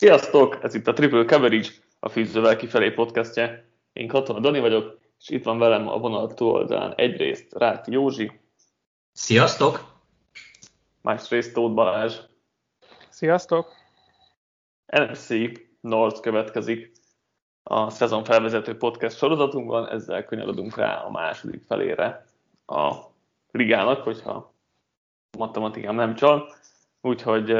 Sziasztok! Ez itt a Triple Coverage, a Fűzővel kifelé podcastje. Én Katona Dani vagyok, és itt van velem a vonal túloldalán egyrészt Ráti Józsi. Sziasztok! Másrészt Tóth Balázs. Sziasztok! NFC North következik a szezon felvezető podcast sorozatunkban, ezzel kanyarodunk rá a második felére a ligának, hogyha a matematikám nem csal. Úgyhogy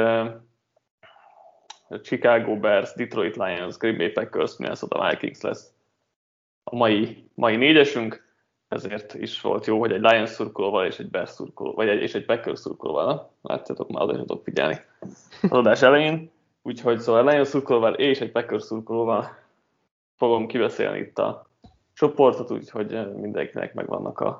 Chicago Bears, Detroit Lions, Green Bay Packers, Minnesota Vikings lesz a mai négyesünk, ezért is volt jó, hogy egy Lions szurkolóval és egy Bears szurkolóval, és egy Packers szurkolóval, látjátok, már oda is tudok figyelni az adás elején. Úgyhogy szóval Lions szurkolóval és egy Packers szurkolóval fogom kibeszélni itt a csoportot, úgyhogy mindenkinek megvannak az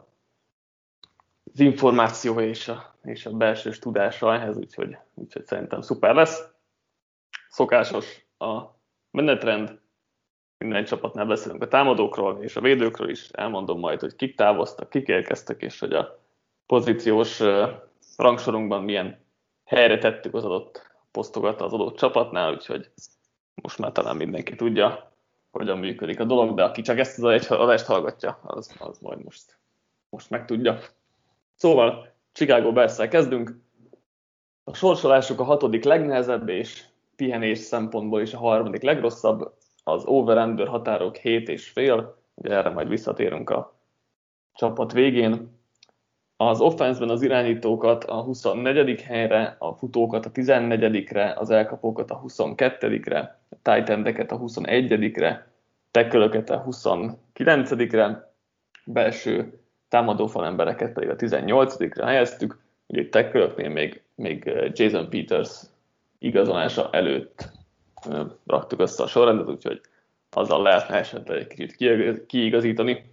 információja és a belsős tudása ehhez, úgyhogy szerintem szuper lesz. Szokásos a menetrend, minden csapatnál beszélünk a támadókról és a védőkről is, elmondom majd, hogy kik távoztak, kik érkeztek, és hogy a pozíciós rangsorunkban milyen helyre tettük az adott posztokat az adott csapatnál, úgyhogy most már talán mindenki tudja, hogyan működik a dolog, de aki csak ezt az adást hallgatja, az majd most megtudja. Szóval Chicago Bears-szel kezdünk. A sorsolásuk a 6. legnehezebb, és pihenés szempontból is a 3. legrosszabb, az over-under határok 7,5, ugye erre majd visszatérünk a csapat végén. Az offenszben az irányítókat a 24. helyre, a futókat a 14-re, az elkapókat a 22-re, a tight endeket a 21-re, tackle-öket a 29-re, belső támadófal embereket pedig a 18-ra helyeztük, ugye a tackle-öknél még Jason Peters igazolása előtt raktuk össze a sorrendet, úgyhogy azzal lehetne esetleg egy kicsit kiigazítani.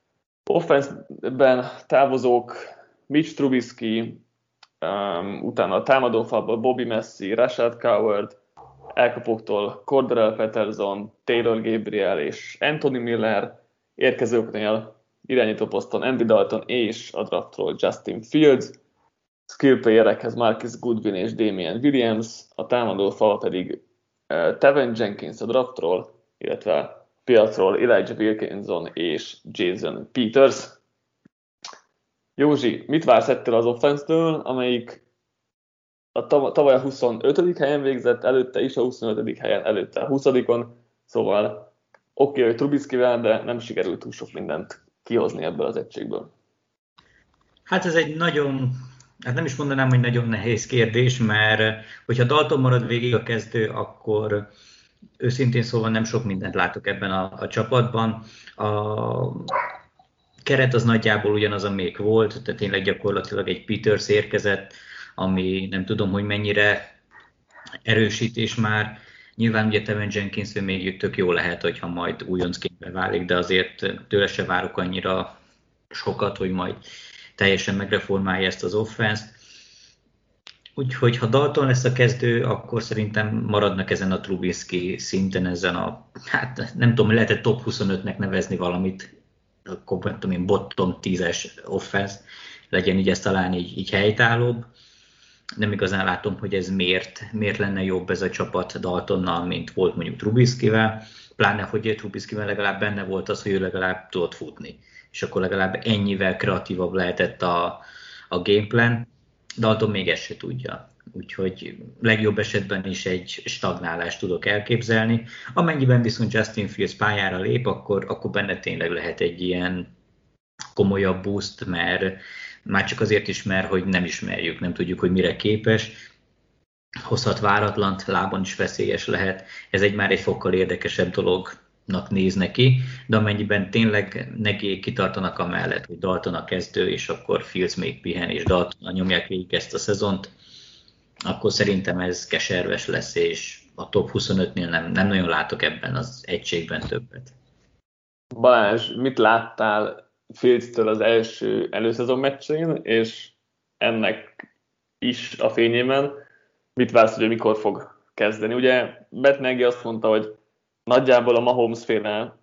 Offenszben távozók Mitch Trubisky, utána a támadófalból Bobby Messi, Rashad Coward, elkapóktól Cordarrelle Patterson, Taylor Gabriel és Anthony Miller, érkezőknél irányítóposzton Andy Dalton és a draftról Justin Fields, skill playerekhez Marcus Goodwin és Damian Williams, a támadófal pedig Tevin Jenkins a draftról, illetve a piacról Elijah Wilkinson és Jason Peters. Józsi, mit vársz ettől az offense-től, amelyik tavaly a 25. helyen végzett, előtte is a 25. helyen, előtte a 20-on, szóval oké, hogy Trubiskyvel, de nem sikerült túl sok mindent kihozni ebből az egységből. Hát ez egy nem is mondanám, hogy nagyon nehéz kérdés, mert hogyha Dalton marad végig a kezdő, akkor őszintén szóval nem sok mindent látok ebben a csapatban. A keret az nagyjából ugyanaz, amelyik volt, tehát tényleg gyakorlatilag egy Peters érkezett, ami nem tudom, hogy mennyire erősítés már. Nyilván ugye Tevin Jenkins még tök jó lehet, hogyha majd újoncként válik, de azért tőle se várok annyira sokat, hogy majd teljesen megreformálja ezt az offense-t. Úgyhogy ha Dalton lesz a kezdő, akkor szerintem maradnak ezen a Trubisky szinten, ezen nem tudom, lehet top 25-nek nevezni valamit, akkor nem tudom én, bottom 10-es offense, legyen így ez talán így helytállóbb. Nem igazán látom, hogy ez miért lenne jobb ez a csapat Daltonnal, mint volt mondjuk Trubiskyvel, pláne, hogy Trubiskyvel legalább benne volt az, hogy ő legalább tudott futni, és akkor legalább ennyivel kreatívabb lehetett a gameplan. Dalton még ezt se tudja. Úgyhogy legjobb esetben is egy stagnálást tudok elképzelni. Amennyiben viszont Justin Fields pályára lép, akkor benne tényleg lehet egy ilyen komolyabb boost, mert már csak azért is, mert hogy nem ismerjük, nem tudjuk, hogy mire képes. Hozhat váratlant, lábon is veszélyes lehet. Ez már egy fokkal érdekesebb dolognak néz neki, de amennyiben tényleg neki kitartanak amellett, hogy Dalton a kezdő, és akkor Fields még pihen, és Dalton nyomják végig ezt a szezont, akkor szerintem ez keserves lesz, és a top 25-nél nem nagyon látok ebben az egységben többet. Balázs, mit láttál Fields-től az első előszezon meccsén, és ennek is a fényében mit vársz, hogy mikor fog kezdeni? Ugye Matt Nagy azt mondta, hogy nagyjából a Mahomes-féle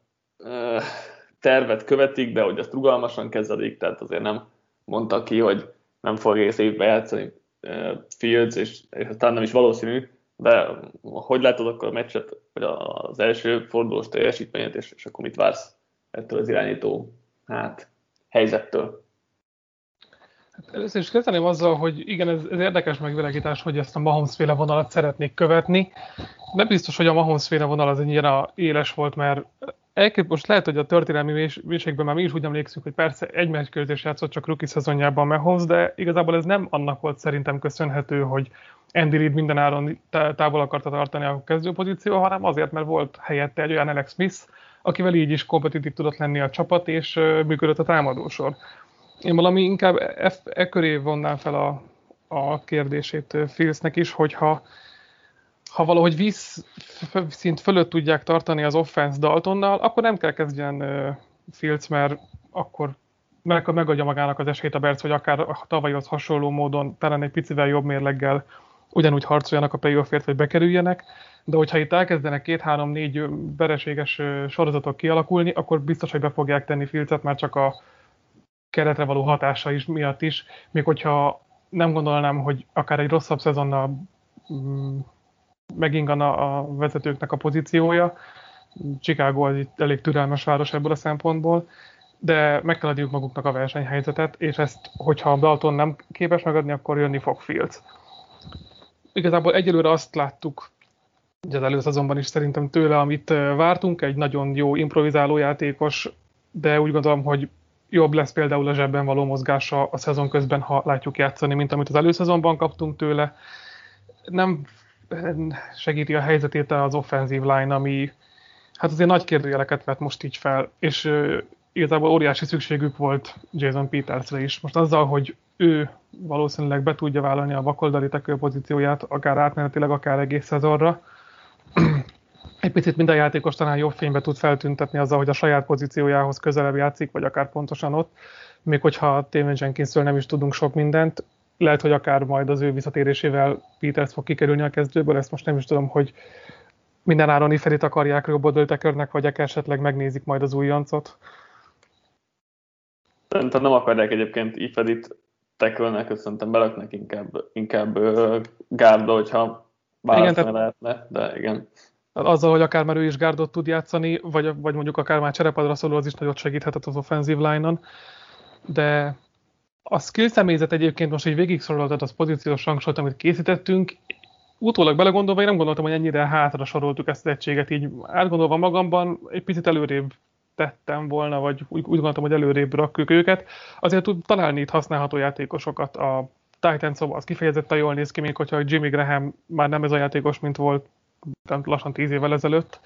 tervet követik, de hogy azt rugalmasan kezelik, tehát azért nem mondta ki, hogy nem fog egész évben játszani Fields, és aztán nem is valószínű, De hogy látod akkor a meccset, vagy az első fordulós teljesítményet, és akkor mit vársz ettől az irányító helyzettől? Először is kezdeném azzal, hogy igen, ez érdekes megvilágítás, hogy ezt a Mahomes-féle vonalat szeretnék követni. Nem biztos, hogy a Mahomes-féle vonal az ennyire éles volt, mert most lehet, hogy a történelmi mélységben már mi is úgy emlékszünk, hogy persze egy meccskörzés játszott csak rookie szezonjában Mahomes, de igazából ez nem annak volt szerintem köszönhető, hogy Andy Reid mindenáron távol akarta tartani a kezdőpozíció, hanem azért, mert volt helyette egy olyan Alex Smith, akivel így is kompetitív tudott lenni a csapat, és működött a támadósor. Én valami inkább köré vonnám fel a kérdését Fieldsnek is, hogyha valahogy szint fölött tudják tartani az offense Daltonnal, akkor nem kell kezdjen Fields, mert akkor megadja magának az esélyt a Bears, hogy akár a tavalyhoz hasonló módon talán egy picivel jobb mérleggel ugyanúgy harcoljanak a playoffért, vagy bekerüljenek, de hogyha itt elkezdenek 2-3-4 vereséges sorozatok kialakulni, akkor biztos, hogy be fogják tenni Fieldset, már csak a keretre való hatása is miatt is, még hogyha nem gondolnám, hogy akár egy rosszabb szezonnal megingana a vezetőknek a pozíciója. Chicago az itt elég türelmes város ebből a szempontból, de meg kell adniuk maguknak a versenyhelyzetet, és ezt, hogyha Dalton nem képes megadni, akkor jönni fog Fields. Igazából egyelőre azt láttuk, hogy az előszezonban is szerintem tőle, amit vártunk, egy nagyon jó improvizáló játékos, de úgy gondolom, hogy jobb lesz például a zsebben való mozgása a szezon közben, ha látjuk játszani, mint amit az előszezonban kaptunk tőle. Nem segíti a helyzetét az offenzív line, ami hát azért nagy kérdőjeleket vett most így fel, és igazából óriási szükségük volt Jason Petersre is. Most azzal, hogy ő valószínűleg be tudja vállalni a vakoldali tackle pozícióját, akár átmenetileg, akár egész szezonra, egy picit minden játékos talán jobb fénybe tud feltüntetni azzal, hogy a saját pozíciójához közelebb játszik, vagy akár pontosan ott, még hogyha Taven Jenkinsről nem is tudunk sok mindent. Lehet, hogy akár majd az ő visszatérésével Peters fog kikerülni a kezdőből, ezt most nem is tudom, hogy mindenáron Iferit akarják jobboldali tackernek, vagy esetleg megnézik majd az újoncot. Szerintem nem akarják egyébként Iferit tackle-nek, szerintem belaknak inkább gárdba, hogyha választani lehetne, de igen. Azzal, hogy akár már ő is gárdot tud játszani, vagy mondjuk akár már cserepadra szóló, az is nagyot segíthetett az offensive line-on. De a skill személyzet egyébként most így végigsoroltad az pozíciós rangsort, amit készítettünk. Utólag belegondolva, én nem gondoltam, hogy ennyire hátra soroltuk ezt az egységet, így átgondolva magamban egy picit előrébb tettem volna, vagy úgy gondoltam, hogy előrébb rakjuk őket. Azért tud találni itt használható játékosokat. A Titans szóval az kifejezetten jól néz ki, még hogyha Jimmy Graham már nem ez a játékos, mint volt lassan 10 évvel ezelőtt.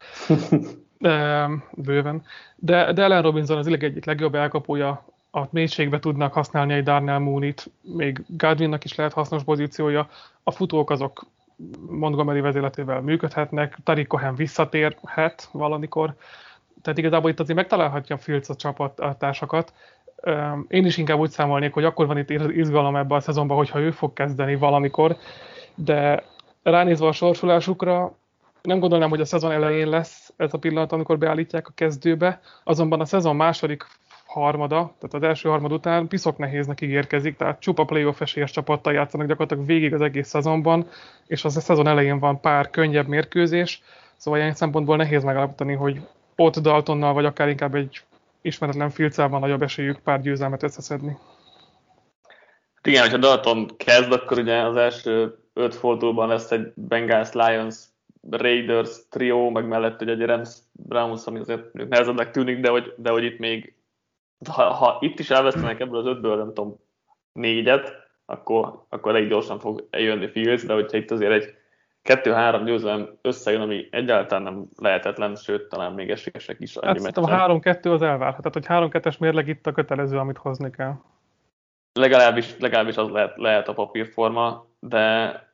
Bőven. De Allen Robinson az egyik legjobb elkapója, a mélységbe tudnak használni egy Darnell Mooney-t, még Godwinnak is lehet hasznos pozíciója. A futók azok Montgomery vezérletével működhetnek, Tariq Cohen visszatérhet valamikor. Tehát igazából itt azért megtalálhatja Fields a csapattársakat. Én is inkább úgy számolnék, hogy akkor van itt izgalom ebben a szezonban, hogyha ő fog kezdeni valamikor, de ránézve a sorsolásukra, nem gondolnám, hogy a szezon elején lesz ez a pillanat, amikor beállítják a kezdőbe, azonban a szezon második harmada, tehát az első harmad után piszok nehéznek ígérkezik, tehát csupa playoff esélyes csapattal játszanak gyakorlatilag végig az egész szezonban, és az a szezon elején van pár könnyebb mérkőzés, szóval ilyen szempontból nehéz megállapítani, hogy ott Daltonnal, vagy akár inkább egy ismeretlen Fieldszel van nagyobb esélyük pár győzelmet összeszedni. Igen, hogyha Dalton kezd, akkor ugye az első 5 fordulóban lesz egy Bengals, Lions, Raiders trió, meg mellett ugye egy Rams, Browns, ami azért nehezebbnek tűnik, de hogy itt még, ha itt is elvesztenek ebből az 5-ből, nem tudom, 4-et, akkor elég gyorsan fog eljönni Fields, de hogyha itt azért egy 2-3 győzelem összejön, ami egyáltalán nem lehetetlen, sőt, talán még esélyesek is annyi meccsen. Hát a 3-2 az elvárhat, tehát hogy 3-2-es mérleg itt a kötelező, amit hozni kell. Legalábbis az lehet a papírforma, de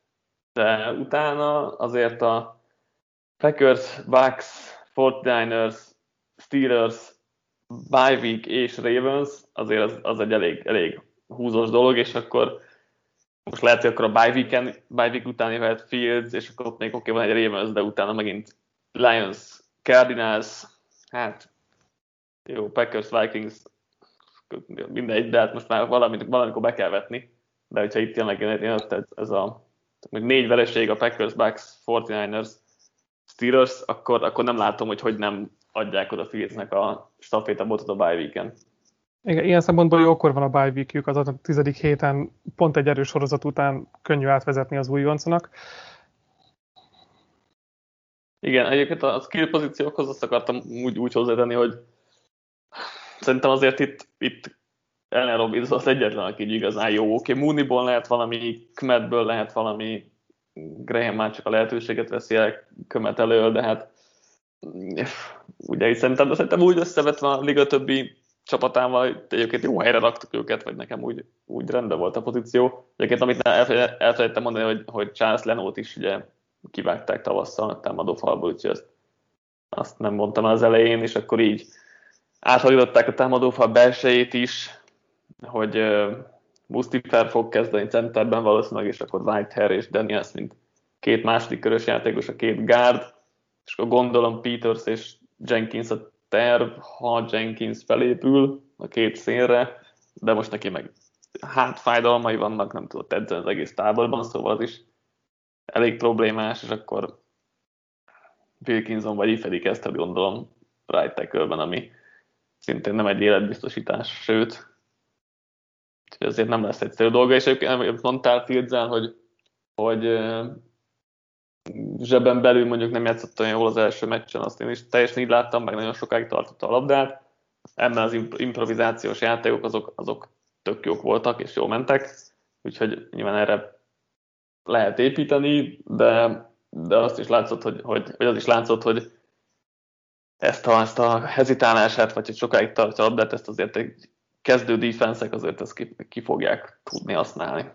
utána azért a Packers, Bucks, 49ers, Steelers, bye week és Ravens azért az egy elég húzós dolog, és akkor most lehet, hogy akkor a bye week után jöhet Fields, és akkor ott még oké, van egy Ravens, de utána megint Lions, Cardinals, hát jó, Packers, Vikings, mindegy, de hát most már valamikor be kell vetni, de hogyha itt tényleg jön ez a hogy 4 vereség a Packers, Bucks, 49ers, Steelers, akkor nem látom, hogy nem adják oda Fieldsnek a stafétabotot a bye weeken. Igen, ilyen szempontból jókor van a bye weekjük, az a 10. héten pont egy erős sorozat után könnyű átvezetni az újoncnak. Igen, egyébként a skill pozíciókhoz azt akartam úgy hozzátenni, hogy szerintem azért itt Allen Robinson az egyetlen, aki igazán jó. Oké, Mooneyból lehet valami, Kmetből lehet valami, Graham már csak a lehetőséget veszi el Kmet elől, de hát ugye szerintem úgy összevetve a liga többi csapatával, hogy egyébként jó helyre raktuk őket, vagy nekem úgy rendben volt a pozíció. Egyébként amit elfelejtettem mondani, hogy Charles Lenót is ugye kivágták tavasszal a támadófalból, úgyhogy azt nem mondtam az elején, és akkor így áthajították a támadófal belsejét is, hogy Mustifer fog kezdeni centerben valószínűleg, és akkor Whitehair és Daniels, mint 2 második körös játékos, a 2 guard, és akkor gondolom Peters és Jenkins a terv, ha Jenkins felépül a 2 szélre, de most neki meg hátfájdalmai vannak, nem tudott edzeni az egész táborban, szóval az is elég problémás, és akkor Wilkinson vagy Ifedi kezdhet, gondolom, right tackle-ben, ami szintén nem egy életbiztosítás, sőt, úgyhogy azért nem lesz egyszerű dolga, és egyébként mondtál Fieldsel, hogy zsebben belül mondjuk nem játszott olyan jól az első meccsen, azt én is teljesen így láttam, meg nagyon sokáig tartotta a labdát. Ebben az improvizációs játékok azok tök jók voltak, és jól mentek, úgyhogy nyilván erre lehet építeni, de azt is látszott, hogy ezt a hezitálását, vagy hogy sokáig tartja a labdát, ezt azért egy kezdő defense-ek azért ezt ki fogják tudni használni.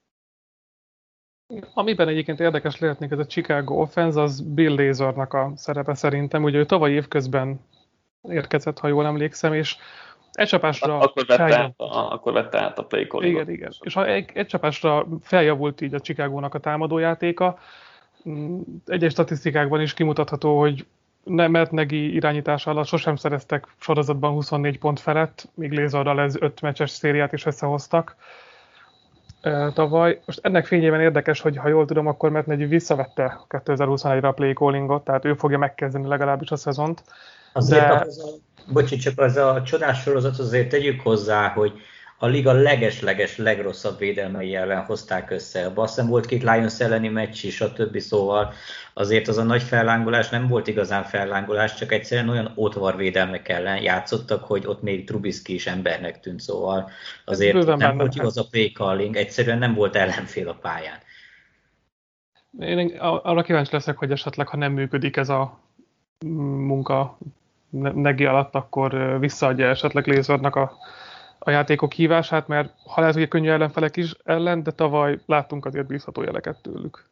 Amiben egyébként érdekes lehetnék ez a Chicago offense, az Bill Lazornak a szerepe szerintem. Ugye ő tavaly évközben érkezett, ha jól emlékszem, és egy csapásra akkor vette át a play callingot. Igen. És egy csapásra feljavult így a Chicagónak a támadójátéka. Egyes statisztikákban is kimutatható, hogy Matt Nagy irányítása alatt sosem szereztek sorozatban 24 pont felett, míg Lazorral ez 5 meccses szériát is összehoztak tavaly. Most ennek fényében érdekes, hogy ha jól tudom, akkor Matt Nagy visszavette 2021-re a play callingot, tehát ő fogja megkezdeni legalábbis a szezont. Azért csak az a csodás sorozat, azért tegyük hozzá, hogy a liga leges-leges legrosszabb védelmei ellen hozták össze. Aztán volt 2 Lions elleni meccs is, a többi, szóval azért az a nagy fellángolás nem volt igazán fellángolás, csak egyszerűen olyan ótvar védelmek ellen játszottak, hogy ott még Trubisky is embernek tűnt, szóval azért nem volt igaz a play calling, egyszerűen nem volt ellenfél a pályán. Én arra kíváncsi leszek, hogy esetleg, ha nem működik ez a munka Nagy alatt, akkor visszaadja esetleg Lazornak a játékok hívását, mert ha lehet, hogy könnyű ellenfelek is ellen, de tavaly láttunk azért bízható jeleket tőlük.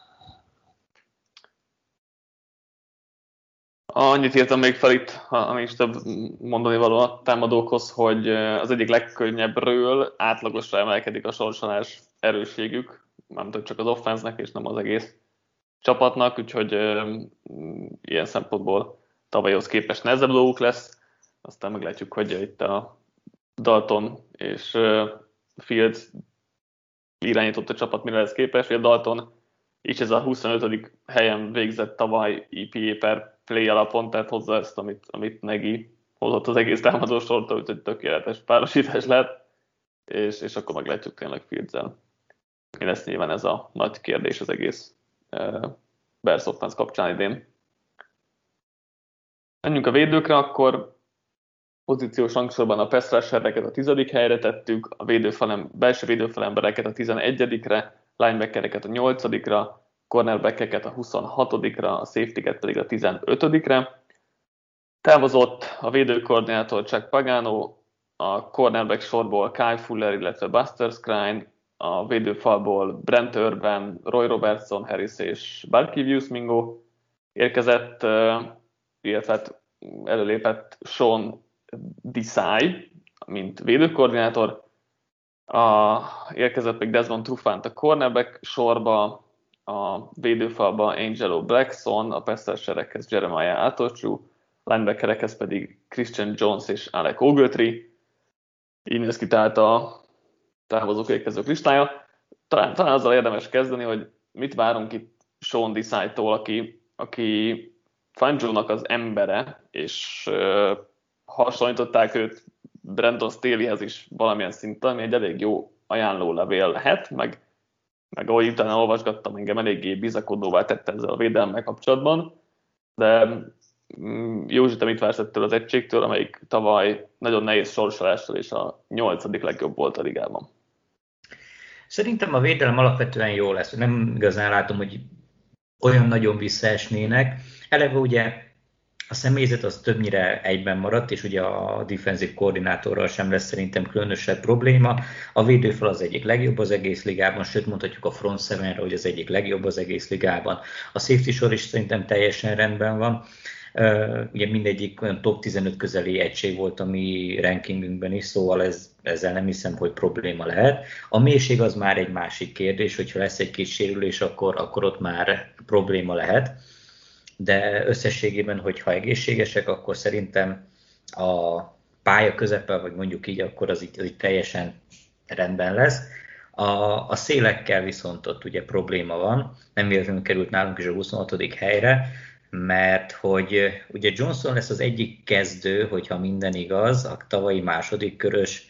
Annyit írtam még fel itt, ami is több mondani való a támadókhoz, hogy az egyik legkönnyebbről átlagosra emelkedik a sorsolás erősségük, nem csak az offense-nek és nem az egész csapatnak, úgyhogy ilyen szempontból tavalyhoz képest nehezebb dolguk lesz. Aztán meglátjuk, hogy itt a Dalton és Fields irányított a csapat mire lesz képes, hogy a Dalton is ez a 25. helyen végzett tavaly EPA per play alapon, tehát hozza ezt, amit Nagy hozott az egész támadó sortól, úgyhogy tökéletes párosítás lehet, és akkor meglátjuk tényleg Fields-el. Mi lesz nyilván ez a nagy kérdés az egész Bears offense kapcsán idén. Menjünk a védőkre, akkor pozíciós rangsorban a pass rushereket a 10. helyre tettük, a belső védőfalembereket a 11-re, linebackereket a 8-ra, cornerbackeket a 26-ra, a safety-ket pedig a 15-re. Távozott a védőkoordinátor Chuck Pagano, a cornerback sorból Kyle Fuller, illetve Buster Skrine, a védőfalból Brent Urban, Roy Robertson, Harris és Barkevius Mingo érkezett, illetve előlépett Sean Desai, mint védőkoordinátor, érkezett még Desmond Trufant a cornerback sorba, a védőfalba Angelo Blackson, a pass rusherekhez Jeremiah Atochu, linebackerekhez pedig Christian Jones és Alec Ogletree. Így néz ki tehát a távozók érkezők listája. Talán azzal érdemes kezdeni, hogy mit várunk itt Sean Desai-tól, aki Fangio-nak az embere, és hasonlították őt Brandon Staleyhez is valamilyen szinten, ami egy elég jó ajánlólevél lehet, meg ahogy utána olvasgattam, engem eléggé bizakodóvá tette ezzel a védelemmel kapcsolatban, de Józsi, te mit vársz ettől az egységtől, amelyik tavaly nagyon nehéz sorsolással és a 8. legjobb volt a ligában? Szerintem a védelem alapvetően jó lesz. Nem igazán látom, hogy olyan nagyon visszaesnének. Eleve ugye a személyzet az többnyire egyben maradt, és ugye a defensív koordinátorral sem lesz szerintem különösebb probléma. A védőfal az egyik legjobb az egész ligában, sőt mondhatjuk a front sevenre, hogy az egyik legjobb az egész ligában. A safety sor is szerintem teljesen rendben van. Ugye mindegyik olyan top 15 közeli egység volt a mi rankingünkben is, szóval ezzel nem hiszem, hogy probléma lehet. A mélység az már egy másik kérdés, hogyha lesz egy-két sérülés, akkor ott már probléma lehet. De összességében, hogyha egészségesek, akkor szerintem a pálya közepe, vagy mondjuk így, akkor az így teljesen rendben lesz. A szélekkel viszont ott ugye probléma van, nem véletlenül került nálunk is a 26. helyre, mert hogy ugye Johnson lesz az egyik kezdő, hogyha minden igaz, a tavalyi második körös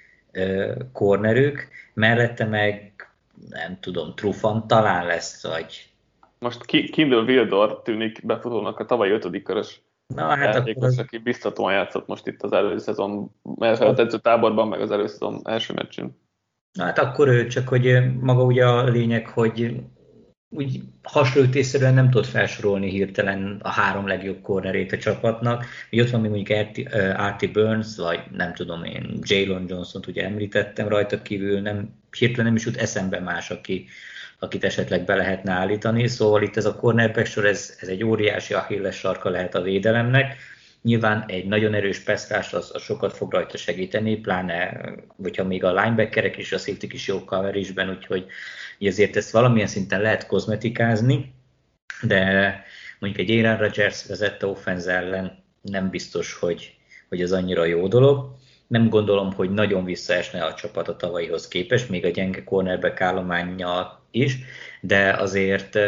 cornerük, mellette meg nem tudom, Trufant talán lesz, vagy... Most Kindle Wildor tűnik befutónak a tavalyi 5. körös játékos, aki biztatóan játszott most itt az előszezon, az edzőtáborban, meg az előszezon első meccsén. Hát akkor ő, csak hogy maga ugye a lényeg, hogy úgy hasonlítésszerűen nem tud felsorolni hirtelen a 3 legjobb cornerét a csapatnak. Ugye ott van még mondjuk Artie Burns, vagy nem tudom én, Jalen Johnson-t ugye említettem rajta kívül, hirtelen nem is jut eszembe más, akit esetleg be lehetne állítani. Szóval itt ez a cornerback sor, ez egy óriási Achilles sarka lehet a védelemnek. Nyilván egy nagyon erős pass az sokat fog rajta segíteni, pláne, hogyha még a linebackerek és a safety is jó coverage-ben, úgyhogy ezért ezt valamilyen szinten lehet kozmetikázni, de mondjuk egy Aaron Rodgers vezette offense ellen nem biztos, hogy ez annyira jó dolog. Nem gondolom, hogy nagyon visszaesne a csapat a tavalyihoz képest, még a gyenge cornerback állománnyal is, de azért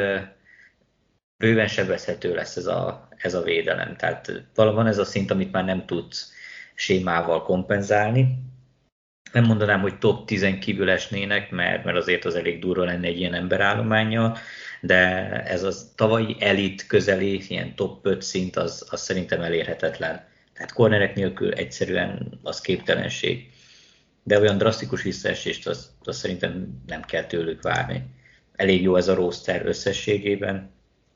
bőven sebezhető lesz ez a védelem. Tehát van ez a szint, amit már nem tudsz sémával kompenzálni. Nem mondanám, hogy top 10 kívül esnének, mert azért az elég durva lenne egy ilyen emberállománnyal, de ez a tavalyi elit közeli, ilyen top 5 szint, az szerintem elérhetetlen. Tehát cornerek nélkül egyszerűen az képtelenség. De olyan drasztikus visszaesést azt szerintem nem kell tőlük várni. Elég jó ez a roster összességében.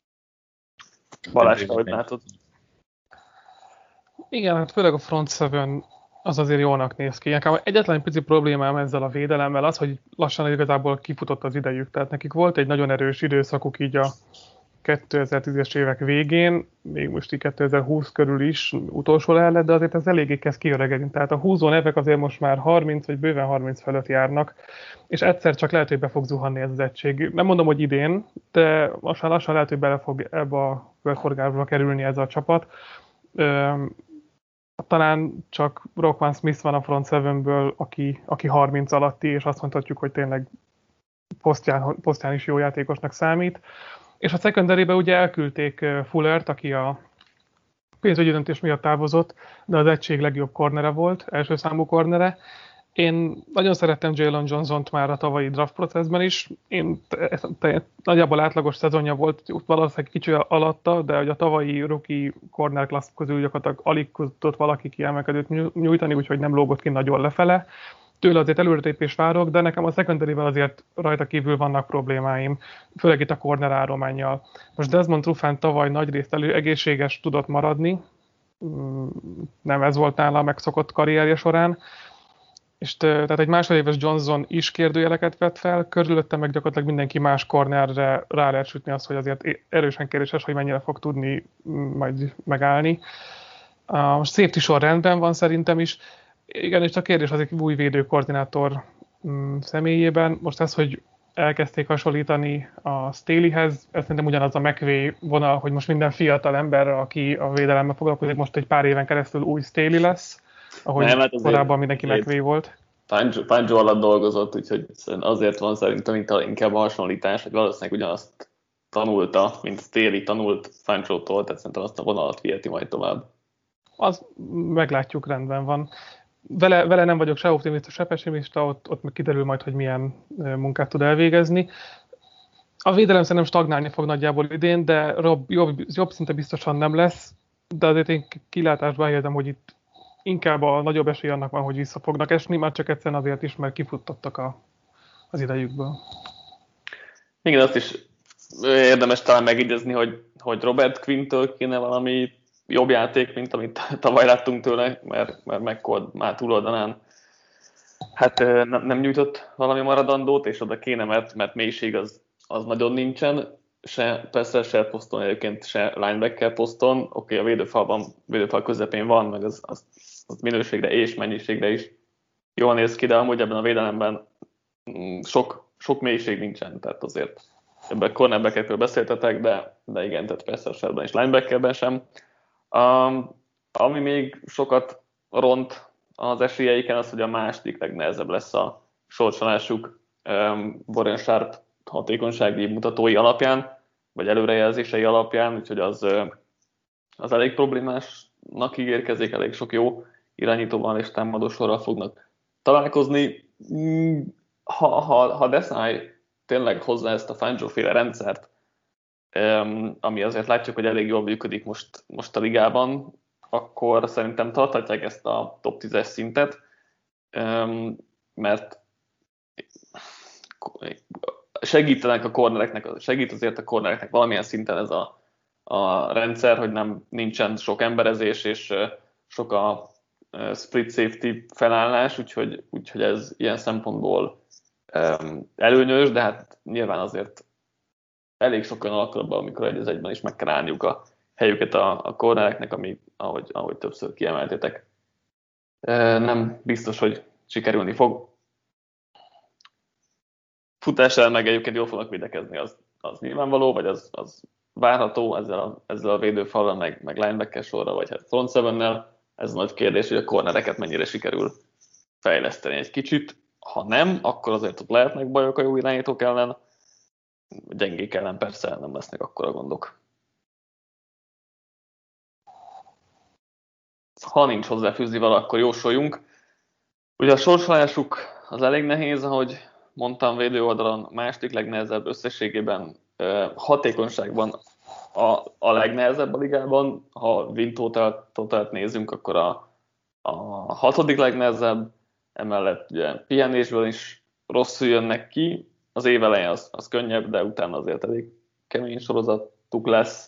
Balázs, ahogy látod. Igen, hát főleg a front seven az azért jónak néz ki. Nekem egyetlen pici problémám ezzel a védelemmel az, hogy lassan igazából kifutott az idejük. Tehát nekik volt egy nagyon erős időszakuk így a 2010-es évek végén, még most így 2020 körül is utolsó lett, de azért ez eléggé kezd kiöregedni. Tehát a húzó nevek azért most már 30 vagy bőven 30 fölött járnak, és egyszer csak lehet, hogy be fog zuhanni ez az egység. Nem mondom, hogy idén, de most már lassan lehet, hogy bele fog ebbe a körforgásba kerülni ez a csapat. Talán csak Roquan Smith van a front sevenből, aki 30 alatti, és azt mondhatjuk, hogy tényleg posztján is jó játékosnak számít. És a secondary-be ugye elküldték Fullert, aki a pénzügyi döntés miatt távozott, de az egység legjobb cornere volt, első számú cornere. Én nagyon szerettem Jalen Johnson-t már a tavalyi draft processben is. Nagyjából átlagos szezonja volt, valószínűleg kicsi alatta, de hogy a tavalyi rookie corner class közül gyakorlatilag alig tudott valaki kiemelkedőt nyújtani, úgyhogy nem lógott ki nagyon lefele. Tőle azért előretépés várok, de nekem a secondary-vel azért rajta kívül vannak problémáim, főleg itt a corner állománnyal. Most Desmond Trufant tavaly nagyrészt egészséges tudott maradni, nem ez volt nála a megszokott karrierje során, és tehát egy másodéves Johnson is kérdőjeleket vett fel, körülötte meg gyakorlatilag mindenki más cornerre rá lehet sütni azt, hogy azért erősen kérdéses, hogy mennyire fog tudni majd megállni. Most safety sor rendben van szerintem is. Igen, és a kérdés az egy új védőkoordinátor személyében. Most ez, hogy elkezdték hasonlítani a Staleyhez, ez szerintem ugyanaz a McVay vonal, hogy most minden fiatal ember, aki a védelemmel foglalkozik, most egy pár éven keresztül új Staley lesz, ahogy nem, korábban mindenki McVay volt. Fangio alatt dolgozott, úgyhogy azért van szerintem inkább a hasonlítás, hogy valószínűleg ugyanazt tanulta, mint Téli tanult Fangio-tól, tehát szerintem azt a vonalat viheti majd tovább. Az meglátjuk, rendben van. Vele nem vagyok se optimista, se pessimista, ott meg kiderül majd, hogy milyen munkát tud elvégezni. A védelem szerintem stagnálni fog nagyjából idén, de jobb szinte biztosan nem lesz, de azért én kilátásba helyezem, hogy itt inkább a nagyobb esély annak van, hogy vissza fognak esni, már csak egyszerűen azért is, mert kifuttattak az idejükből. Igen, azt is érdemes talán megjegyezni, hogy Robert Quinn-től kéne valami jobb játék, mint amit tavaly láttunk tőle, mert McCord már túloldalán hát nem nyújtott valami maradandót, és oda kéne, mert mélység az nagyon nincsen, se poszton egyébként, se linebacker poszton. Oké, a védőfal közepén van, meg az minőségre és mennyiségre is jól néz ki, de amúgy ebben a védelemben sok mélység nincsen, tehát azért ebben cornerbackerről beszéltetek, de igen, tehát pass-rusherben és linebackerben sem. Ami még sokat ront az esélyeiken, az, hogy a második legnehezebb lesz a sorsolásuk Warren Sharp hatékonysági mutatói alapján, vagy előrejelzései alapján, úgyhogy az elég problémásnak ígérkezik, elég sok jó irányítóval és támadósorral fognak találkozni. Ha Desai tényleg hozzá ezt a Fangio-féle rendszert, ami azért látjuk, hogy elég jól működik most a ligában, akkor szerintem tarthatják ezt a top 10-es szintet, mert segít azért a cornereknek valamilyen szinten ez a rendszer, hogy nincsen sok emberezés és sok a split safety felállás, úgyhogy ez ilyen szempontból előnyös, de hát nyilván azért elég sok olyan alkalommal, amikor egy az egyben is meg kell állniuk a helyüket a cornereknek, ami, ahogy többször kiemeltétek, nem biztos, hogy sikerülni fog. Futás ellen meg egyébként jól fognak védekezni, az nyilvánvaló, vagy az várható ezzel a védőfallal, meg linebacker sorra, vagy hát front sevennel. Ez a nagy kérdés, hogy a cornereket mennyire sikerül fejleszteni egy kicsit. Ha nem, akkor azért ott lehetnek bajok a jó irányítók ellen, gyengék ellen persze nem lesznek akkora gondok. Ha nincs hozzáfűzni vala, akkor jósoljunk. Ugye a sorsolásuk az elég nehéz, ahogy mondtam, védő oldalon második legnehezebb, összességében hatékonyságban a legnehezebb a ligában. Ha win totalt nézünk, akkor a hatodik legnehezebb, emellett ugye pihenésből is rosszul jönnek ki. Az év elején az könnyebb, de utána azért elég kemény sorozatuk lesz,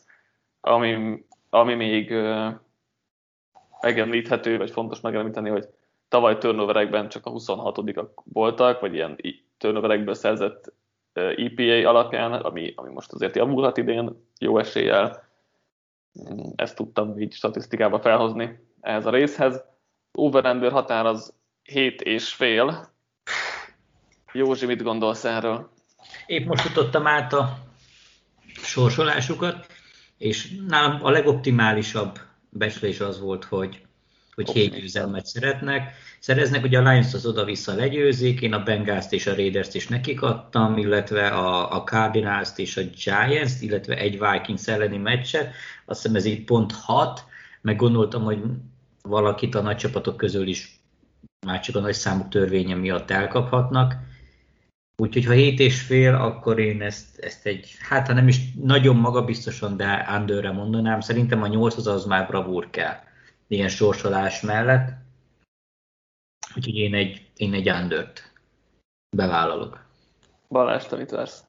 ami még megemlíthető, vagy fontos megemlíteni, hogy tavaly turnoverekben csak a 26-ak voltak, vagy ilyen turnoverekből szerzett EPA alapján, ami most azért javulhat idén jó eséllyel. Ezt tudtam így statisztikába felhozni ehhez a részhez. Over-under határ az 7,5. Józsi, mit gondolsz erről? Épp most futottam át a sorsolásukat, és nálam a legoptimálisabb becslés az volt, hogy 7 győzelmet szereznek. Ugye a Lions az oda-vissza legyőzik, én a Bengals-t és a Raiders-t is nekik adtam, illetve a Cardinals-t és a Giants-t, illetve egy Vikings elleni meccset. Azt hiszem ez így pont 6, meg gondoltam, hogy valakit a nagy csapatok közül is már csak a nagy számuk törvénye miatt elkaphatnak. Úgyhogy ha 7,5, akkor én ezt egy, hát ha nem is nagyon magabiztosan, de underre mondanám. Szerintem a 8 az már bravúr kell ilyen sorsolás mellett. Úgyhogy én egy undert bevállalok. Balázs, te mit vársz?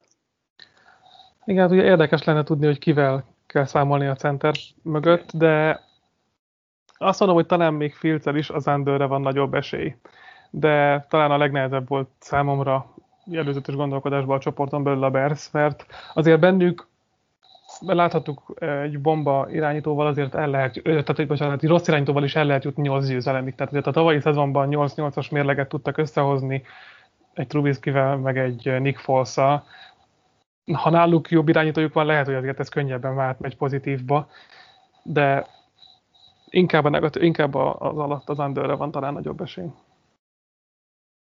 Igen, hát ugye érdekes lenne tudni, hogy kivel kell számolni a center mögött, de azt mondom, hogy talán még Fields-el is az underre van nagyobb esély. De talán a legnehezebb volt számomra előzetes gondolkodásban a csoporton belül a Bears, mert azért bennük láthattuk egy bomba irányítóval azért el lehet, tehát egy rossz irányítóval is el lehet jutni 8 győzelemig. Tehát azért a tavalyi szezonban 8-8-as mérleget tudtak összehozni egy Trubiskyvel, meg egy Nick Foles-szal. Ha náluk jobb irányítójuk van, lehet, hogy azért ez könnyebben átmegy pozitívba, de inkább az alatt az underre van talán nagyobb esély.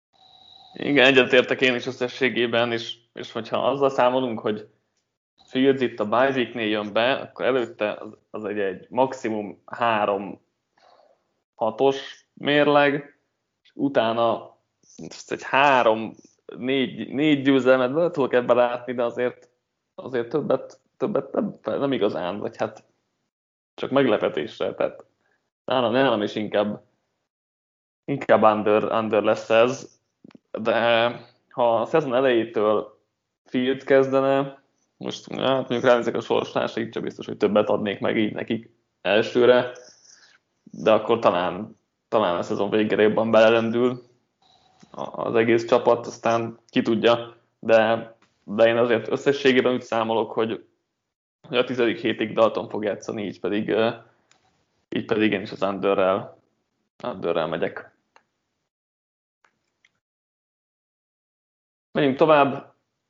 Igen, egyetértek én is összességében, és hogyha azzal számolunk, hogy Fields itt a bye weeknél jön be, akkor előtte az egy maximum 3-6-os mérleg, és utána egy 3-4 győzelmet be tudok ebbe látni, de azért többet nem igazán, vagy hát csak meglepetésre, tehát nálam is inkább under lesz ez, de ha a szezon elejétől Fields kezdene, most hát mondjuk ránézek a sorsnál, sem biztos, hogy többet adnék meg így nekik elsőre, de akkor talán a szezon végére jobban belelendül az egész csapat, aztán ki tudja, de én azért összességében úgy számolok, hogy a 10. hétig Dalton fog játszani, így pedig én is az underrel megyek. Menjünk tovább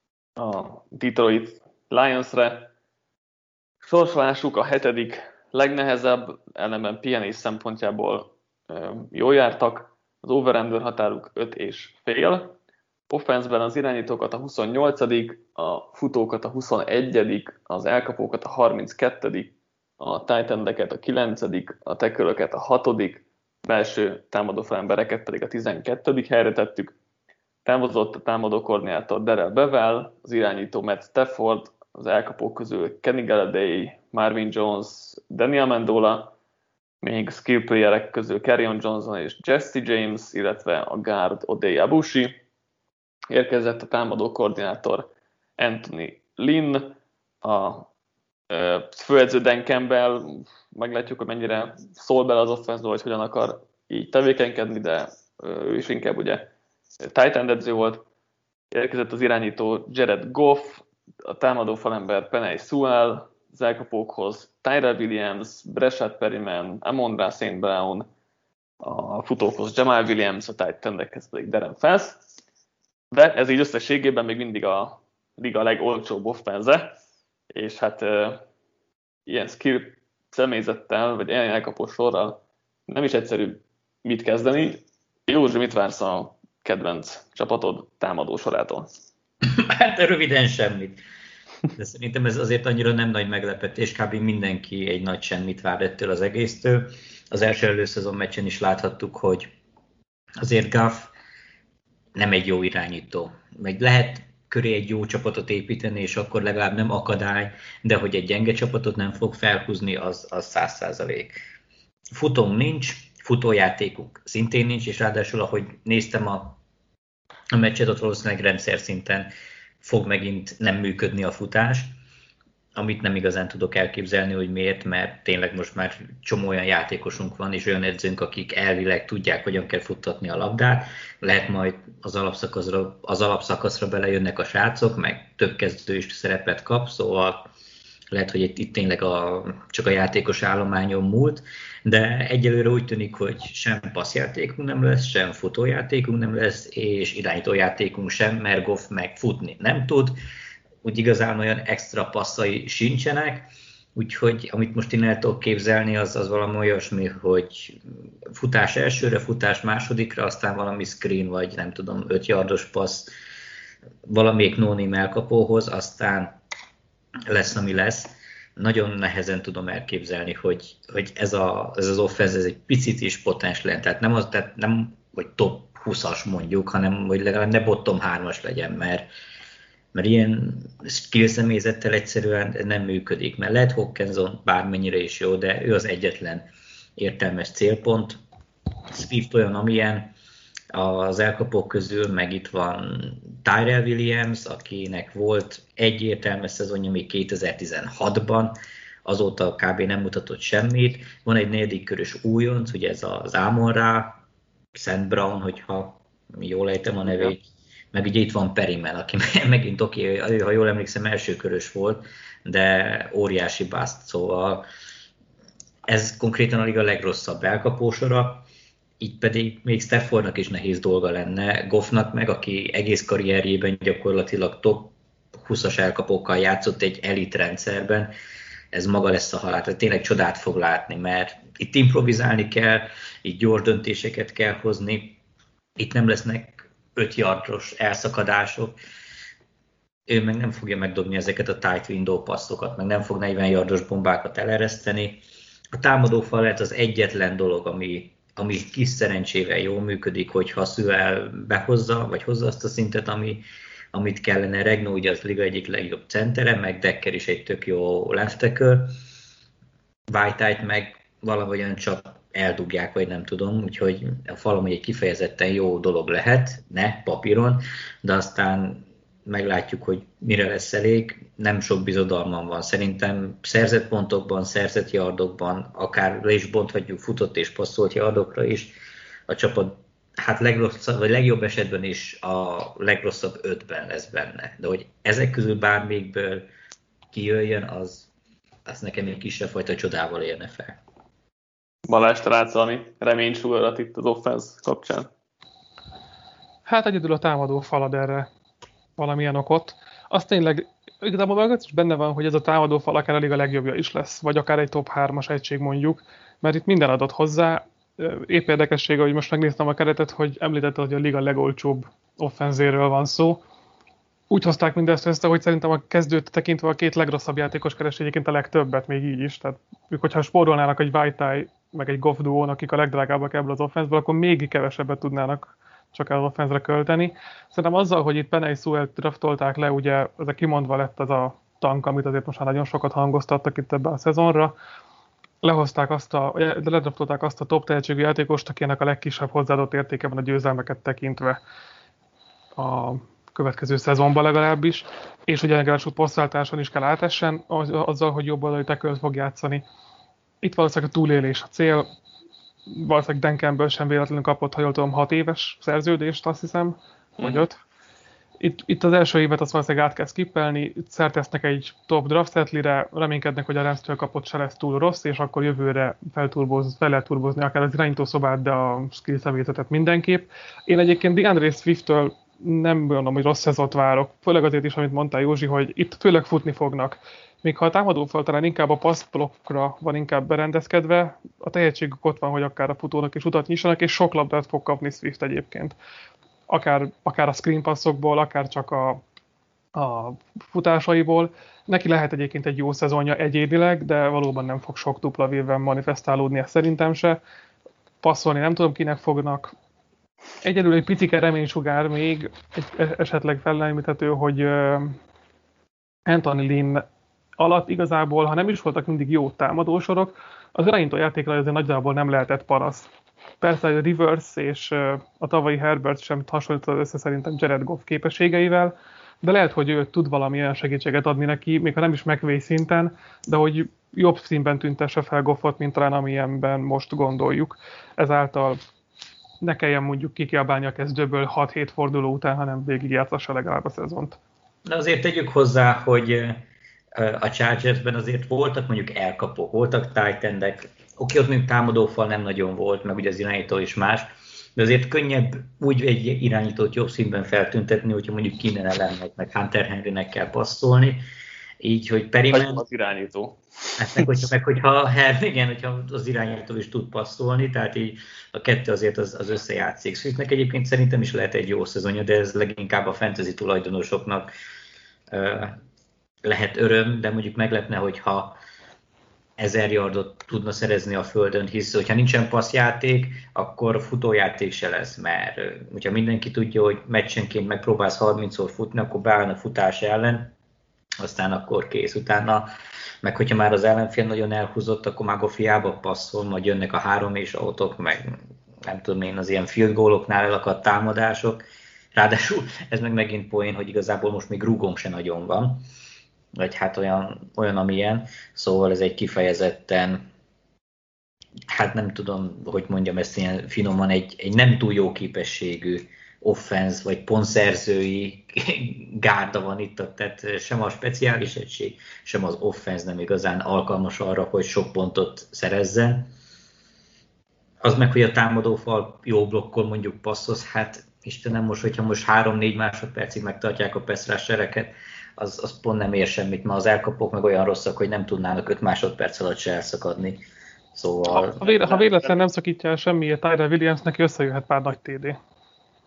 a Detroit Lionsre. Sorsolásuk a 7. legnehezebb, ellenben pihenés szempontjából jól jártak. Az over-under határuk 5,5. Offenszben az irányítókat a 28., a futókat a 21., az elkapókat a 32., a tight endeket a 9., a tackle-öket a 6., belső támadófalembereket pedig a 12. helyre tettük. Támozott a támadó koordinátor Darrell Bevell, az irányító Matt Stafford, az elkapók közül Kenny Galladay, Marvin Jones, Daniel Amendola, még skill playerek közül Kerryon Johnson és Jesse James, illetve a guard Oday Abushi. Érkezett a támadó koordinátor Anthony Lynn, a főedző Dan Campbell, meglátjuk, hogy mennyire szól bele az offenszbe, vagy hogyan akar így tevékenykedni, de ő is inkább ugye tight end edző volt. Érkezett az irányító Jared Goff, a támadó falember Penei Sewell, az elkapókhoz Tyrell Williams, Breshad Perryman, Amon-Ra St. Brown, a futókhoz Jamal Williams, a tight endekhez pedig Darren Fells. De ez így összességében még mindig a liga legolcsóbb offense, és hát ilyen skill személyzettel, vagy ilyen elkapó sorral nem is egyszerű mit kezdeni. Józsi, mit vársz a kedvenc csapatod támadó sorától? Hát röviden semmit. De szerintem ez azért annyira nem nagy meglepetés, kb. Mindenki egy nagy semmit vár ettől az egésztől. Az első előszezon meccsen is láthattuk, hogy azért Goff nem egy jó irányító. Meg lehet köré egy jó csapatot építeni, és akkor legalább nem akadály, de hogy egy gyenge csapatot nem fog felhúzni, az 100%. Futóm nincs, futójátékuk szintén nincs, és ráadásul, ahogy néztem a meccset, ott valószínűleg rendszer szinten fog megint nem működni a futás, amit nem igazán tudok elképzelni, hogy miért, mert tényleg most már csomó olyan játékosunk van, és olyan edzőnk, akik elvileg tudják, hogyan kell futtatni a labdát. Lehet majd az alapszakaszra belejönnek a srácok, meg több kezdő is szerepet kap, szóval lehet, hogy itt tényleg csak a játékos állományon múlt, de egyelőre úgy tűnik, hogy sem passzjátékunk nem lesz, sem futójátékunk nem lesz, és irányítójátékunk sem, mert Goff meg futni nem tud, úgy igazán olyan extra passzai sincsenek, úgyhogy amit most én el tudok képzelni, az valami olyasmi, hogy futás elsőre, futás másodikra, aztán valami screen, vagy nem tudom, 5 yardos passz valamelyik no-name elkapóhoz, aztán lesz, ami lesz. Nagyon nehezen tudom elképzelni, hogy ez az offense ez egy picit is potens lenne. Tehát nem hogy top 20-as mondjuk, hanem hogy legalább ne bottom 3-as legyen, mert ilyen skill személyzettel egyszerűen nem működik. Mert lehet Hawkinson bármennyire is jó, de ő az egyetlen értelmes célpont. Swift olyan, amilyen, az elkapók közül meg itt van Tyrell Williams, akinek volt egy értelmes szezonja még 2016-ban, azóta kb. Nem mutatott semmit. Van egy 4. körös újonc, ugye ez az Amon-Ra St. Brown, hogyha jól ejtem a nevét, meg ugye itt van Perryman, aki megint oké, ha jól emlékszem, első körös volt, de óriási bust, szóval ez konkrétan a liga legrosszabb elkapósora. Így pedig még Staffordnak is nehéz dolga lenne, Goffnak meg, aki egész karrierjében gyakorlatilag top 20-as elkapókkal játszott egy elit rendszerben, ez maga lesz a halál. Tehát tényleg csodát fog látni, mert itt improvizálni kell, itt gyors döntéseket kell hozni, itt nem lesznek 5 yardos elszakadások. Ő meg nem fogja megdobni ezeket a tight window passzokat, meg nem fog 40 yardos bombákat elereszteni. A támadófal lehet az egyetlen dolog, ami kis szerencsével jól működik, hogyha Sewell behozza, vagy hozza azt a szintet, amit kellene. Regno ugye az liga egyik legjobb centere, meg Decker is egy tök jó left tackle. Whiteye meg valahogyan csak eldugják, vagy nem tudom, úgyhogy a falom egy kifejezetten jó dolog lehet, ne papíron, de aztán meglátjuk, hogy mire lesz elég. Nem sok bizodalmam van. Szerintem szerzett pontokban, szerzett yardokban, akár le is bonthatjuk futott és passzolt yardokra is, a csapat hát legrosszabb, vagy legjobb esetben is a legrosszabb 5-ben lesz benne. De hogy ezek közül bármelyikből kijöjjön, az nekem egy kisebb fajta csodával érne fel. Balázs, te látsz valami reménysugarat itt az offense kapcsán? Hát egyedül a támadó falad erre valamilyen okot. Az tényleg, igazából meg is benne van, hogy ez a támadó fal akár a liga legjobbja is lesz, vagy akár egy top 3-as egység mondjuk, mert itt minden adott hozzá. Épp érdekessége, hogy most megnéztem a keretet, hogy említette, hogy a liga legolcsóbb offenzéről van szó. Úgy hozták mindezt össze, hogy szerintem a kezdőt tekintve a 2 legrosszabb játékos keres egyébként a legtöbbet, még így is. Tehát ők, hogyha spórolnának egy Whiteye, meg egy Goff duón, akik a legdrágábbak ebből az offenzből, akkor még kevesebbet tudnának csak az offenzre költeni. Szerintem azzal, hogy itt Penei Sewell draftolták le, ugye ez a kimondva lett az a tank, amit azért most már nagyon sokat hangoztattak itt ebben a szezonra, ledraftolták azt a top tehetségű játékost, akinek a legkisebb hozzáadott értéke van a győzelmeket tekintve a következő szezonban legalábbis, és ugye legalábbis passzáltáson is kell átessen azzal, hogy jobb oldali tackle fog játszani. Itt valószínűleg a túlélés a cél, valószínűleg Dan Campbell sem véletlenül kapott, ha jól tudom, 6 éves szerződést, azt hiszem, vagy 5. Itt az első évet azt valószínűleg át kell skippelni, szertesznek egy top draft setlire, reménykednek, hogy a Rams-től kapott se lesz túl rossz, és akkor jövőre fel lehet turbozni akár az irányítószobát, de a skill személyzetet mindenképp. Én egyébként DeAndre Swift-től nem mondom, hogy rossz szezont várok, főleg azért is, amit mondtál Józsi, hogy itt főleg futni fognak. Még ha a támadófal talán inkább a passzblokkra van inkább berendezkedve, a tehetségük ott van, hogy akár a futónak is utat nyissanak, és sok labdát fog kapni Swift egyébként. Akár a screen passzokból, akár csak a futásaiból. Neki lehet egyébként egy jó szezonja egyénileg, de valóban nem fog sok dupla véven manifestálódnia szerintem se. Passzolni nem tudom, kinek fognak. Egyedül egy picike reménysugár még, esetleg fellemlíthető, hogy Anthony Lynn alatt igazából, ha nem is voltak mindig jó támadósorok, az irányító játékra azért nagyjából nem lehetett panasz. Persze a Rivers és a tavalyi Herbert sem hasonlított össze szerintem Jared Goff képességeivel, de lehet, hogy ő tud valamilyen segítséget adni neki, még ha nem is McVay szinten, de hogy jobb színben tüntesse fel Goffot, mint talán amilyenben most gondoljuk. Ezáltal ne kelljen mondjuk kikiabálni a kezdőből 6-7 forduló után, hanem végigjátszassa legalább a szezont. De azért tegyük hozzá, hogy a Chargersben azért voltak mondjuk elkapók, voltak tight endek, oké, ott még támadófal nem nagyon volt, meg ugye az irányító is más, de azért könnyebb úgy egy irányítót jobb színben feltüntetni, hogyha mondjuk Keenan Allennek, meg Hunter Henrynek kell passzolni, így, hogy Perryman... az irányító. Hát hogyha az irányító is tud passzolni, tehát így a kettő azért az összejátszik. Swiftnek egyébként szerintem is lehet egy jó szezonja, de ez leginkább a fantasy tulajdonosoknak lehet öröm, de mondjuk meglepne, hogyha 1000 yardot tudna szerezni a földön, hisz hogyha nincsen passzjáték, akkor futójáték se lesz, mert hogyha mindenki tudja, hogy meccsenként megpróbálsz 30-szor futni, akkor beállna a futás ellen, aztán akkor kész utána, meg hogyha már az ellenfél nagyon elhúzott, akkor már fiába passzol, majd jönnek a 3 és autók, meg nem tudom én, az ilyen field goaloknál elakadt támadások. Ráadásul ez meg megint poén, hogy igazából most még rúgónk se nagyon van, vagy hát olyan amilyen, szóval ez egy kifejezetten, hát nem tudom, hogy mondjam ezt ilyen finoman, egy nem túl jó képességű offense vagy pontszerzői gárda van itt, tehát sem a speciális egység, sem az offense nem igazán alkalmas arra, hogy sok pontot szerezzen. Az meg, hogy a támadófal jó blokkol mondjuk passzoz, hát Istenem, hogyha most 3-4 másodpercig megtartják a pass-rushereket, az pont nem ér semmit, mert az elkapók meg olyan rosszak, hogy nem tudnának 5 másodperc alatt se elszakadni. Szóval... Ha véletlen nem szakítja el semmiért Tyrell Williams, neki összejöhet pár nagy TD.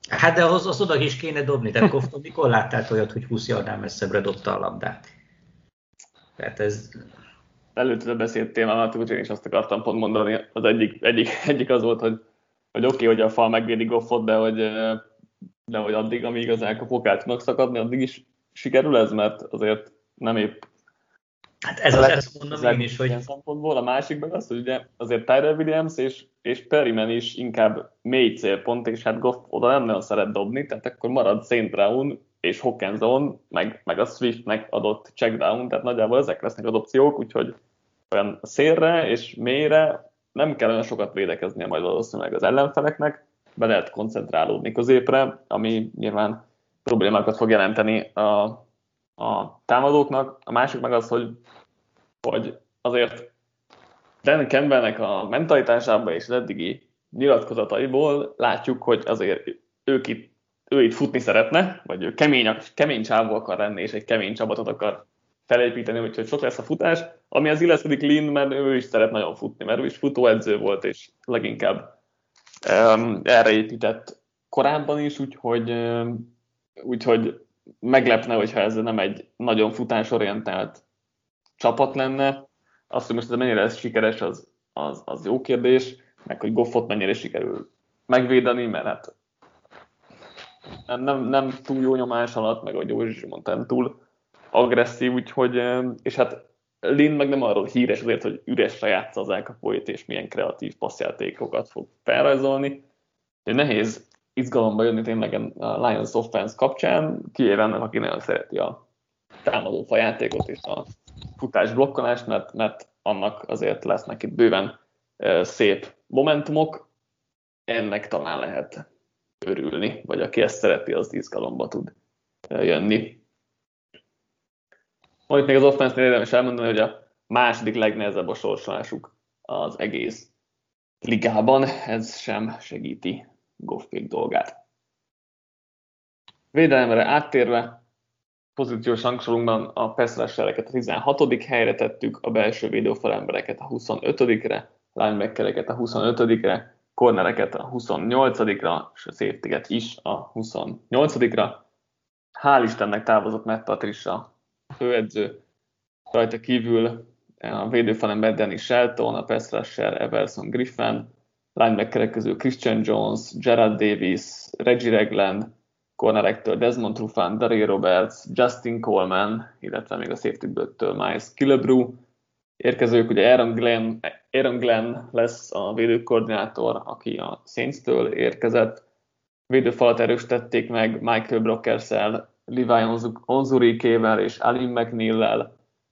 Hát de az oda is kéne dobni. Tehát Goffton, mikor láttál olyat, hogy 20 yardnál messzebbre dobta a labdát? Tehát ez... Előtte beszélt témát, úgyhogy én is azt akartam pont mondani. Az egyik az volt, hogy oké, hogy a fal megvédi Goffot, de hogy addig, amíg az elkapók el tudnak szakadni, addig is sikerül ez, mert azért nem épp. Hát ez azt mondom én is, hogy... Szempontból. A másik meg az, hogy ugye azért Tyrell Williams és Perryman is inkább mély célpont, és hát Goff oda nem nagyon szeret dobni, tehát akkor marad St. Brown és Hawkinson, meg a Swiftnek adott check down, tehát nagyjából ezek lesznek az opciók, úgyhogy olyan szélre és mélyre nem kell olyan sokat védekeznie majd valószínűleg az ellenfeleknek, be lehet koncentrálódni középre, ami nyilván problémákat fog jelenteni a támadóknak. A másik meg az, hogy azért Dan Campbellnek a mentalitásában és az eddigi nyilatkozataiból látjuk, hogy azért ő itt futni szeretne, vagy ő kemény csávó akar lenni, és egy kemény csapatot akar felépíteni, úgyhogy sok lesz a futás, ami az illeszkedik Lindman, ő is szeret nagyon futni, mert ő is futóedző volt, és leginkább erre épített korábban is, úgyhogy meglepne, hogyha ez nem egy nagyon futásorientált csapat lenne. Azt, hogy most ez mennyire lesz sikeres, az jó kérdés, meg hogy Goffot mennyire sikerül megvédeni, mert hát nem túl jó nyomás alatt, meg ahogy Józsi is mondta, nem túl agresszív, úgyhogy, és hát Lind meg nem arról híres azért, hogy üresre játsza az elkapóit, és milyen kreatív passzjátékokat fog felrajzolni. De nehéz izgalomba jönni tényleg a Lions offense kapcsán, kivéve annak, aki nagyon szereti a támadó fajátékot és a futás blokkolást, mert annak azért lesznek itt bőven szép momentumok, ennek talán lehet örülni, vagy aki ezt szereti, az izgalomba tud jönni. Majd még az offense-nél érdemes elmondani, hogy a második legnehezebb a sorsolásuk az egész ligában, ez sem segíti Goffék dolgát. Védelemre áttérve, pozíciós rangsorunkban a pass rushereket a 16. helyre tettük, a belső védőfalembereket a 25-re, linebackereket a 25-re, cornereket a 28-ra, és a safety-ket is a 28-ra. Hál' Istennek távozott Matt Patricia, főedző, rajta kívül a védőfalember Danny Shelton, a pass rusher Everson Griffin, linebackerek közül Christian Jones, Gerard Davis, Reggie Ragland, cornerektől Desmond Trufant, Daryl Roberts, Justin Coleman, illetve még a safety-ből Miles Killebrew. Érkezők ugye Aaron Glenn lesz a védőkoordinátor, aki a Saints-től érkezett. Védőfalat erősítették meg Michael Brockers-el, Levi Onwuzurike-vel és Alim McNeil-lel.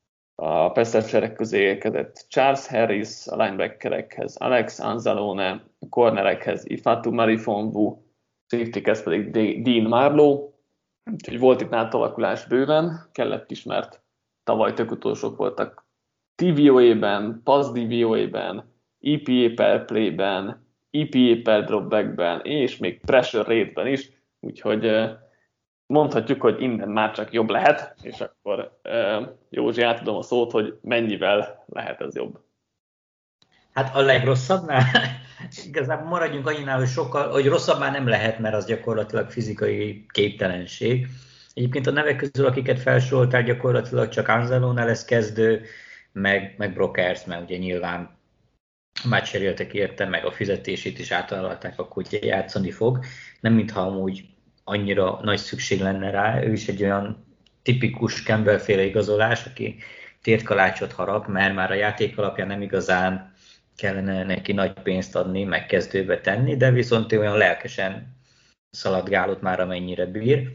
A pass-rusherek közé érkezett Charles Harris, a linebackerekhez Alex Anzalone, a cornerekhez Ifatu Malifonwu, safety-hez pedig Dean Marlowe. Úgyhogy volt itt átalakulás bőven, kellett is, mert tavaly tök utolsók voltak TVOA-ben, Pass DVOA-ben, EPA per play-ben, EPA per dropback-ben, és még pressure rate-ben is, úgyhogy mondhatjuk, hogy innen már csak jobb lehet, és akkor Józsi, átadom a szót, hogy mennyivel lehet ez jobb. Hát a legrosszabbnál? Igazából maradjunk annyinál, hogy rosszabb már nem lehet, mert az gyakorlatilag fizikai képtelenség. Egyébként a nevek közül, akiket felsoroltál, gyakorlatilag csak Anzalone lesz kezdő, meg Brockers, mert ugye nyilván már cseréltek érte, meg a fizetését is átalakították, akkor ugye játszani fog. Nem mintha amúgy annyira nagy szükség lenne rá, ő is egy olyan tipikus Campbell-féle igazolás, aki térkalácsot harap, mert már a játék alapján nem igazán kellene neki nagy pénzt adni, meg kezdőbe tenni, de viszont ő olyan lelkesen szaladgálott már, amennyire bír.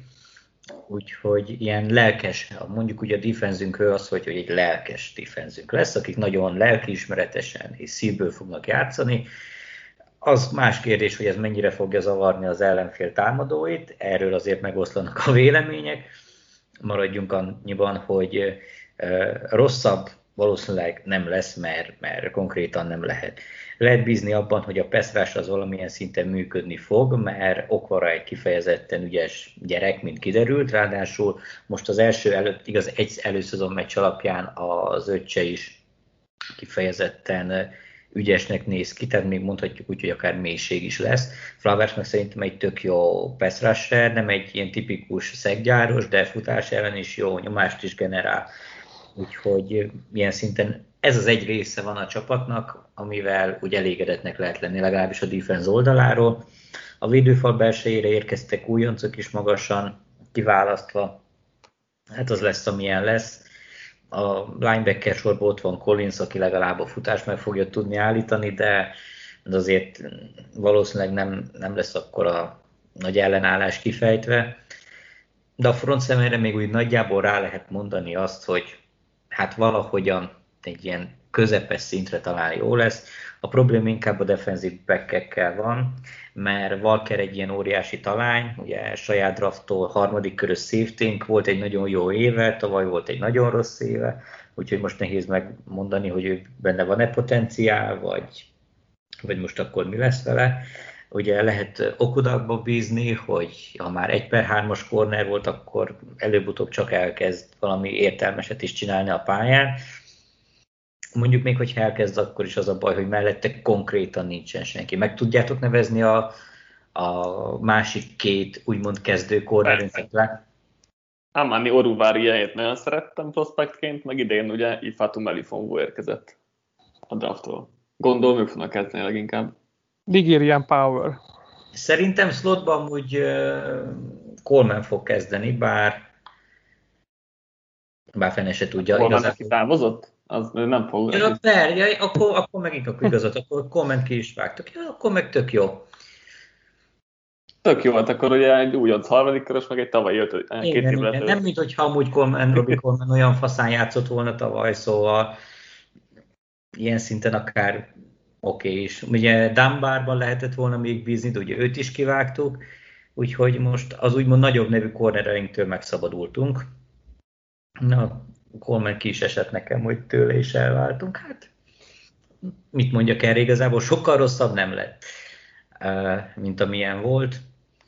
Úgyhogy ilyen lelkes, mondjuk ugye a defenzünkről az, hogy egy lelkes defenzünk lesz, akik nagyon lelkiismeretesen és szívből fognak játszani. Az más kérdés, hogy ez mennyire fogja zavarni az ellenfél támadóit, erről azért megoszlanak a vélemények. Maradjunk annyiban, hogy rosszabb valószínűleg nem lesz, mert konkrétan nem lehet. Lehet bízni abban, hogy a pass rush az valamilyen szinten működni fog, mert Okwara egy kifejezetten ügyes gyerek, mint kiderült, ráadásul most az előszezon meccs alapján az öccse is kifejezetten ügyesnek néz ki, tehát még mondhatjuk úgy, hogy akár mélység is lesz. Flowers meg szerintem egy tök jó pass rusher, nem egy ilyen tipikus szeggyáros, de futás ellen is jó, nyomást is generál. Úgyhogy ilyen szinten ez az egy része van a csapatnak, amivel úgy elégedetnek lehet lenni, legalábbis a defense oldaláról. A védőfal belsejére érkeztek újoncok is magasan kiválasztva. Hát az lesz, amilyen lesz. A linebacker sorban ott van Collins, aki legalább a futást meg fogja tudni állítani, de azért valószínűleg nem lesz akkor a nagy ellenállás kifejtve. De a front szemére még úgy nagyjából rá lehet mondani azt, hogy hát valahogyan egy ilyen közepes szintre talán jó lesz. A probléma inkább a defensive back-ekkel van, mert Walker egy ilyen óriási talány, ugye saját drafttól harmadik körös safety-nk, volt egy nagyon jó éve, tavaly volt egy nagyon rossz éve, úgyhogy most nehéz megmondani, hogy ő benne van-e potenciál, vagy most akkor mi lesz vele. Ugye lehet Okudakba bízni, hogy ha már 1/3-as corner volt, akkor előbb-utóbb csak elkezd valami értelmeset is csinálni a pályán. Mondjuk még, hogyha elkezd, akkor is az a baj, hogy mellette konkrétan nincsen senki. Meg tudjátok nevezni a másik két úgymond kezdő cornerünket le? Amani Oruváriáját nagyon szerettem prospektként, meg idén ugye Ifatu Melifongo érkezett a drafttól. Gondolom, ők fognak kezdeni leginkább. Nigerian Power. Szerintem slotban amúgy Coleman fog kezdeni, bár fene se tudja. Coleman neki távozott? Az nem fog. Ja, akkor megint akkor igazat, akkor Coleman ki is vágtak. Ja, akkor meg tök jó. Tök jó volt, akkor ugye egy újonc harmadik körös, meg egy tavalyi két évvel. Nem, mint hogyha amúgy Robbie Coleman olyan faszán játszott volna tavaly, szóval ilyen szinten akár oké is. Ugye Dunbarban lehetett volna még bízni, de ugye őt is kivágtuk, úgyhogy most az úgymond nagyobb nevű cornereinktől megszabadultunk. Na, Coleman ki is esett nekem, hogy tőle is elváltunk. Hát, mit mondjak erre, igazából sokkal rosszabb nem lett, mint amilyen volt.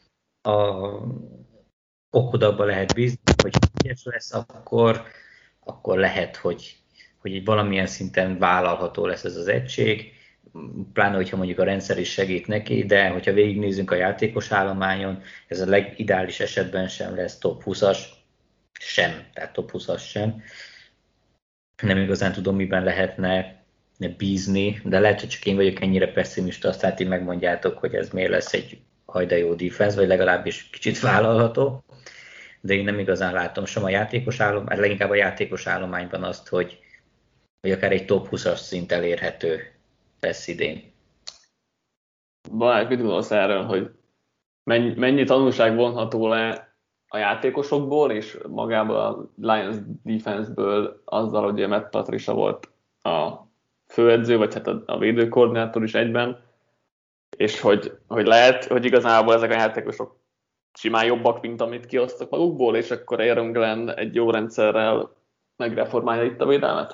Okudakba lehet bízni, hogy ügyes lesz, akkor lehet, hogy valamilyen szinten vállalható lesz ez az egység, pláne, hogyha mondjuk a rendszer is segít neki, de hogyha végignézzünk a játékos állományon, ez a legideális esetben sem lesz top 20-as, tehát top 20-as sem. Nem igazán tudom, miben lehetne bízni, de lehet, hogy csak én vagyok ennyire pessimista, aztán ti megmondjátok, hogy ez miért lesz egy hajda jó defense, vagy legalábbis kicsit vállalható, de én nem igazán látom sem a játékos állomány, leginkább a játékos állományban azt, hogy akár egy top 20-as szint elérhető lesz idén. Balázs, mit gondolsz erről, hogy mennyi tanulság vonható le a játékosokból, és magából a Lions defense-ből azzal, hogy Matt Patricia volt a főedző, vagy hát a védőkoordinátor is egyben, és hogy lehet, hogy igazából ezek a játékosok simán jobbak, mint amit kiosztak magukból, és akkor Aaron Glenn egy jó rendszerrel megreformálja itt a védelmet?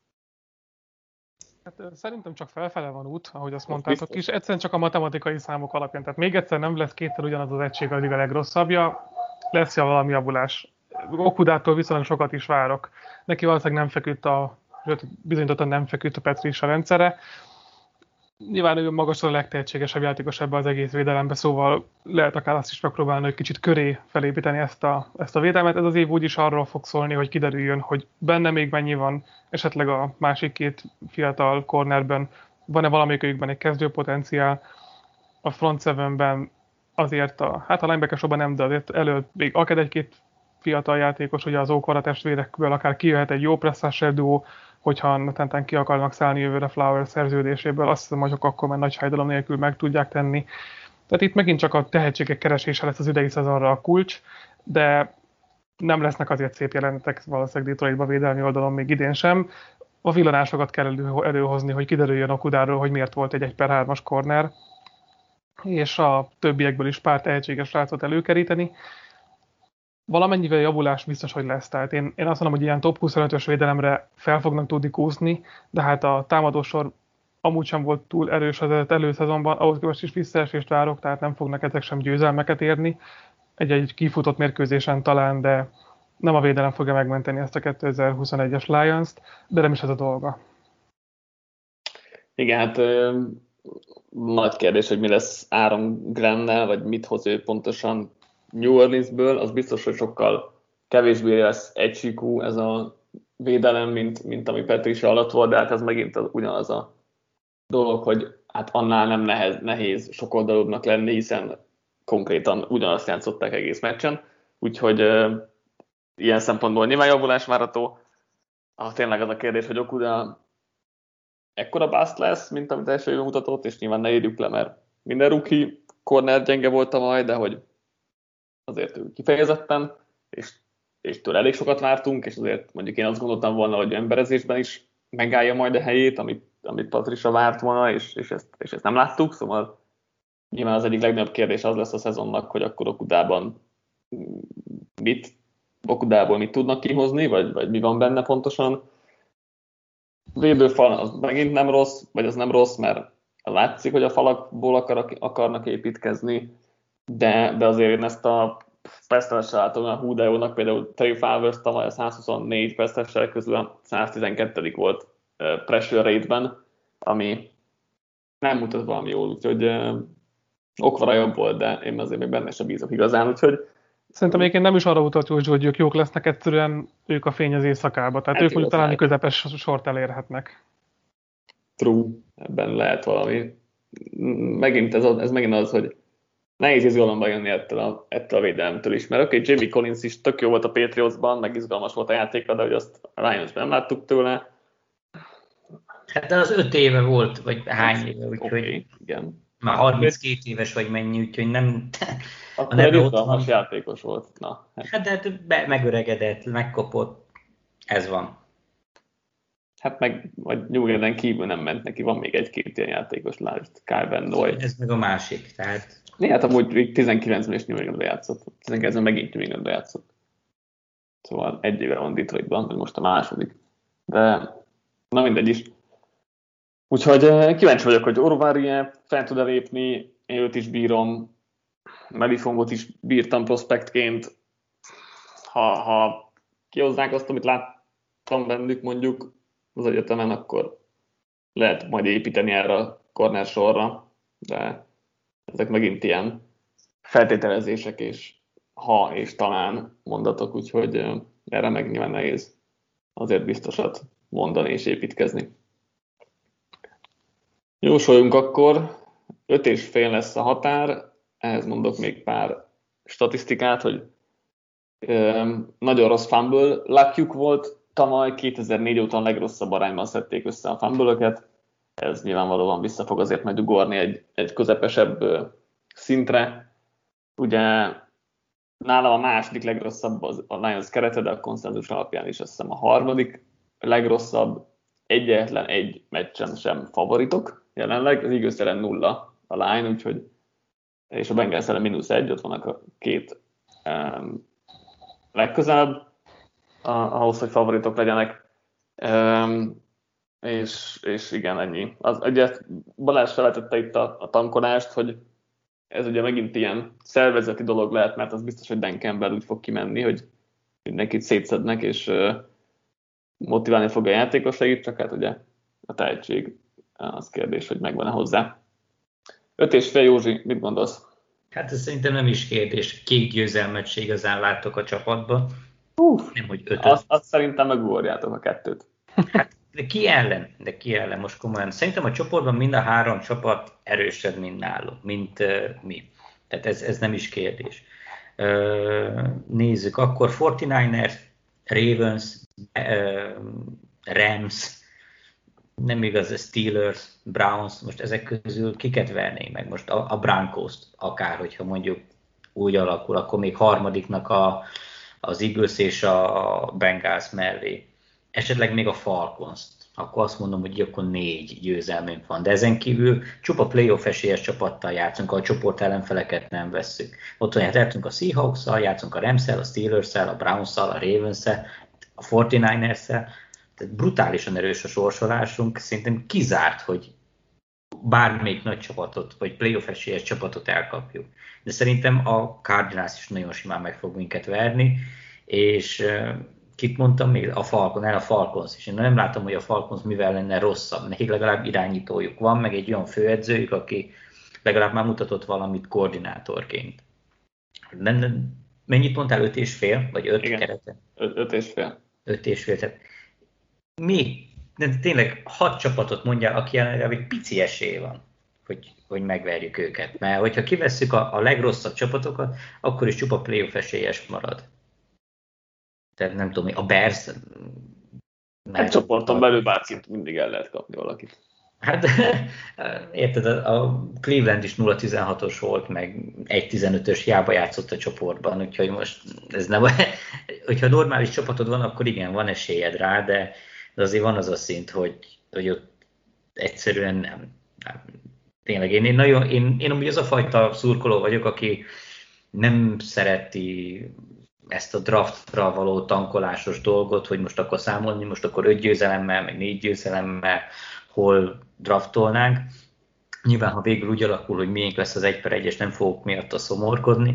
Hát, szerintem csak felfele van út, ahogy azt mondtátok is, egyszerűen csak a matematikai számok alapján. Tehát még egyszer nem lesz kétszer ugyanaz az egység a liga legrosszabbja, lesz valami javulás. Okudától viszonylag sokat is várok. Neki valószínűleg nem feküdt bizonyítottan nem feküdt a Patricia rendszere. Nyilván ő magasan a legtehetségesebb játékos ebbe az egész védelembe, szóval lehet akár azt is megpróbálni, hogy kicsit köré felépíteni ezt a védelmet. Ez az év úgyis arról fog szólni, hogy kiderüljön, hogy benne még mennyi van, esetleg a másik két fiatal cornerben, van-e valamelyikükben egy kezdőpotenciál. A front sevenben azért a linebacker sorban nem, de azért előtt még akad egy-két fiatal játékos, ugye az Ókvara testvérekből akár kijöhet egy jó pressásser duó, hogyha netán ki akarnak szállni jövőre Flower szerződéséből, azt hiszem, hogy akkor már nagy fájdalom nélkül meg tudják tenni. Tehát itt megint csak a tehetségek keresése lesz az idei szezonra a kulcs, de nem lesznek azért szép jelenetek valószínűleg Detroitba védelmi oldalon még idén sem. A villanásokat kell előhozni, hogy kiderüljön Okudáról, hogy miért volt egy 1/3-as corner, és a többiekből is pár tehetséges srácot előkeríteni. Valamennyivel javulás biztos, hogy lesz. Tehát én azt mondom, hogy ilyen top 25-ös védelemre fel fognak tudni kúszni, de hát a támadósor amúgy sem volt túl erős az előszezonban, ahhoz képest is visszaesést várok, tehát nem fognak ezek sem győzelmeket érni. Egy kifutott mérkőzésen talán, de nem a védelem fogja megmenteni ezt a 2021-es Lions-t, de nem is ez a dolga. Igen, hát nagy kérdés, hogy mi lesz Aaron Grannel, vagy mit hoz ő pontosan New Orleansből. Az biztos, hogy sokkal kevésbé lesz egysíkú ez a védelem, mint ami Patricia alatt volt, de hát ez megint ugyanaz a dolog, hogy hát annál nem nehéz sokoldalúbbnak lenni, hiszen konkrétan ugyanazt játszották egész meccsen, úgyhogy ilyen szempontból nyilván javulás várható. Tényleg az a kérdés, hogy Okuda ekkora bust lesz, mint amit első évben mutatott, és nyilván ne írjuk le, mert minden rookie corner gyenge volt tavaly, de hogy azért ő kifejezetten, és tőle elég sokat vártunk, és azért mondjuk én azt gondoltam volna, hogy emberezésben is megállja majd a helyét, amit Patricia várt volna, és ezt nem láttuk, szóval nyilván az egyik legnagyobb kérdés az lesz a szezonnak, hogy akkor Okudából mit tudnak kihozni, vagy mi van benne pontosan. Védőfal az megint nem rossz, vagy az nem rossz, mert látszik, hogy a falakból akarnak építkezni, de azért én ezt a pesztelessel látom, a hú de jónak, például Trey Flowers tavaly a 124 pesztelessel közül a 112. volt pressure rate-ben, ami nem mutat valami jól, úgyhogy Okvara jobb volt, de én azért még benne sem bízok igazán, úgyhogy szerintem egyébként nem is arra utat, hogy ők jók lesznek, egyszerűen ők a fény az éjszakába. Tehát ők mondjuk talán közepes sort elérhetnek. True, ebben lehet valami. Megint ez megint az, hogy nehéz izgalomba jönni ettől a védelemtől is. Mert Jamie Collins is tök jó volt a Patriotsban, meg izgalmas volt a játékra, de hogy azt a Lionsban nem láttuk tőle. Hát de az 5 éve volt, vagy hány éve, úgyhogy igen. Már 32 éves vagy mennyi, úgyhogy nem... Akkor egy izgalmas játékos volt. Na, hát de megöregedett, megkopott, ez van. Hát meg vagy New England kívül nem ment neki, van még egy-két ilyen játékos, lásd, Kyle Van Noy. Ez meg a másik, tehát... Hát amúgy 19-ben is New Englandre játszott, 19-ben megint New Englandre játszott. Szóval egy éve van Detroitban, vagy most a második. De na mindegy is. Úgyhogy kíváncsi vagyok, hogy Orvarie fel tud-e lépni, én őt is bírom, Melifongot is bírtam prospektként. Ha kihoznák azt, amit láttam bennük mondjuk az egyetemen, akkor lehet majd építeni erre a corner sorra, de ezek megint ilyen feltételezések és ha és talán mondatok, úgyhogy erre meg nyilván nehéz azért biztosat mondani és építkezni. Jósoljunk akkor, 5,5 lesz a határ, ehhez mondok még pár statisztikát, hogy nagyon rossz fumble luckjuk volt, tavaly 2004 óta a legrosszabb arányban szedték össze a fumble-öket, ez nyilvánvalóan vissza fog azért majd ugorni egy közepesebb szintre. Ugye nálam a második legrosszabb a Lions kerete, de a konszenzus alapján is azt hiszem a harmadik legrosszabb, egyetlen egy meccsen sem favoritok jelenleg, az Eagles ellen 0 a line, úgyhogy és a Bengals ellen -1, ott vannak a két legközelebb ahhoz, hogy favoritok legyenek. És igen, ennyi. Ugye Balázs felvetette itt a tankolást, hogy ez ugye megint ilyen szervezeti dolog lehet, mert az biztos, hogy Dan Campbell úgy fog kimenni, hogy mindenkit szétszednek, és motiválni fog a játékosait, csak hát ugye a tehetség az kérdés, hogy megvan-e hozzá. 5,5 Józsi, mit gondolsz? Hát ez szerintem nem is kérdés. 2 győzelmet se igazán láttok a csapatban. Nem, hogy 5. Azt szerintem megugorjátok a 2-t. Hát, de ki ellen most komolyan? Szerintem a csoportban mind a 3 csapat erősebb, mint nálunk, mint mi. Tehát ez nem is kérdés. Nézzük, akkor 49ers, Ravens, Rams, nem igaz, a Steelers, Browns, most ezek közül kiket vernék meg? Most a Broncos-t akár, hogyha mondjuk úgy alakul, akkor még harmadiknak az Eagles és a Bengals mellé. Esetleg még a Falcons-t. Akkor azt mondom, hogy akkor 4 győzelmünk van. De ezen kívül csupa playoff esélyes csapattal játszunk, a csoport ellenfeleket nem vesszük. Ott játszunk a Seahawks-szal, játszunk a Rams-szel, a Steelers-szel, a Browns-szal, a Ravens-szel, a 49ers-szel. Tehát brutálisan erős a sorsolásunk, szerintem kizárt, hogy bármelyik nagy csapatot, vagy playoff esélyes csapatot elkapjuk. De szerintem a Cardinals is nagyon simán meg fog minket verni, és kit mondtam még? A Falcons is. Én nem látom, hogy a Falcons mivel lenne rosszabb. Nekik legalább irányítójuk van, meg egy olyan főedzőjük, aki legalább már mutatott valamit koordinátorként. Mennyit mondtál? 5,5? Vagy 5 kerete? 5,5. 5,5. Tehát mi? De tényleg 6 csapatot mondjál, aki jelenleg egy pici esély van, hogy megverjük őket. Mert hogyha kivesszük a legrosszabb csapatokat, akkor is csupa playoff esélyes marad. Tehát nem tudom, a Bears... Egy csoporton belül bárkit mindig el lehet kapni valakit. Hát érted, a Cleveland is 0-16-os volt, meg 1-15-ös hiába játszott a csoportban, úgyhogy most ez nem... Hogyha normális csapatod van, akkor igen, van esélyed rá, de azért van az a szint, hogy ott egyszerűen nem. Tényleg, én amúgy az a fajta szurkoló vagyok, aki nem szereti ezt a draftra való tankolásos dolgot, hogy most akkor számolni, most akkor 5 győzelemmel, meg 4 győzelemmel hol draftolnánk. Nyilván, ha végül úgy alakul, hogy miénk lesz az 1/1-es, nem fogok miatta szomorkodni,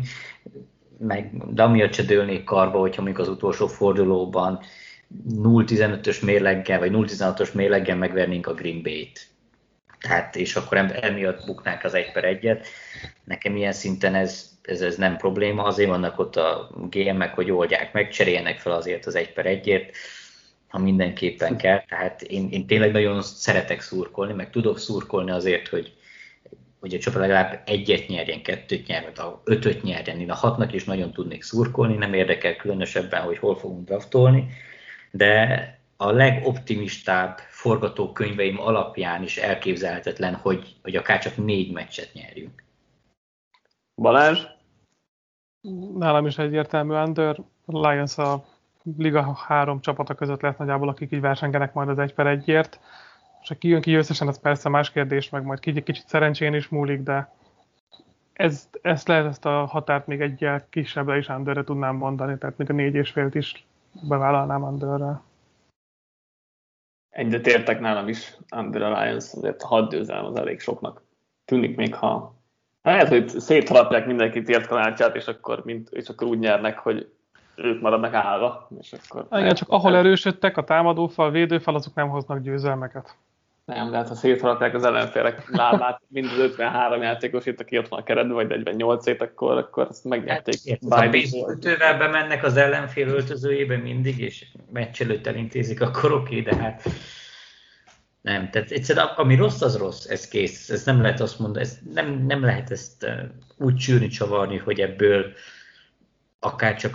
de amiatt se dőlnék karba, hogyha mondjuk az utolsó fordulóban 0-15-ös mérleggel, vagy 0-16-os mérleggel megvernénk a Green Bay-t. Tehát, és akkor emiatt buknánk az 1/1-et. Nekem ilyen szinten ez nem probléma, azért vannak ott a GM-ek, hogy oldják meg, cseréljenek fel azért az 1/1-ért, ha mindenképpen kell. Tehát én tényleg nagyon szeretek szurkolni, meg tudok szurkolni azért, hogy a csapat legalább 1-et nyerjen, 2-t nyerjen, 5-öt nyerjen. Én a 6-nak is nagyon tudnék szurkolni, nem érdekel különösebben, hogy hol fogunk draftolni, de a legoptimistább forgatókönyveim alapján is elképzelhetetlen, hogy akár csak 4 meccset nyerjünk. Balázs? Nálam is egyértelmű under. Lions a Liga 3 csapata között lesz nagyjából, akik így versengenek majd az 1/1-ért. És ha kijön ki győztesen, az persze más kérdés, meg majd kicsit szerencsén is múlik, de ezt lehet, ezt a határt még egyel kisebbre is underre tudnám mondani, tehát még a 4,5-t is bevállalnám underre. Egyet értek, nálam is under a Lions, azért 6 győzelem az elég soknak tűnik, még ha lehet, hogy szétharapják mindenkit értkanácsát, és akkor úgy nyernek, hogy ők maradnak állva. És akkor igen, csak ahol erősödtek, a támadófal, védőfal, azok nem hoznak győzelmeket. Nem, de hát ha szétharapják az ellenfélek lábát, mind az 53 játékosít, aki ott van a keretben, vagy 48-ét, akkor ezt megnyerték. Ha baseballütővel bemennek az ellenfél öltözőjébe mindig, és meccs előtt elintézik, akkor oké, de hát nem. Tehát egyszerűen ami rossz, az rossz, ez kész. Ez nem lehet azt mondani, nem lehet ezt úgy csűrni, csavarni, hogy ebből akár csak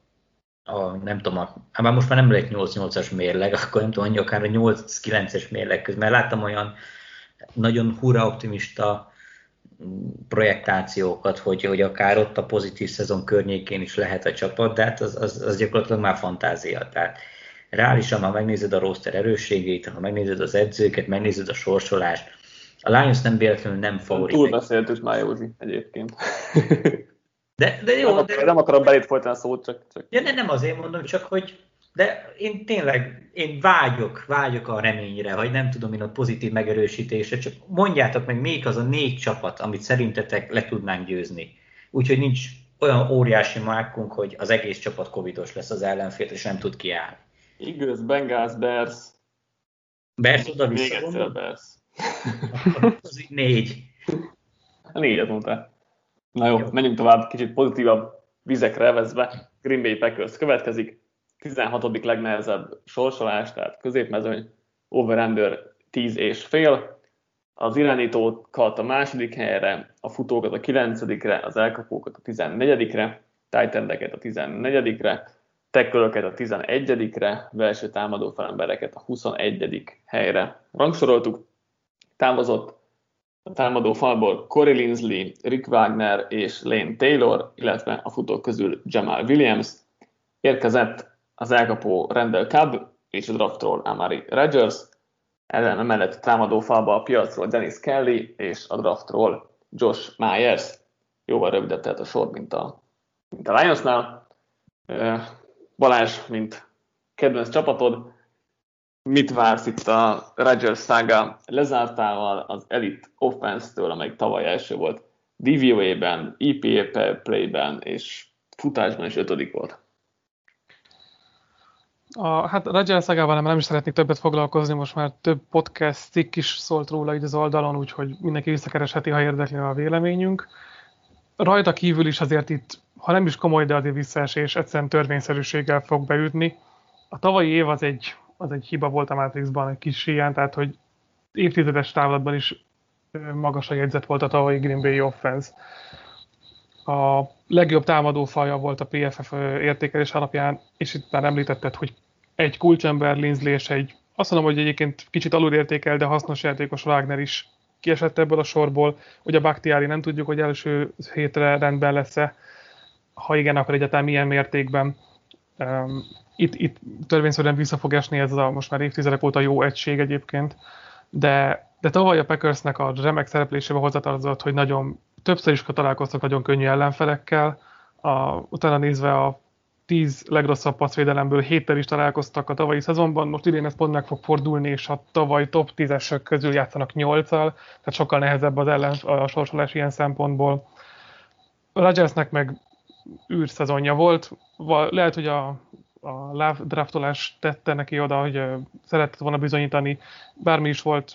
nem tudom, már most már nem lehet 8-8-as mérleg, akkor nem tudom, akár a 8-9-es mérleg közben. Mert láttam olyan nagyon hurra optimista projektációkat, hogy akár ott a pozitív szezon környékén is lehet a csapat, de hát az gyakorlatilag már fantázia. Tehát reálisan, ha megnézed a roster erősségét, ha megnézed az edzőket, megnézed a sorsolást, a Lions nem véletlenül nem favorit. Túlbeszéltük már, Józsi, egyébként. De jó, nem akarok belét folytani a szót, csak... Ja, nem azért mondom, csak hogy... De én tényleg, vágyok a reményre, vagy nem tudom én a pozitív megerősítésre, csak mondjátok meg, melyik az a 4 csapat, amit szerintetek le tudnánk győzni. Úgyhogy nincs olyan óriási márkunk, hogy az egész csapat covidos lesz az ellenfél, és nem tud kiállni. Eagles, Bengals, Bears. Bears oda-vissza. Még egyszer Bears. Az így 4. 4-et mondtál. Na jó, menjünk tovább, kicsit pozitívabb vizekre evezve. Green Bay Packers következik. 16. legnehezebb sorsolás, tehát középmezőny, over-under 10,5. Az irányítókat a második helyre, a futókat a 9-re, az elkapókat a 14-re, tight endeket a 14-re, tackle-öket a 11-re, belső támadó felembereket a 21. helyre rangsoroltuk. Távozott a támadó falból Corey Linsley, Rick Wagner és Lane Taylor, illetve a futók közül Jamal Williams. Érkezett az elkapó Randall Cobb és a draftról Amari Rodgers. Emellett a támadó falba a piacról Dennis Kelly és a draftról Josh Myers. Jóval rövidebb tehát a sor, mint a Lionsnál. Balázs, mint kedvenc csapatod, mit vársz itt a Rodgers szága lezártával az Elite Offense-től, amelyik tavaly első volt DVOA-ben, EPA Play-ben és futásban is 5. volt? Hát Rodgers szagával nem is szeretnék többet foglalkozni, most már több podcast cikk is szólt róla így az oldalon, úgyhogy mindenki visszakeresheti, ha érdekli a véleményünk. Rajta kívül is azért itt, ha nem is komoly, de azért visszaesés egyszerűen törvényszerűséggel fog beütni. A tavalyi év az egy hiba volt a Matrixban, egy kis ilyen, tehát hogy évtizedes távlatban is magas a jegyzet volt a tavalyi Green Bay offense. A legjobb támadó faja volt a PFF értékelés alapján, és itt már említetted, hogy egy kulcsember, Linsley és azt mondom, hogy egyébként kicsit alulértékel, de hasznos játékos Wagner is kiesett ebből a sorból. Ugye a Bakhtiari nem tudjuk, hogy első hétre rendben lesz-e, ha igen, akkor egyáltalán milyen mértékben. Itt törvényszerűen vissza fog esni ez a most már évtizedek óta jó egység egyébként, de tavaly a Packersnek a remek szereplésébe hozzátartozott, hogy nagyon többször is találkoztak nagyon könnyű ellenfelekkel, utána nézve a 10 legrosszabb passzvédelemből 7-tel is találkoztak a tavalyi szezonban, most idén ez pont meg fog fordulni, és a tavaly top 10-esek közül játszanak 8-al, tehát sokkal nehezebb a sorsolás ilyen szempontból. Rodgersnek meg űrszezonja volt, lehet, hogy a Love draftolás tette neki oda, hogy szeretett volna bizonyítani, bármi is volt,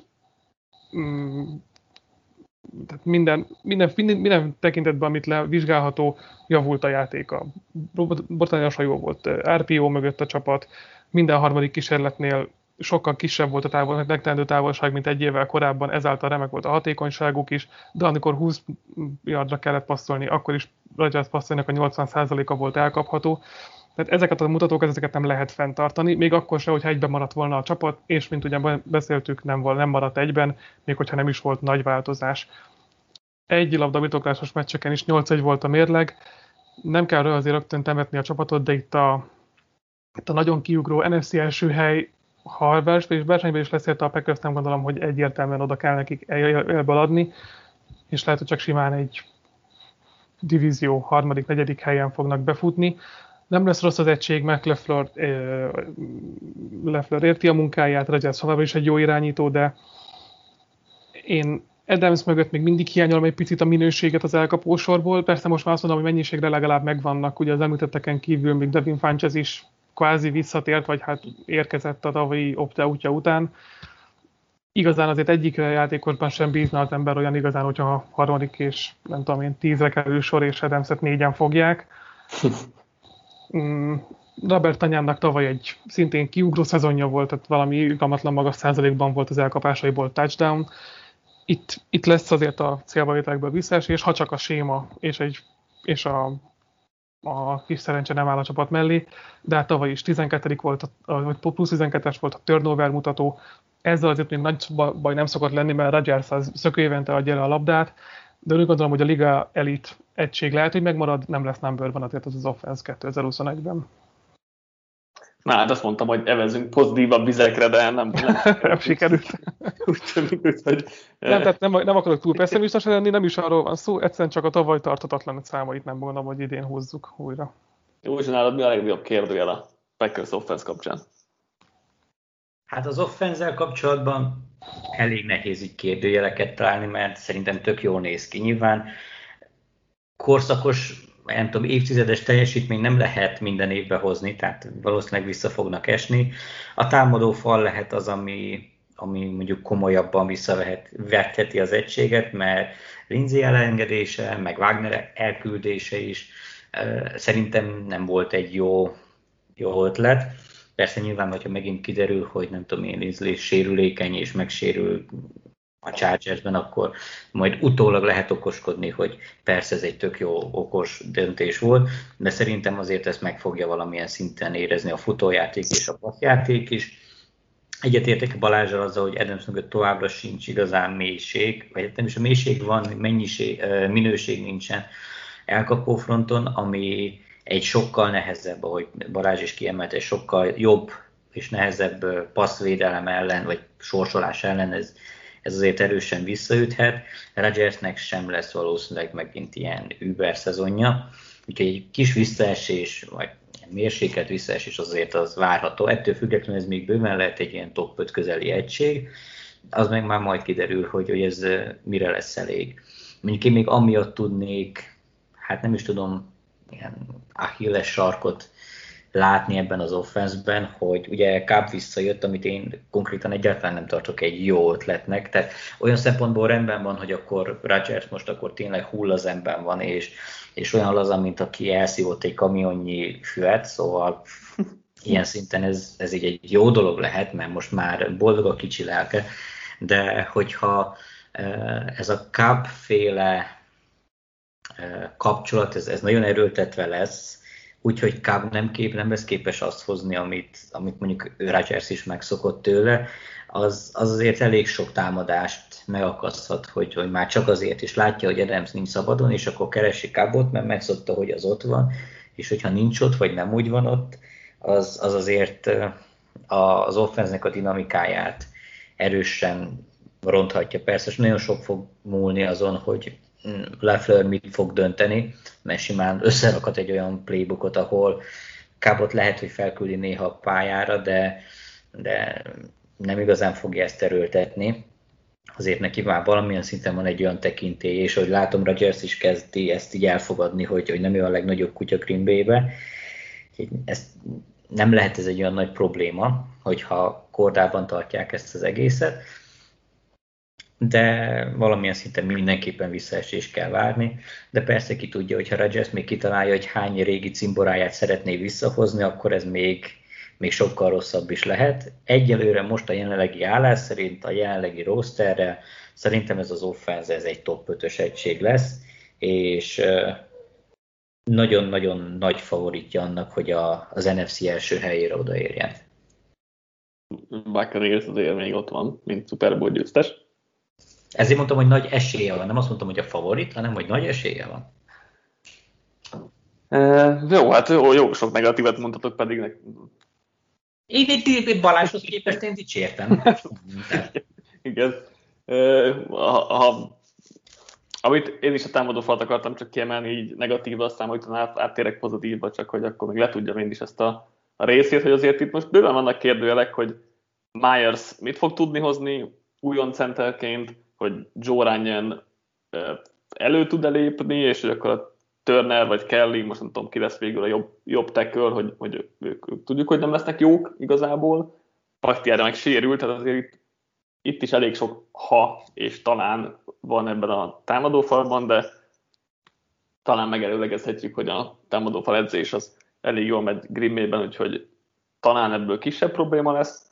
tehát minden tekintetben, amit vizsgálható, javult a játéka. Botrányosan jó volt RPO mögött a csapat, minden harmadik kísérletnél sokkal kisebb volt a megteendő távolság, mint egy évvel korábban, ezáltal remek volt a hatékonyságuk is, de amikor 20 yardra kellett passzolni, akkor is Rodgers passzolnak a 80%-a volt elkapható. Tehát ezeket a mutatókat, ezeket nem lehet fenntartani, még akkor se, hogyha egyben maradt volna a csapat, és mint ugyan beszéltük, nem maradt egyben, még hogyha nem is volt nagy változás. Egy labda birtoklásos meccseken is 8-1 volt a mérleg, nem kell azért rögtön temetni a csapatot, de itt a nagyon kiugró NFC első hely, ha versenyben is lesz érte a Packers, nem gondolom, hogy egyértelműen oda kell nekik ebből adni, és lehet, hogy csak simán egy divízió harmadik, negyedik helyen fognak befutni. Nem lesz rossz az egység, mert Leffler érti a munkáját, Rodgers továbbra is egy jó irányító, de én Adams mögött még mindig hiányolom egy picit a minőséget az elkapósorból. Persze most már azt mondom, hogy mennyiségre legalább megvannak, ugye az említetteken kívül még Devin Funchess is kvázi visszatért, vagy hát érkezett a tavalyi opt-outja után. Igazán azért egyik játékosban sem bízna az ember olyan igazán, hogyha a harmadik és nem tudom én 10-re kerül sor, és Adamset 4-en fogják. Robert Tanyának tavaly egy szintén kiugró szezonja volt, tehát valami irgalmatlan magas százalékban volt az elkapásaiból touchdown. Itt lesz azért a célbavételekből visszaesés, ha csak a séma és a kis szerencse nem áll a csapat mellé, de hát tavaly is 12. volt, vagy plusz 12-es volt a turnover mutató. Ezzel azért még nagy baj nem szokott lenni, mert Rodgers az szökőévente adja le a labdát, de úgy gondolom, hogy a liga elit egység lehet, hogy megmarad, nem lesz number van azért az offense 2021-ben. Na, hát azt mondtam, hogy evezünk pozitívabb vizekre, de nem sikerült. Úgy tűnik, hogy... Nem, tehát nem akarok túl pessimista lenni, nem is arról van szó, egyszerűen csak a tavaly tarthatatlan számait nem gondolom, hogy idén húzzuk újra. Jó, és nálad mi a legnagyobb kérdőjel a Packers offense kapcsán? Hát az offense-zel kapcsolatban elég nehéz így kérdőjeleket találni, mert szerintem tök jól néz ki. Nyilván korszakos, nem tudom, évtizedes teljesítmény nem lehet minden évbe hozni, tehát valószínűleg vissza fognak esni. A támadó fal lehet az, ami mondjuk komolyabban visszavetheti az egységet, mert Lindsay elengedése, meg Wagner elküldése is szerintem nem volt egy jó ötlet. Persze nyilván, hogyha megint kiderül, hogy nem tudom én, Lindsay sérülékeny és megsérül a Chargersben, akkor majd utólag lehet okoskodni, hogy persze ez egy tök jó okos döntés volt, de szerintem azért ezt meg fogja valamilyen szinten érezni a futójáték és a passzjáték is. Egyetértek Balázsral azzal, hogy Adams mögött továbbra sincs igazán mélység, vagy nem is a mélység van, minőség nincsen elkapó fronton, ami egy sokkal nehezebb, ahogy Balázs is kiemelt, egy sokkal jobb és nehezebb passzvédelem ellen, vagy sorsolás ellen ez azért erősen visszaüthet. Rodgersnek sem lesz valószínűleg megint ilyen Uber szezonja, úgyhogy egy kis visszaesés, vagy mérsékelt visszaesés azért az várható. Ettől függetlenül ez még bőven lehet egy ilyen top 5 közeli egység, az meg már majd kiderül, hogy ez mire lesz elég. Mondjuk én még amiatt tudnék, hát nem is tudom, ilyen Achilles sarkot látni ebben az offenszben, hogy ugye Cobb visszajött, amit én konkrétan egyáltalán nem tartok egy jó ötletnek, tehát olyan szempontból rendben van, hogy akkor Rodgers most akkor tényleg hullazemben van, és olyan lazan, mint aki elszívott egy kamionnyi füvet, szóval ilyen szinten ez így egy jó dolog lehet, mert most már boldog a kicsi lelke, de hogyha ez a Cobb-féle kapcsolat, ez nagyon erőltetve lesz, úgyhogy Cobb nem lesz képes azt hozni, amit mondjuk Rodgers is megszokott tőle, az azért elég sok támadást megakaszthat, hogy már csak azért is látja, hogy Adams nincs szabadon, és akkor keresi Cobbot, mert megszokta, hogy az ott van, és hogyha nincs ott, vagy nem úgy van ott, az azért az offense-nek a dinamikáját erősen ronthatja. Persze, és nagyon sok fog múlni azon, hogy LaFleur mit fog dönteni, mert simán összerakhat egy olyan playbookot, ahol Cobbot lehet, hogy felküldi néha a pályára, de nem igazán fogja ezt erőltetni. Azért neki már valamilyen szinten van egy olyan tekintély, és hogy látom, Rodgers is kezdi ezt így elfogadni, hogy nem ő a legnagyobb kutya Green Bay-be. Nem lehet ez egy olyan nagy probléma, hogyha kordában tartják ezt az egészet, de valamilyen szinten mindenképpen visszaesést kell várni, de persze ki tudja, hogyha Rodgers még kitalálja, hogy hány régi cimboráját szeretné visszahozni, akkor ez még sokkal rosszabb is lehet. Egyelőre most a jelenlegi állás szerint, a jelenlegi rosterrel szerintem ez az offense, ez egy top 5-ös egység lesz, és nagyon-nagyon nagy favoritja annak, hogy az NFC első helyére odaérjen. Buccaneers azért még ott van, mint Super Bowl győztes. Ezért mondtam, hogy nagy esélye van. Nem azt mondtam, hogy a favorit, hanem hogy nagy esélye van. Jó, hát jó sok negatívat mondhatok pedig. Én Balázshoz képest én dicsértem. Igen. Amit én is a támadófalat akartam csak kiemelni, így negatív, aztán hogy áttérek pozitívba, csak hogy akkor még letudjam én is ezt a részét, hogy azért itt most bőven vannak kérdőjelek, hogy Myers mit fog tudni hozni újon centerként, hogy Joe Runyon elő tud lépni, és hogy akkor a Turner vagy Kelly, most nem tudom ki lesz végül a jobb tackle, hogy ők tudjuk, hogy nem lesznek jók igazából. Bakhtiari meg sérült, tehát azért itt is elég sok ha és talán van ebben a támadófalban, de talán megelőlegezhetjük, hogy a támadófal edzés az elég jól megy Green Bay-ben, úgyhogy talán ebből kisebb probléma lesz.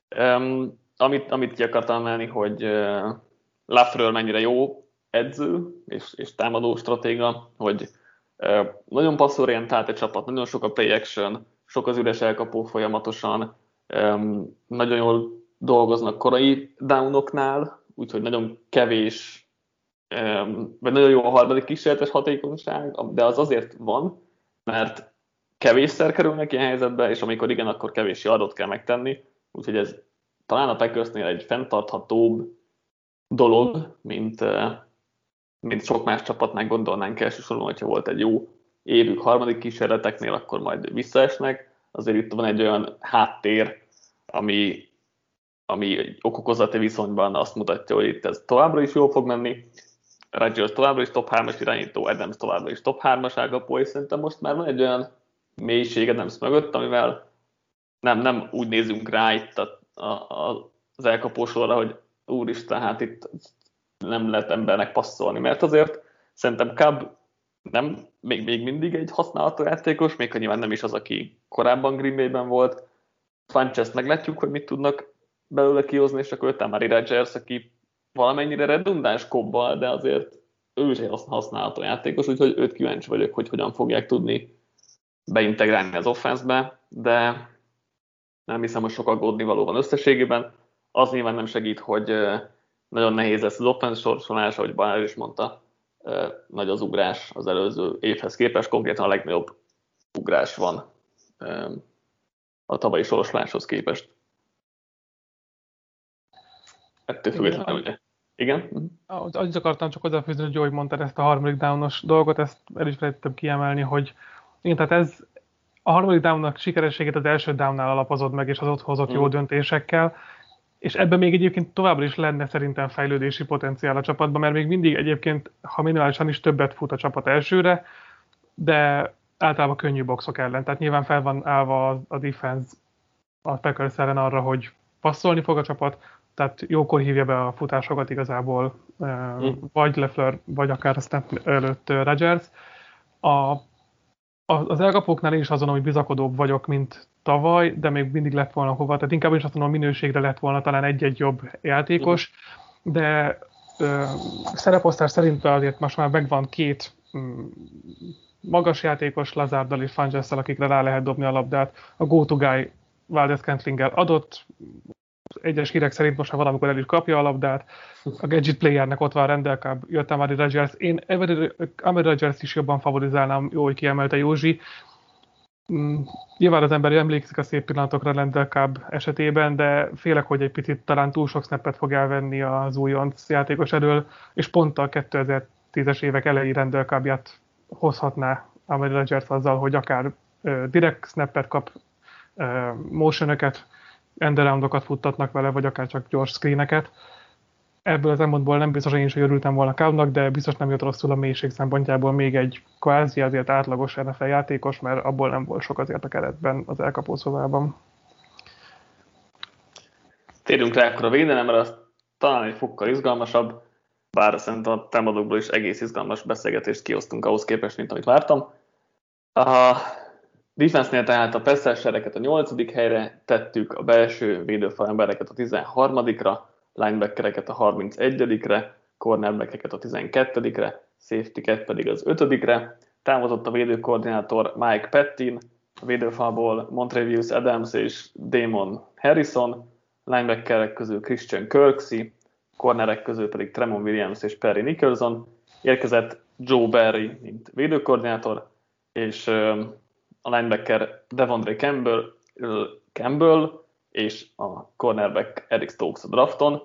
Amit ki akartam emelni, hogy LaFleur mennyire jó edző és támadó stratéga, hogy nagyon passzorientált egy csapat, nagyon sok a play action, sok az üres elkapó folyamatosan, nagyon jól dolgoznak korai downoknál, úgyhogy nagyon kevés, vagy nagyon jó a harmadik kísérletes hatékonyság, de az azért van, mert kevésszer kerülnek ilyen helyzetbe, és amikor igen, akkor kevés yardot kell megtenni, úgyhogy ez talán a Packersnél egy fenntarthatóbb dolog, mint sok más csapatnál gondolnánk elsősorban, hogyha volt egy jó évük harmadik kísérleteknél, akkor majd visszaesnek. Azért itt van egy olyan háttér, ami ok-okozati viszonyban azt mutatja, hogy itt ez továbbra is jól fog menni. Rodgers továbbra is top 3-as irányító, Adams továbbra is top 3-as ágapó, és szerintem most már van egy olyan mélység Adams mögött, amivel nem úgy nézünk rá itt az elkapósorra, hogy úristen, hát itt nem lehet embernek passzolni, mert azért szerintem Cobb nem, még mindig egy használható játékos, még ha nyilván nem is az, aki korábban Green Bay-ben volt. Funchess meglátjuk, hogy mit tudnak belőle kihozni, és akkor Tamari Rodgers, aki valamennyire redundáns kobbal, de azért ő is egy használható játékos, úgyhogy őt kíváncsi vagyok, hogy hogyan fogják tudni beintegrálni az offenszbe, de nem hiszem, hogy sok aggódni való van összességében. Az nyilván nem segít, hogy nagyon nehéz lesz az offense sorsolás, ahogy Balázs is mondta, nagy az ugrás az előző évhez képest, konkrétan a legnagyobb ugrás van a tavalyi sorsoláshoz képest. Ettől függetlenül, ugye? Igen? Annyit akartam csak hozzáfűzni, hogy Joey mondta ezt a harmadik downos dolgot, ezt el is felejtettem kiemelni, hogy igen, tehát ez a harmadik downnak sikerességét az első downnál alapozod meg, és az ott hozott jó döntésekkel, és ebben még egyébként továbbra is lenne szerintem fejlődési potenciál a csapatban, mert még mindig egyébként, ha minimálisan is többet fut a csapat elsőre, de általában könnyű boxok ellen. Tehát nyilván fel van állva a defense a Packers ellen arra, hogy passzolni fog a csapat, tehát jókor hívja be a futásokat igazából, vagy Leffler, vagy akár a snap előtt Rodgers. Az elkapóknál én is azon, hogy bizakodóbb vagyok, mint tavaly, de még mindig lett volna hova. Tehát inkább is azt mondom, a minőségre lett volna talán egy-egy jobb játékos, de szereposztás szerint azért most már megvan két magas játékos, Lazárdal és Funchessel, akikre rá lehet dobni a labdát. A go-to guy Valdez-Scantlinggel adott, egyes hírek szerint most már valamikor el is kapja a labdát. A gadget playernek ott van Randall Cobb, jött Amari Rodgers. Én Amari Rodgers is jobban favorizálnám, jó, hogy kiemelte Józsi. Nyilván az ember emlékszik a szép pillanatokra Randall Cobb esetében, de félek, hogy egy picit talán túl sok snappet fog elvenni az újonc játékos elől, és pont a 2010-es évek elejé Randall Cobbját hozhatná Amari Rodgers azzal, hogy akár direkt snappet kap, motionöket, endaroundokat futtatnak vele, vagy akár csak gyors screeneket. Ebből az szempontból nem biztos, hogy örültem volna Cobbnak, de biztos nem jött rosszul a mélység szempontjából még egy kvázi azért átlagos NFL játékos, mert abból nem volt sok azért a keretben az elkapószobában. Térjünk rá akkor a védelemre, az talán egy fokkal izgalmasabb, bár szerintem a támadókból is egész izgalmas beszélgetést kiosztunk ahhoz képest, mint amit vártam. A defense-nél tehát a pass-rushereket a 8. helyre tettük, a belső védőfalembereket a 13-ra, linebackereket a 31-re, cornerbackeket a 12-re, safety-ket pedig az 5-re. Támadott a védőkoordinátor Mike Pettin, a védőfalból Montrevious Adams és Damon Harrison, linebackerek közül Christian Kirksey, cornerek közül pedig Tremon Williams és Perry Nicholson. Érkezett Joe Barry, mint védőkoordinátor, és a linebacker Devondre Campbell és a cornerback Eric Stokes a drafton.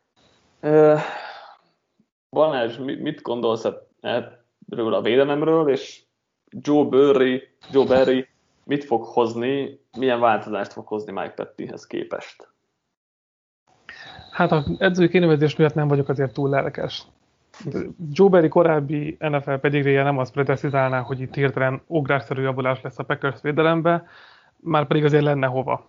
Balázs, mit gondolsz erről a védelemről, és Joe Barry mit fog hozni, milyen változást fog hozni Mike Pettihez képest? Hát az edzői kinevezés miatt nem vagyok azért túl lelkes. Joe Barry korábbi NFL pedigréje nem azt predesztizálná, hogy itt hirtelen ugrásszerű javulás lesz a Packers védelembe, már pedig azért lenne hova.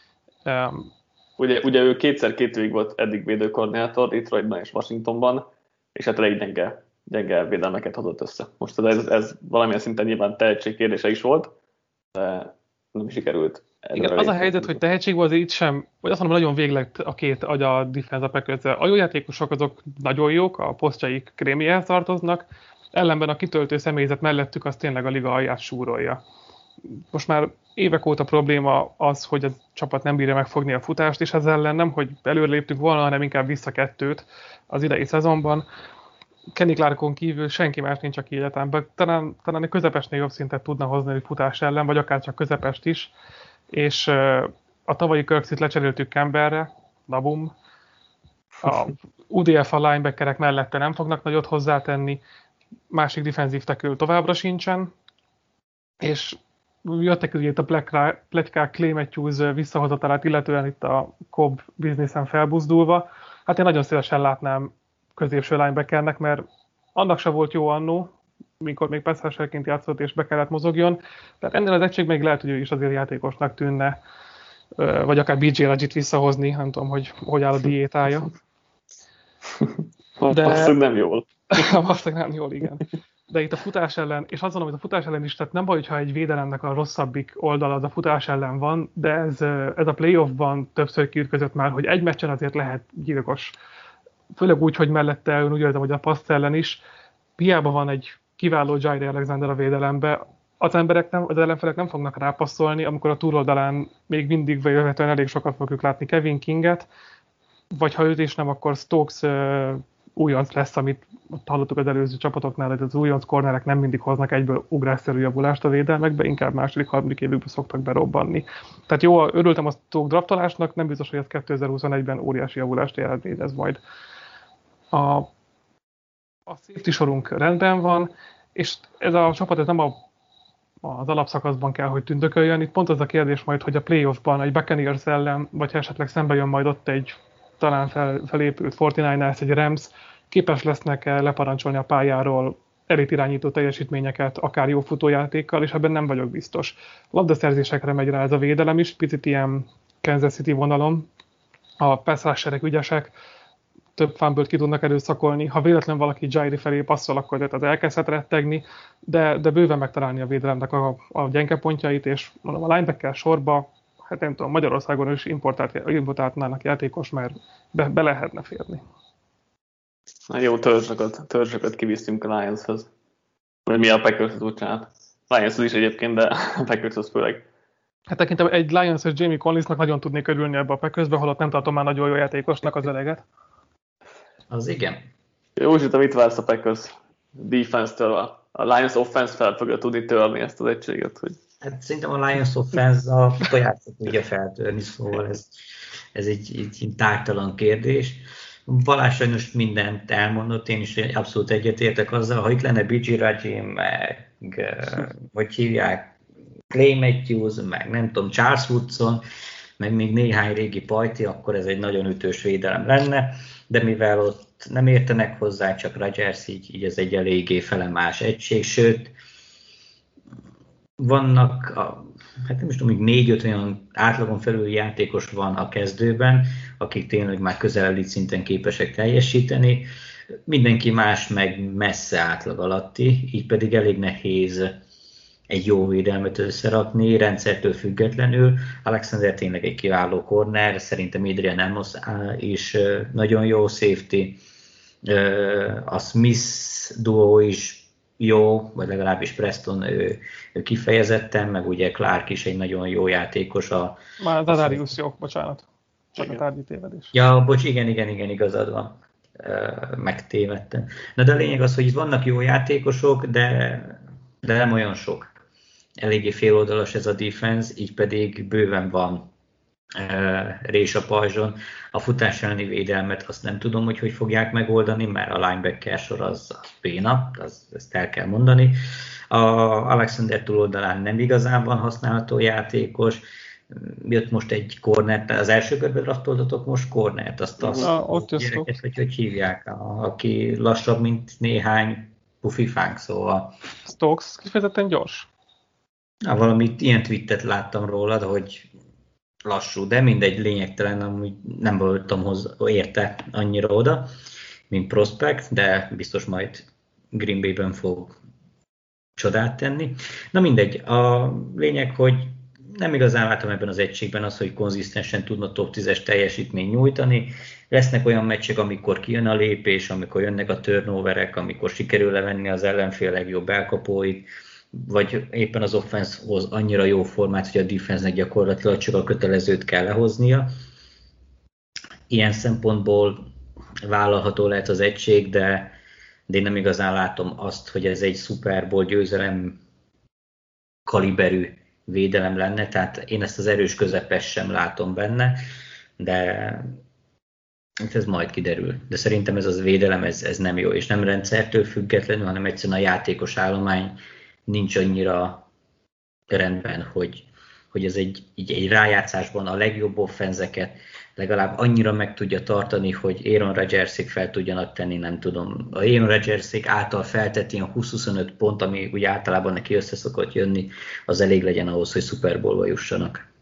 Ugye ő 2x2 évig volt eddig védőkoordinátor Detroitban és Washingtonban, és hát elég gyenge védelmeket hozott össze. Most ez valamilyen szinten nyilván tehetség kérdése is volt, de nem sikerült. Igen, az a helyzet, hogy tehetség volt, itt sem, vagy azt mondom, nagyon végleg a két agy a defense a Packers. A jó játékosok azok nagyon jók, a posztjaik krémihez tartoznak, ellenben a kitöltő személyzet mellettük az tényleg a liga alját súrolja. Most már évek óta probléma az, hogy a csapat nem bírja megfogni a futást, és ezzel ellen nem, hogy előre léptünk volna, hanem inkább vissza 2-t az idei szezonban. Kenny Clarkon kívül senki más nincs, aki egyetemben. Talán egy közepesnél jobb szintet tudna hozni egy futás ellen, vagy akár csak közepest is. És a tavalyi Kirksey-t lecseréltük Campbellre, labum. A UDF a linebackerek mellette nem fognak nagyot hozzátenni, másik defensív tackle továbbra sincsen, és jöttek itt a pletykák Clay Matthews visszahozatalát, illetően itt a Cobb bizniszen felbuzdulva. Hát én nagyon szívesen látnám középső linebackernek, mert annak se volt jó annó, mikor még pass-rusherként játszott és be kellett mozogjon. Tehát ennél az egység még lehet, hogy ő is azért játékosnak tűnne, vagy akár BJ Raggit visszahozni, nem tudom, hogy áll a diétája. De valószínűleg nem jól. Valószínűleg nem jól, igen. De itt a futás ellen, és azt mondom, hogy a futás ellen is, tehát nem baj, ha egy védelemnek a rosszabbik oldala az a futás ellen van, de ez a playoffban többször kiütközött már, hogy egy meccsen azért lehet gyilkos. Főleg úgy, hogy mellette ön úgy érzem, hogy a passz ellen is. Hiába van egy kiváló Jaire Alexander a védelembe, az ellenfelek nem fognak rápasszolni, amikor a túloldalán még mindig jöhetően elég sokat fogjuk látni Kevin Kinget, vagy ha őt is nem, akkor Stokes újonc lesz, amit hallottuk az előző csapatoknál, hogy az újonc cornerek nem mindig hoznak egyből ugrásszerű javulást a védelmekbe, inkább második-harmadik évükben szoktak berobbanni. Tehát jó, örültem a Stoke draftolásnak, nem biztos, hogy ez 2021-ben óriási javulást eredményez majd. A safety sorunk rendben van, és ez a csapat ez nem az alapszakaszban kell, hogy tündököljön. Itt pont az a kérdés majd, hogy a playoffban egy Buccaneers ellen, vagy ha esetleg szembe jön majd ott egy talán felépült 49ers, egy Rams, képes lesznek-e leparancsolni a pályáról elit irányító teljesítményeket, akár jó futójátékkal, és ebben nem vagyok biztos. Labdaszerzésekre megy rá ez a védelem is, picit ilyen Kansas City vonalon. A pass rusherek ügyesek, több fumble-t ki tudnak erőszakolni. Ha véletlen valaki Jairi felé passzol, akkor az elkezdhet rettegni, de bőven megtalálni a védelemnek a gyenge pontjait, és mondom, a linebacker sorba, hát nem tudom, Magyarországon is importálnának játékos, mert be lehetne férni. Na jó, törzsöket kivisztünk a Lionshoz. Vagy mi a Packers-hoz, bocsánat. Lionshoz is egyébként, de a Packers-hoz főleg. Hát tekintem egy Lions-os Jamie Collinsnak nagyon tudnék örülni ebbe a Packers-be, holott nem tartom már nagyon jó játékosnak az eleget. Az igen. Jó, és mit vársz a Packers defense-től? A Lions offense fel fogja tudni törni ezt az egységet? Hogy... Hát szerintem a Lions offense a tojást tudja feltörni, szóval ez egy tártalan kérdés. Balázs sajnos mindent elmondott, én is abszolút egyetértek azzal, ha itt lenne B.J. Raji, meg hogy hívják, Clay Matthews, meg nem tudom, Charles Woodson, meg még néhány régi pajti, akkor ez egy nagyon ütős védelem lenne, de mivel ott nem értenek hozzá, csak Rodgers, így ez egy eléggé felemás egység, sőt, vannak, hát nem is tudom, még 4-5 olyan átlagon felüli játékos van a kezdőben, akik tényleg már közel elit szinten képesek teljesíteni, mindenki más meg messze átlag alatti, így pedig elég nehéz egy jó védelmet összerakni, rendszertől függetlenül. Alexander tényleg egy kiváló corner, szerintem Adrian Amos is nagyon jó safety, a Smith duo is jó, vagy legalábbis Preston ő kifejezetten, meg ugye Clark is egy nagyon jó játékos. Már Zadarius jó, bocsánat. Csak a tárgyi tévedés. Ja, bocs, igen, igazad van. Megtévedtem. Na de a lényeg az, hogy itt vannak jó játékosok, de nem olyan sok. Eléggé féloldalas ez a defense, így pedig bőven van rés a pajzson. A futás elleni védelmet azt nem tudom, hogy fogják megoldani, mert a linebacker sor az béna, ezt el kell mondani. A Alexander túloldalán nem igazán van használható játékos. Jött most egy cornert, az első körben draftoltatok most cornert, azt gyereket, hogy hívják, aki lassabb, mint néhány pufifánk, szóval. Stokes kifejezetten gyors. Valami ilyen tweetet láttam rólad, hogy lassú, de mindegy, lényegtelen, amúgy nem voltam érte annyira oda, mint prospect, de biztos majd Green Bay-ben fog csodát tenni. Na mindegy, a lényeg, hogy nem igazán látom ebben az egységben az, hogy konzisztensen tudna top 10-es teljesítményt nyújtani. Lesznek olyan meccsek, amikor kijön a lépés, amikor jönnek a turnoverek, amikor sikerül levenni az ellenfél legjobb elkapóit, vagy éppen az offense hoz annyira jó formát, hogy a defense-nek gyakorlatilag csak a kötelezőt kell lehoznia. Ilyen szempontból vállalható lehet az egység, de én nem igazán látom azt, hogy ez egy Super Bowl győzelem kaliberű védelem lenne, tehát én ezt az erős közepes sem látom benne, de ez majd kiderül. De szerintem ez az védelem, ez nem jó, és nem rendszertől függetlenül, hanem egyszerűen a játékos állomány nincs annyira rendben, hogy ez egy rájátszásban a legjobb offenzeket legalább annyira meg tudja tartani, hogy Aaron Rodgersék fel tudjanak tenni, nem tudom. A Aaron Rodgersék által feltett ilyen 20-25 pont, ami úgy általában neki össze szokott jönni, az elég legyen ahhoz, hogy Super Bowl-ba jussanak.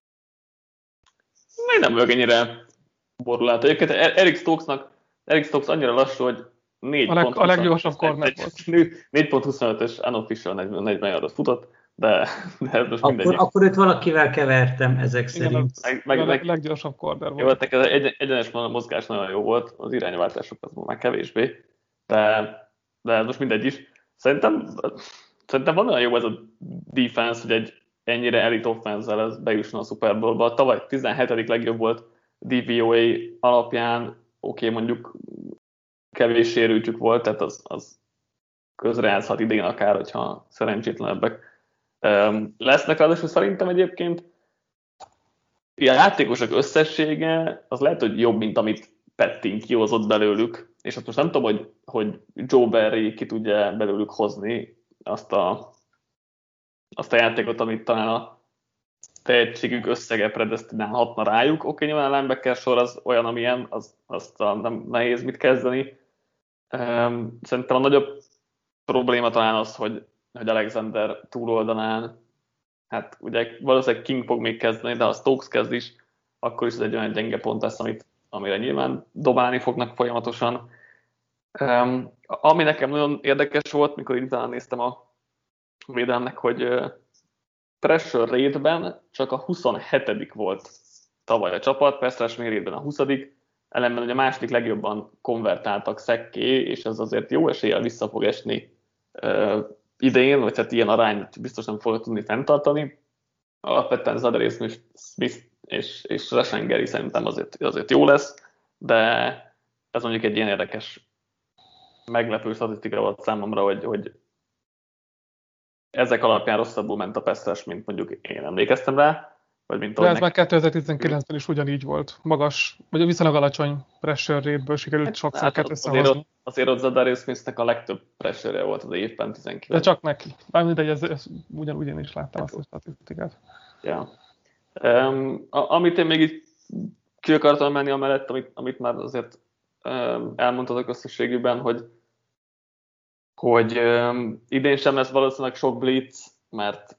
Én nem vagyok ennyire borulátó. Egyébként Eric Stokes annyira lassú, hogy 4 pont. A leggyorsabb corner volt. 4.25-ös unofficial 40 yardot futott, de ez most mindegy. Akkor őt valakivel kevertem ezek szerint. Igen, a leggyorsabb corner volt. Jó, hát ez egyenes mozgás nagyon jó volt, az irányváltások az már kevésbé, de most mindegy is. Szerintem van olyan jó ez a defense, hogy egy ennyire elite offense-zel bejusson a Super Bowl-ba. Tavaly 17. legjobb volt DVOA alapján, mondjuk kevés sérültjük volt, tehát az közrejátszhat idén akár, hogyha szerencsétlenebbek lesznek. Ráadásul szerintem egyébként a játékosok összessége az lehet, hogy jobb, mint amit Pettin kihozott belőlük, és azt most nem tudom, hogy Joe Barry ki tudja belőlük hozni azt a játékot, amit talán a tehetségük összege predesztinálhatna rájuk. Nyilván a linebacker sor az olyan, amilyen, azt nem nehéz mit kezdeni. Szerintem a nagyobb probléma talán az, hogy Alexander túloldalán, hát ugye valószínűleg King fog még kezdeni, de ha Stokes kezd is, akkor is ez egy olyan gyenge pont lesz, amire nyilván dobálni fognak folyamatosan. Ami nekem nagyon érdekes volt, mikor így utána néztem a védelemnek, hogy pressure rate-ben csak a 27. volt tavaly a csapat, pass rush rate-ben a 20. Ellenben ugye a második legjobban konvertáltak szekké, és ez azért jó eséllyel vissza fog esni idén, vagy hát ilyen arányt biztos nem fogja tudni fenntartani. Alapvetően Za'Darius Smith és Rashan Gary szerintem azért jó lesz, de ez mondjuk egy ilyen érdekes meglepő statisztika volt számomra, hogy ezek alapján rosszabbul ment a pass rush, mint mondjuk én emlékeztem rá. Vagy mint de ez már 2019-ben is ugyanígy volt. Magas, vagy viszonylag alacsony pressure rate-ből sikerült sok szekket összehozni. Azért ott Za'Darius Smithnek a legtöbb pressure volt az évben 19. De csak neki. Mindegy, ez ugyan is láttam azt a statisztikát. Ja. Amit én még így ki akartam menni amellett, amit már azért elmondtatok összességében, hogy idén sem lesz valószínűleg sok blitz, mert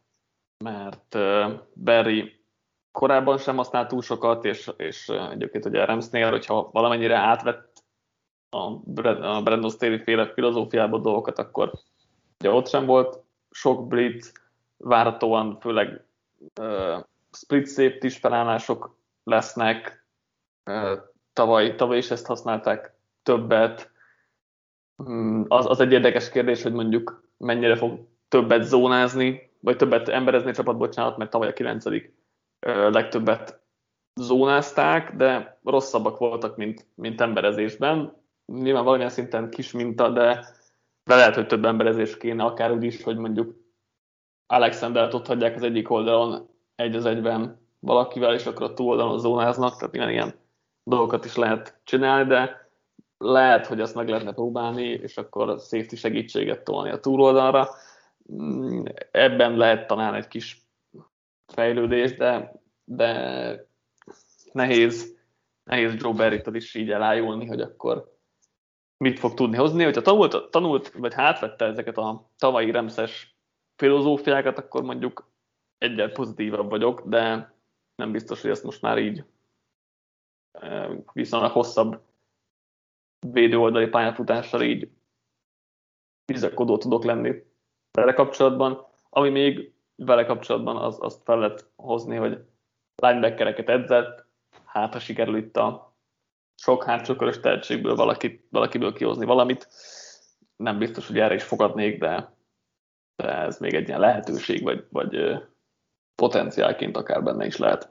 Barry korábban sem használt túl sokat, és egyébként ugye Ramsnél, hogyha valamennyire átvett a Brandon Staley féle filozófiából dolgokat, akkor ugye ott sem volt sok blitz, várhatóan főleg split safety-s felállások lesznek, tavaly is ezt használták többet. Az egy érdekes kérdés, hogy mondjuk mennyire fog többet zónázni, vagy többet emberezni a csapat, bocsánat, mert tavaly a 9. legtöbbet zónázták, de rosszabbak voltak, mint emberezésben. Nyilván valamilyen szinten kis minta, de lehet, hogy több emberezés kéne, akár úgy is, hogy mondjuk Alexandert ott hagyják az egyik oldalon 1-1-ben valakivel, és akkor a túloldalon zónáznak, tehát ilyen dolgokat is lehet csinálni, de lehet, hogy ezt meg lehetne próbálni, és akkor safety segítséget tolni a túloldalra. Ebben lehet talán egy kis fejlődés, de nehéz Joe Barrytől is így elájulni, hogy akkor mit fog tudni hozni. Hogyha tanult vagy átvette ezeket a tavalyi Ramses filozófiákat, akkor mondjuk egyel pozitívabb vagyok, de nem biztos, hogy ezt most már így viszonylag hosszabb védőoldali pályafutással így bizakodó tudok lenni vele kapcsolatban. Ami még vele kapcsolatban azt fel lehet hozni, hogy linebackereket edzett, hát ha sikerül itt a sok hátsókörös tehetségből valakiből kihozni valamit. Nem biztos, hogy erre is fogadnék, de ez még egy ilyen lehetőség, vagy potenciálként akár benne is lehet.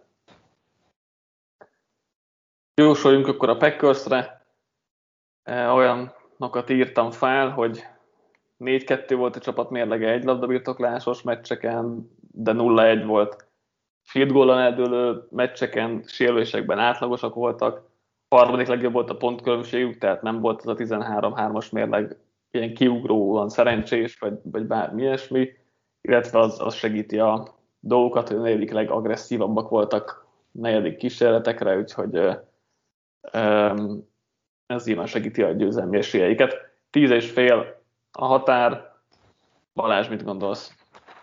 Jósoljunk akkor a Packersre. Olyanokat írtam fel, hogy 4-2 volt a csapat mérlege egy labdabirtoklásos meccseken, de 0-1 volt field goal-on eldőlő meccseken, sérülésekben átlagosak voltak. A harmadik legjobb volt a pontkülönbségük, tehát nem volt az a 13-3-as mérleg ilyen kiugróan szerencsés, vagy bármi ilyesmi, illetve az segíti a dolgokat, hogy a negyedik legagresszívabbak voltak negyedik kísérletekre, úgyhogy ez nyilván segíti a győzelmi esélyeiket. 10,5 a határ. Balázs, mit gondolsz?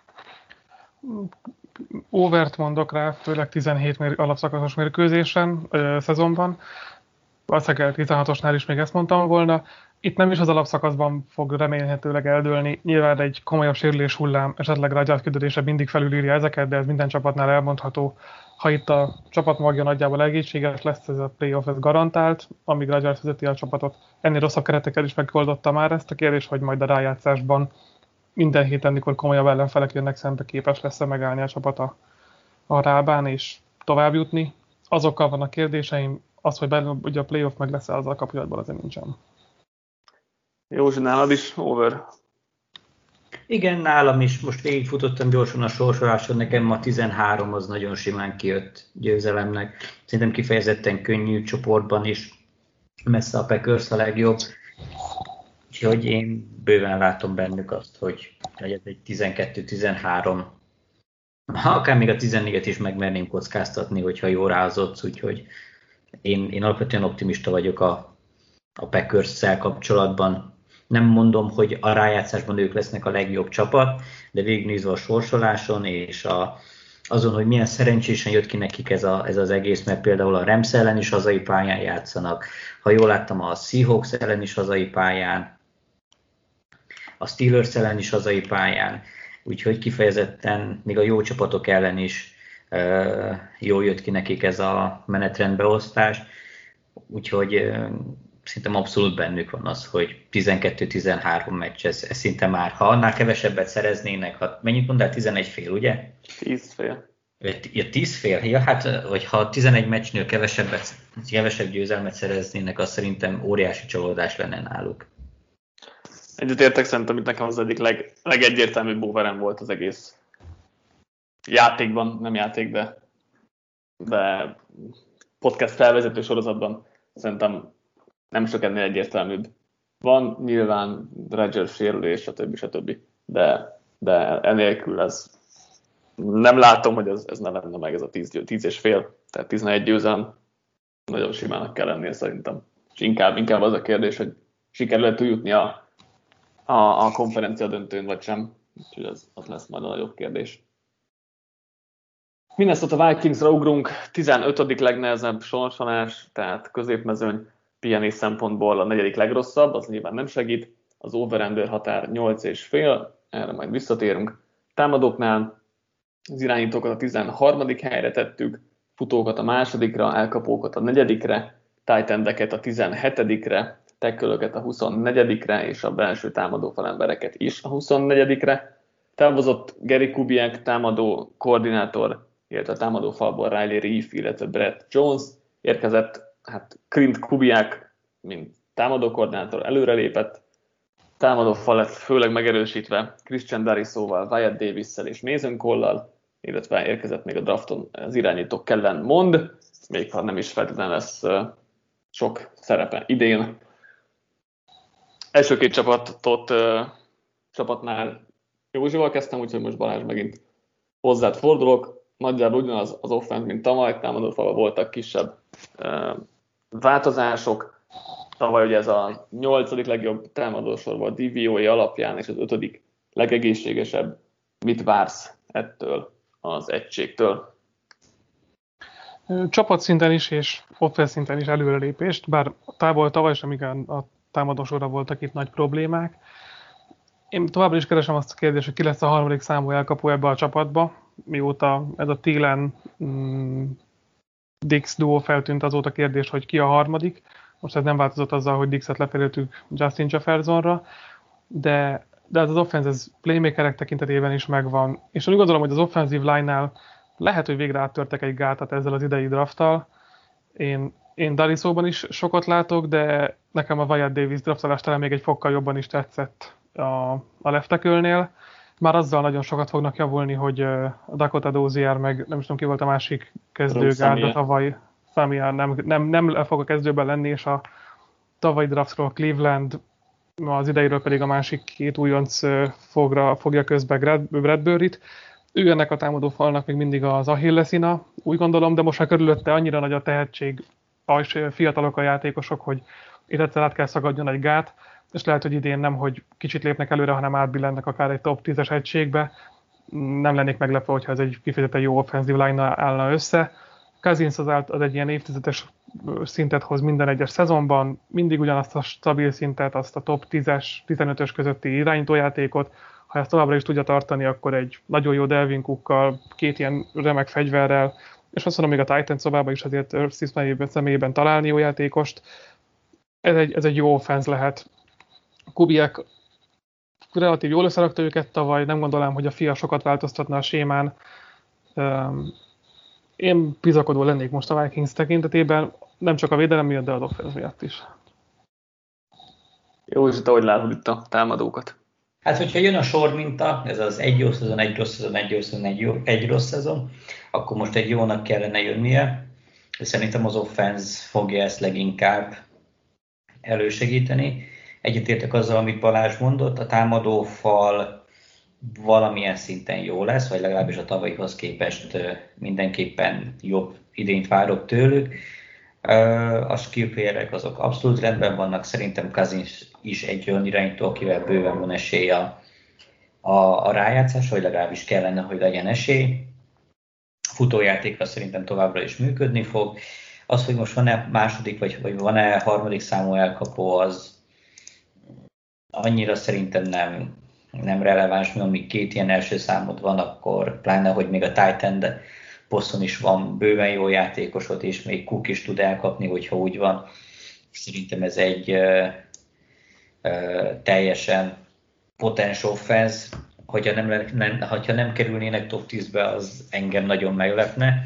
Overt mondok rá, főleg 17 alapszakaszos mérkőzésen szezonban. Valószínűleg 16-osnál is még ezt mondtam volna. Itt nem is az alapszakaszban fog remélhetőleg eldőlni. Nyilván egy komolyabb sérülés hullám, esetleg Rodgers küldődése mindig felülírja ezeket, de ez minden csapatnál elmondható. Ha itt a csapat magja nagyjából egészséges lesz, ez a playoff, ez garantált, amíg Rodgers vezeti a csapatot. Ennél rosszabb keretekkel is megoldotta már ezt a kérdés, hogy majd a rájátszásban minden héten, mikor komolyabb ellenfelek jönnek szembe, képes lesz megállni a csapat a rábán és tovább jutni. Azokkal van a kérdéseim, az, hogy ugye a playoff meg lesz azzal kapcsolatban, azért nincsen. Józsi, nálad is over? Igen, nálam is. Most végigfutottam gyorsan a sorsoláson, nekem ma 13 az nagyon simán kijött győzelemnek. Szerintem kifejezetten könnyű csoportban is, messze a Packers a legjobb. Úgyhogy én bőven látom bennük azt, hogy legyen egy 12-13. Akár még a 14-et is megmerném kockáztatni, hogyha jó rázott, úgyhogy én alapvetően optimista vagyok a Packers-szel kapcsolatban. Nem mondom, hogy a rájátszásban ők lesznek a legjobb csapat, de végignézve a sorsoláson és azon, hogy milyen szerencsésen jött ki nekik ez az egész, mert például a Rams ellen is hazai pályán játszanak, ha jól láttam, a Seahawks ellen is hazai pályán, a Steelers ellen is hazai pályán, úgyhogy kifejezetten még a jó csapatok ellen is jól jött ki nekik ez a menetrendbeosztás, úgyhogy szerintem abszolút bennük van az, hogy 12-13 meccs, ez szinte már, ha annál kevesebbet szereznének, mennyit mondtál, 11 fél, ugye? 10 fél. Ja, 10 fél? Ja, hát, hogyha 11 meccsnél kevesebb győzelmet szereznének, az szerintem óriási csalódás lenne náluk. Egyetértek, szerintem itt nekem az egyik legegyértelműbb overem volt az egész játékban, nem játék, de podcast felvezető sorozatban szerintem nem sok ennél egyértelműbb. Van nyilván Rodgers sérülés, stb. De enélkül ez nem látom, hogy ez ne lenne meg ez a 10,5, tehát 11 győzelem. Nagyon simának kell lennie szerintem. És inkább az a kérdés, hogy sikerül túljutni a konferencia döntőn, vagy sem. Úgyhogy az lesz majd a nagyobb kérdés. Minnesota Vikingsra ugrunk, 15. legnehezebb sorsolás, tehát középmezőny pihenés szempontból a 4. legrosszabb, az nyilván nem segít. Az over-under határ 8,5, erre majd visszatérünk. Támadóknál az irányítókat a 13. helyre tettük, futókat a 2., elkapókat a 4., tight endeket a 17., tackle-öket a 24., és a belső támadó falembereket is a 24. Távozott Gary Kubiak, támadó koordinátor, illetve a támadó falból Riley Reiff, illetve Brett Jones. Érkezett Clint Kubiak, mint támadó koordinátor, előrelépett. Támadó fal lett főleg megerősítve Christian Darrisawval, Wyatt Davissel és Mason Cole-lal, illetve érkezett még a drafton az irányító Kellen Mond, még ha nem is feltétlenül lesz sok szerepe idén. Első két csapatnál Józsival kezdtem, úgyhogy most Balázs megint hozzád fordulok. Nagyjából ugyanaz az offense, mint tavaly, támadófalban voltak kisebb változások. Tavaly ugye ez a 8. legjobb támadósor volt DVOA alapján, és az 5. legegészségesebb. Mit vársz ettől az egységtől? Csapatszinten is és offense szinten is előrelépést, bár tavaly sem igen a támadósorra voltak itt nagy problémák. Én továbbra is keresem azt a kérdést, hogy ki lesz a 3. számú elkapó ebbe a csapatba, mióta ez a Thielen Dix duó feltűnt, azóta kérdés, hogy ki a 3. Most ez nem változott azzal, hogy Dixet lefeléltük Justin Jeffersonra, de az offense playmakerek tekintetében is megvan. És úgy gondolom, hogy az offensive line-nál lehet, hogy végre áttörtek egy gátat ezzel az idei drafttal. Én Darrisawban is sokat látok, de nekem a Wyatt Davis draftolás talán még egy fokkal jobban is tetszett a left tackle-nél. Már azzal nagyon sokat fognak javulni, hogy a Dakota Dozier, meg nem is tudom ki volt a másik kezdőgárda tavaly, Samia nem fog a kezdőben lenni, és a tavalyi draftról Cleveland, az ideiről pedig a másik 2 újonc fogja közbe Bradbury-t. Ő ennek a támadó falnak még mindig az Achilleszina, úgy gondolom, de most már körülötte annyira nagy a tehetség, és fiatalok a játékosok, hogy itt egyszer át kell szagadjon egy gát, és lehet, hogy idén nem, hogy kicsit lépnek előre, hanem átbillennek akár egy top 10-es egységbe. Nem lennék meglepve, hogyha ez egy kifejezetten jó offensive line állna össze. Cousins az egy ilyen évtizedes szintet hoz minden egyes szezonban, mindig ugyanazt a stabil szintet, azt a top 10-es, 15-ös közötti irányítójátékot. Ha ezt továbbra is tudja tartani, akkor egy nagyon jó Delvin Cookkal, 2 ilyen remek fegyverrel, és azt mondom, még a Titan szobában is azért személyében találni jó játékost. Ez egy jó offense lehet. Kubiak relatív jól összerakta őket tavaly, nem gondolom, hogy a fia sokat változtatna a sémán. Én bizakodó lennék most a Vikings tekintetében, nem csak a védelem miatt, de az offense miatt is. Jó, és te hogy látod itt a támadókat? Hát, hogyha jön a sor minta, ez az egy jó szezon, egy rossz szezon, egy jó szezon, egy rossz szezon, akkor most egy jónak kellene jönnie. Szerintem az offense fogja ezt leginkább elősegíteni. Egyetértek azzal, amit Balázs mondott, a támadó fal valamilyen szinten jó lesz, vagy legalábbis a tavalyihoz képest mindenképpen jobb idényt várok tőlük. A skill playerek azok abszolút rendben vannak, szerintem Cousins is egy olyan irányító, akivel bőven van esély a rájátszásra, vagy legalábbis kellene, hogy legyen esély. A futójátékra szerintem továbbra is működni fog. Az, hogy most van-e második, vagy van-e harmadik számú elkapó, az annyira szerintem nem releváns, mert amíg két ilyen első számod van, akkor pláne, hogy még a tight end poszton is van bőven jó játékosod, és még Cook is tud elkapni, hogyha úgy van. Szerintem ez egy teljesen potens offense. Hogyha nem kerülnének top 10-be, az engem nagyon meglepne.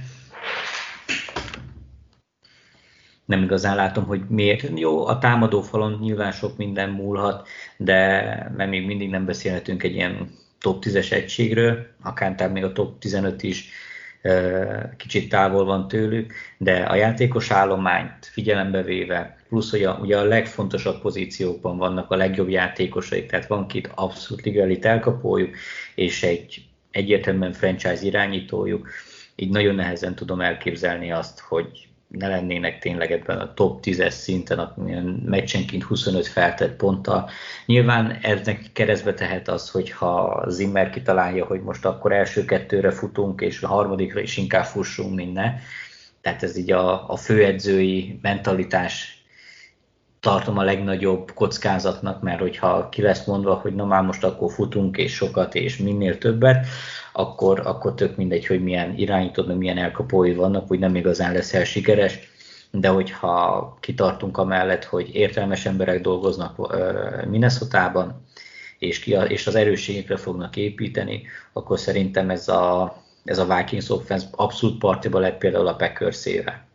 Nem igazán látom, hogy miért. Jó, a támadó falon nyilván sok minden múlhat, de még mindig nem beszélhetünk egy ilyen top 10-es egységről, akár még a top 15 is kicsit távol van tőlük, de a játékos állományt figyelembe véve, plusz hogy ugye a legfontosabb pozíciókban vannak a legjobb játékosaik, tehát van két abszolút liga-elit elkapójuk, és egy egyértelműen franchise irányítójuk, így nagyon nehezen tudom elképzelni azt, hogy ne lennének tényleg ebben a top 10-es szinten, meccsenként 25 feltett ponttal. Nyilván eznek keresztbe tehet az, hogyha Zimmer kitalálja, hogy most akkor első kettőre futunk, és a harmadikra is inkább fussunk, mint ne. Tehát ez így a főedzői mentalitás tartom a legnagyobb kockázatnak, mert hogyha ki lesz mondva, hogy na már most akkor futunk, és sokat, és minél többet, akkor tök mindegy, hogy milyen irányítod, meg milyen elkapói vannak, úgy nem igazán leszel sikeres, de hogyha kitartunk amellett, hogy értelmes emberek dolgoznak Minnesotában, és az erősségekre fognak építeni, akkor szerintem ez a Vikings offense abszolút partiba lett például a Packers-ével.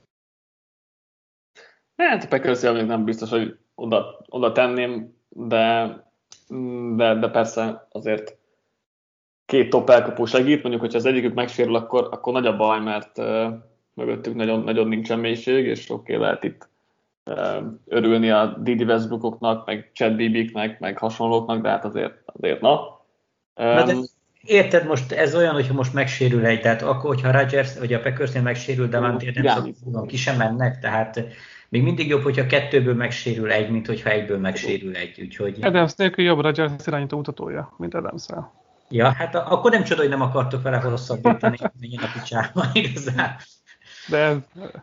Hát a Packers-ével még nem biztos, hogy oda tenném, de persze azért két top elkapó segít, mondjuk, hogyha az egyikük megsérül, akkor nagy a baj, mert mögöttük nagyon, nagyon nincsen mélység, és oké, lehet itt örülni a Didi Westbrookoknak, meg Chad Beebe-knek, meg hasonlóknak, de hát azért na. De érted, most ez olyan, hogyha most megsérül egy, tehát akkor, hogyha Rodgers, vagy a Packersnél megsérül, de már nem ki sem mennek, tehát még mindig jobb, hogyha kettőből megsérül egy, mint hogyha egyből megsérül egy, úgyhogy... Adams nélkül jobb Rodgers irányító mutatója, mint Adams-el. Ja, hát akkor nem csoda, hogy nem akartok vele hosszabbítani, menjen a picsába igazán. De ez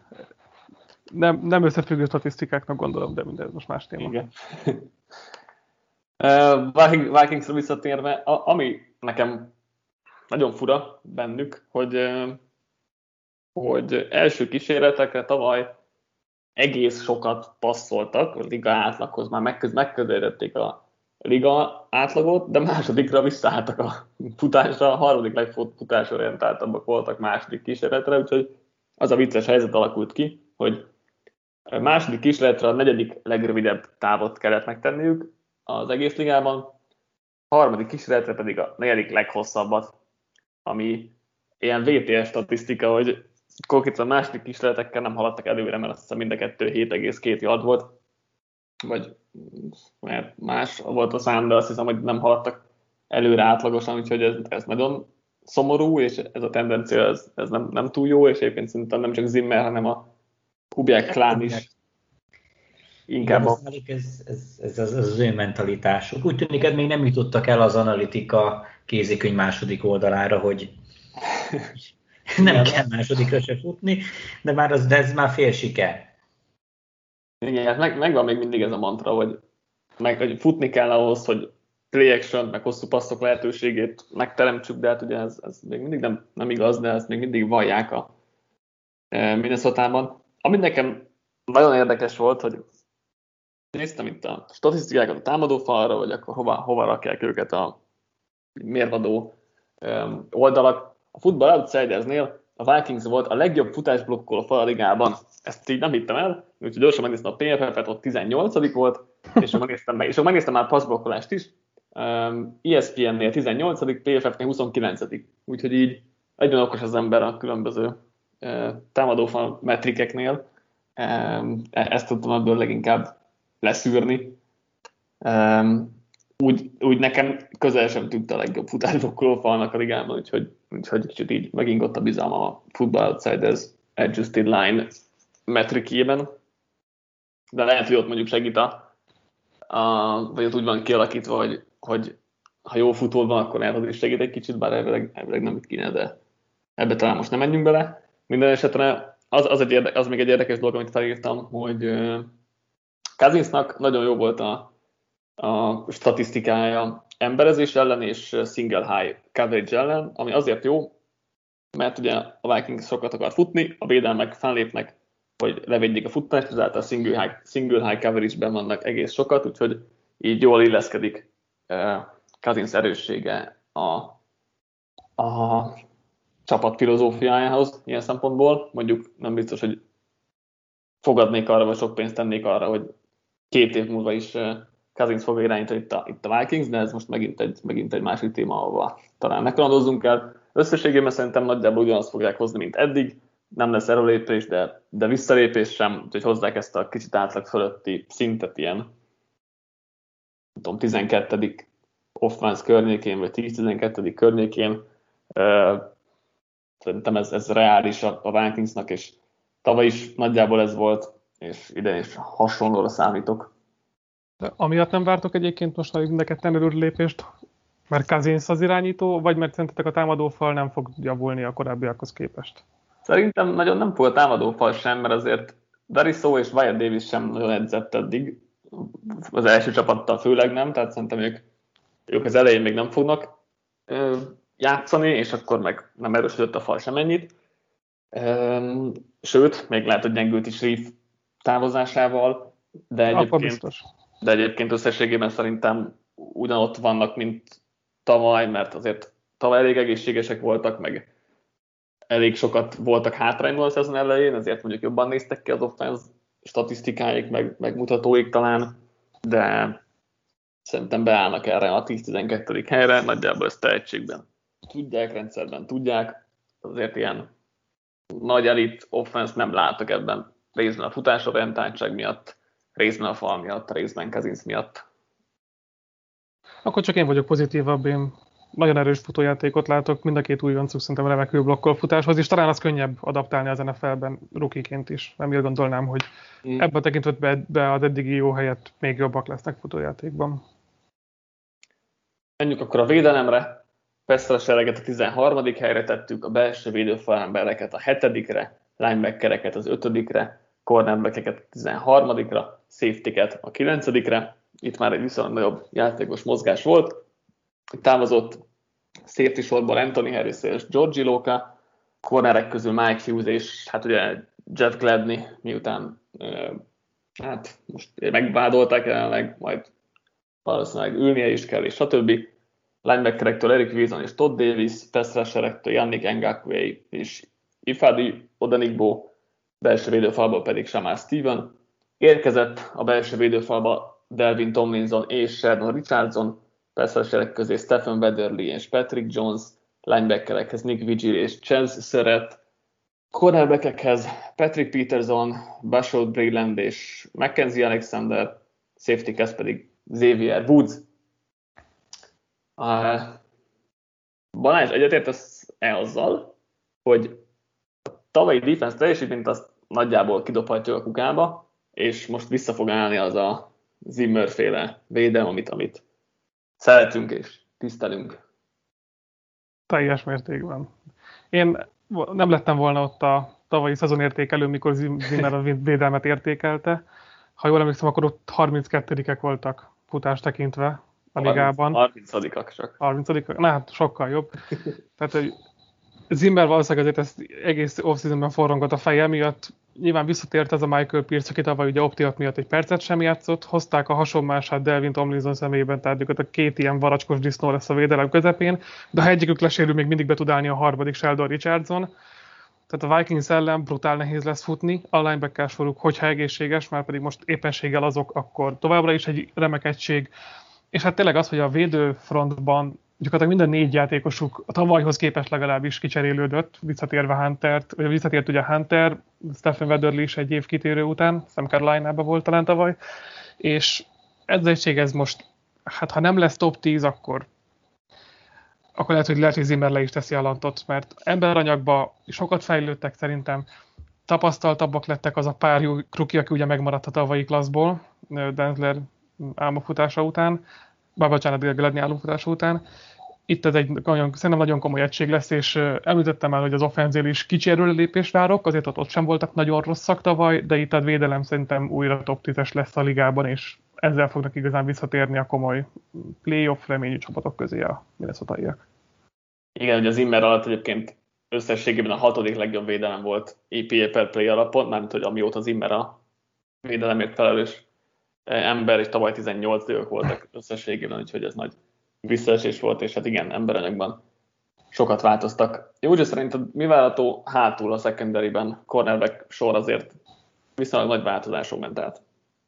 nem összefüggő statisztikáknak gondolom, de mindez most más téma. Igen. Vikingsra visszatérve, ami nekem nagyon fura bennük, hogy első kísérletekre tavaly egész sokat passzoltak, a liga átlaghoz már megközelítették a liga átlagot, de másodikra visszaálltak a futásra, a harmadik legfutásorientáltabbak voltak második kísérletre, úgyhogy az a vicces helyzet alakult ki, hogy a második kísérletre a negyedik legrövidebb távot kellett megtenniük az egész ligában, a harmadik kísérletre pedig a negyedik leghosszabbat, ami ilyen VTS statisztika, hogy konkrétan a második kísérletekkel nem haladtak előre, mert azt hiszem mind a kettő 7,2 yard volt, vagy mert más volt a szám, de azt hiszem, hogy nem haladtak előre átlagosan, úgyhogy ez nagyon szomorú, és ez a tendencia ez nem túl jó, és egyébként szerintem nem csak Zimmer, hanem a Kubiak klán is inkább ez az ő mentalitásuk. Úgy tűnik, hogy még nem jutottak el az analitika kézikönyv második oldalára, hogy nem kell másodikra se futni, de ez már fél siker. Igen, megvan még mindig ez a mantra, hogy futni kell ahhoz, hogy play action, meg hosszú passzok lehetőségét megteremtsük, de hát ugye ez még mindig nem igaz, de ezt még mindig vallják a Minnesotában. Ami nekem nagyon érdekes volt, hogy néztem itt a statisztikákat a támadófalra, vagy akkor hova rakják őket a mérvadó oldalak. A Football Outsiders-nél a Vikings volt a legjobb futásblokkoló fal a ligában. Ezt így nem hittem el, úgyhogy gyorsan megnéztem a PFF-et, ott 18. volt, és megnéztem már passzblokkolást is. ESPN-nél 18., PFF-nél 29. Úgyhogy így egyben okos az ember a különböző támadófal metrikeknél. Ezt tudtam ebből leginkább leszűrni. Úgy nekem közel sem tűnt a legjobb futásblokkoló falnak a ligában, úgyhogy kicsit így megingott a bizalmam a Football Outsiders Adjusted Line metrikében. De lehet, hogy ott mondjuk segít a vagy ott úgy van kialakítva, hogy ha jó futó van, akkor elhoz is segít egy kicsit, bár elvileg nem kéne, de ebbe talán most nem menjünk bele. Minden esetre az még egy érdekes dolog, amit felírtam, hogy Cousinsnak nagyon jó volt a statisztikája emberezés ellen és single high coverage ellen, ami azért jó, mert ugye a Vikings sokat akar futni, a védelmek fellépnek, hogy levédjék a futást, ezáltal single high coverage-ben vannak egész sokat, úgyhogy így jól illeszkedik Cousins erőssége a csapat filozófiájához ilyen szempontból. Mondjuk nem biztos, hogy fogadnék arra, vagy sok pénzt tennék arra, hogy 2 év múlva is Cousins fogja irányítani itt a Vikings, de ez most megint egy másik téma, ahova talán ne kalandozzunk el. Összességében szerintem nagyjából ugyanazt fogják hozni, mint eddig. Nem lesz erőlépés, de visszalépés sem, úgyhogy hozzák ezt a kicsit átlag fölötti szintet ilyen, nem tudom, 12. offense környékén, vagy 10-12. környékén. Szerintem ez reális a Vikingsnak, és tavaly is nagyjából ez volt, és idén is hasonlóra számítok. De amiatt nem vártok egyébként most mind a ketten előrelépést, mert Cousins az irányító, vagy mert szerintetek a támadófal nem fog javulni a korábbiakhoz képest? Szerintem nagyon nem fog a támadófal sem, mert azért Darisaw és Wyatt Davis sem nagyon edzett eddig, az első csapattal főleg nem, tehát szerintem ők az elején még nem fognak játszani, és akkor meg nem erősödött a fal semennyit. Sőt, még lehet, hogy gyengült is Reeve távozásával, de egyébként összességében szerintem ugyanott vannak, mint tavaly, mert azért tavaly elég egészségesek voltak, meg elég sokat voltak hátrányban a szezon elején, ezért mondjuk jobban néztek ki az offense statisztikáik, meg mutatóik talán, de szerintem beállnak erre a 10-12. helyre, nagyjából ezt tehetségben tudják, rendszerben tudják, azért ilyen nagy elit offense nem látok ebben, részben a futásorientáltság miatt, részben a fal miatt, részben Cousins miatt. Akkor csak én vagyok pozitívabb, én nagyon erős futójátékot látok, mind a két újoncuk szerintem remekül blokkol futáshoz, és talán az könnyebb adaptálni az NFL-ben rookie-ként is. Nem jól gondolnám, hogy ebben a tekintetben az eddigi jó helyett még jobbak lesznek futójátékban. Menjünk akkor a védelemre. Pass rushereket a 13. helyre tettük, a belső védőfalembereket a 7-re, linebackereket az 5-re, cornerbackeket a 13-ra, safety-ket a 9-re. Itt már egy viszonylag nagyobb játékos mozgás volt. Távozott safety sorból Anthony Harris és George Iloka, cornerek közül Mike Hughes és hát ugye Jeff Gladney, miután most megvádolták jelenleg, majd valószínűleg ülnie is kell, és stb. Linebackerektől Eric Wilson és Todd Davis, pass rusherektől Yannick Ngakoue és Ifeadi Odenigbo, belső védőfalból pedig Shamar Steven. Érkezett a belső védőfalba Delvin Tomlinson és Sheldon Richardson, pass rusherek közé Stephen Weatherly és Patrick Jones, linebackerekhez Nick Vigil és Chance Surratt, cornerbackekhez Patrick Peterson, Bashod Breeland és Mackenzie Alexander, safety-hez pedig Xavier Woods. Balázs, egyetértesz-e azzal, hogy a tavalyi defense teljesítményt azt nagyjából kidobhatjuk a kukába, és most vissza fog állni az a Zimmer-féle védelem, amit szeretünk és tisztelünk? Teljes mértékben. Én nem lettem volna ott a tavalyi szezonértékelő, mikor Zimmer a védelmet értékelte. Ha jól emlékszem, akkor ott 32-ek voltak futás tekintve a ligában. 30-ak csak. 30-ak? Na hát sokkal jobb. Tehát, hogy Zimmer valószínűleg azért ezt egész off-seasonben forrongott a feje miatt. Nyilván visszatért ez a Michael Pierce, aki tavaly ugye optiat miatt egy percet sem játszott. Hozták a hasonlását Delvin Tomlinson személyében, tehát őket a két ilyen varacskos disznó lesz a védelem közepén. De ha egyikük lesérül, még mindig be tud állni a harmadik Sheldon Richardson. Tehát a Vikings ellen brutál nehéz lesz futni, a linebacker soruk, hogyha egészséges, már pedig most éppenséggel azok, akkor továbbra is egy remek egység. És hát tényleg az, hogy a védőfrontban gyakorlatilag minden 4 játékosuk a tavalyhoz képest legalábbis kicserélődött, visszatért ugye Hunter, Stephen Weatherly is egy év kitérő után, Sam Caroline-ban volt talán tavaly, és ez az egység ez most, hát ha nem lesz top 10, akkor lehet, hogy Zimmer le is teszi a lantot, mert emberanyagban sokat fejlődtek szerintem, tapasztaltabbak lettek az a pár jó rookie, aki ugye megmaradt a tavalyi klasszból, Denzler álmafutása után, Gladney álomfutása után. Itt ez szerintem nagyon komoly egység lesz, és említettem már, hogy az offenzél is kicsi erőlépés várok, azért ott sem voltak nagyon rosszak tavaly, de itt a védelem szerintem újra top 10-es lesz a ligában, és ezzel fognak igazán visszatérni a komoly playoff reményű csapatok közé a minnesotaiak. Igen, ugye az Zimmer alatt egyébként összességében a 6. legjobb védelem volt EPA per play alapon, mármint hogy amióta Zimmer a védelemért felelős ember, és tavaly 18 ők voltak összességében, úgyhogy ez nagy visszaesés volt, és hát igen, emberanyagban sokat változtak. Úgy szerinted mi várható hátul a secondary-ben? Cornerback sor azért viszonylag nagy változások ment át.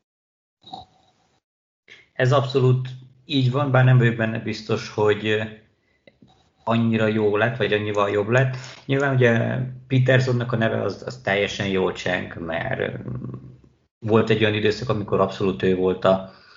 Ez abszolút így van, bár nem vagyok benne biztos, hogy annyira jó lett, vagy annyival jobb lett. Nyilván ugye Petersonnak a neve az teljesen jól cseng, mert volt egy olyan időszak, amikor abszolút ő volt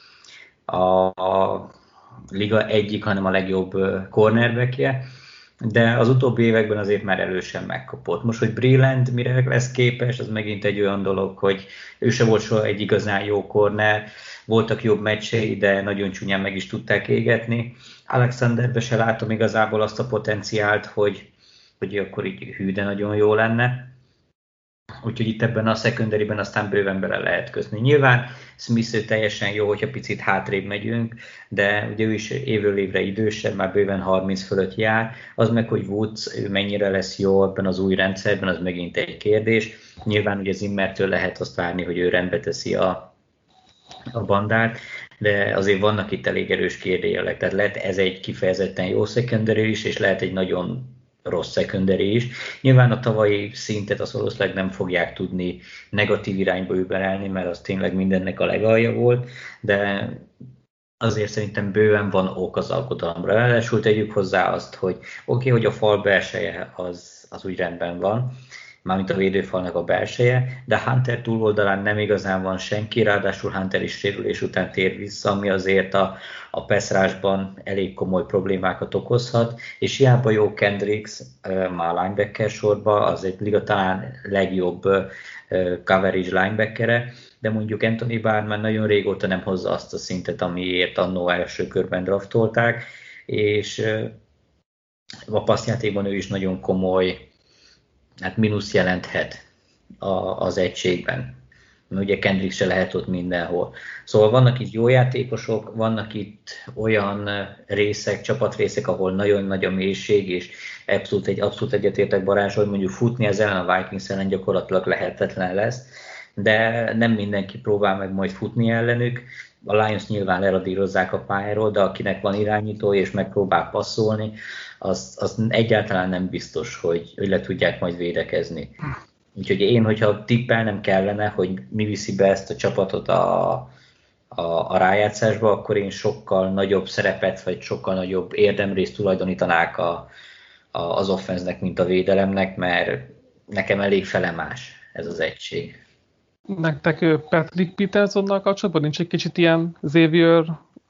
a liga egyik, hanem a legjobb cornerbackje, de az utóbbi években azért már elősen megkapott. Most, hogy Breland mire lesz képes, az megint egy olyan dolog, hogy ő se volt soha egy igazán jó corner, voltak jobb meccsei, de nagyon csúnyán meg is tudták égetni. Alexanderbe se látom igazából azt a potenciált, hogy akkor így hű, de nagyon jó lenne. Úgyhogy itt ebben a secondary-ben aztán bőven bele lehet közni. Nyilván Smith ő teljesen jó, hogyha picit hátrébb megyünk, de ugye ő is évről évre idősebb, már bőven 30 fölött jár. Az meg, hogy Woods ő mennyire lesz jó ebben az új rendszerben, az megint egy kérdés. Nyilván ugye Zimmertől lehet azt várni, hogy ő rendbe teszi a bandát, de azért vannak itt elég erős kérdőjelek. Tehát lehet ez egy kifejezetten jó secondary is, és lehet egy nagyon rossz secondary is. Nyilván a tavalyi szintet azt valószínűleg nem fogják tudni negatív irányba überelni, mert az tényleg mindennek a legalja volt, de azért szerintem bőven van ok az alkotalomra. Ráadásul tegyük hozzá azt, hogy oké, hogy a fal belseje az úgy rendben van, mármint a védőfalnak a belseje, de Hunter túloldalán nem igazán van senki, ráadásul Hunter is sérülés után tér vissza, ami azért a pass rushban elég komoly problémákat okozhat, és hiába jó Kendricks már linebacker sorba, az egy liga talán legjobb coverage linebackere, de mondjuk Anthony Barr már nagyon régóta nem hozza azt a szintet, amiért annó első körben draftolták, és a passzjátékban ő is nagyon komoly mínusz jelenthet az egységben. Mert ugye Kendrick se lehet ott mindenhol. Szóval vannak itt jó játékosok, vannak itt olyan részek, csapatrészek, ahol nagyon nagy a mélység, és abszolút egyetértek Balázs, hogy mondjuk futni ez ellen a Vikings ellen gyakorlatilag lehetetlen lesz, de nem mindenki próbál meg majd futni ellenük. A Lions nyilván leradírozzák a pályáról, de akinek van irányító és megpróbál passzolni, az egyáltalán nem biztos, hogy le tudják majd védekezni. Úgyhogy én, hogyha tippelnem kellene, hogy mi viszi be ezt a csapatot a rájátszásba, akkor én sokkal nagyobb szerepet, vagy sokkal nagyobb érdemrészt tulajdonítanák az offense-nek, mint a védelemnek, mert nekem elég felemás ez az egység. Nektek Patrick Petersonnal kapcsolatban nincs egy kicsit ilyen Xavier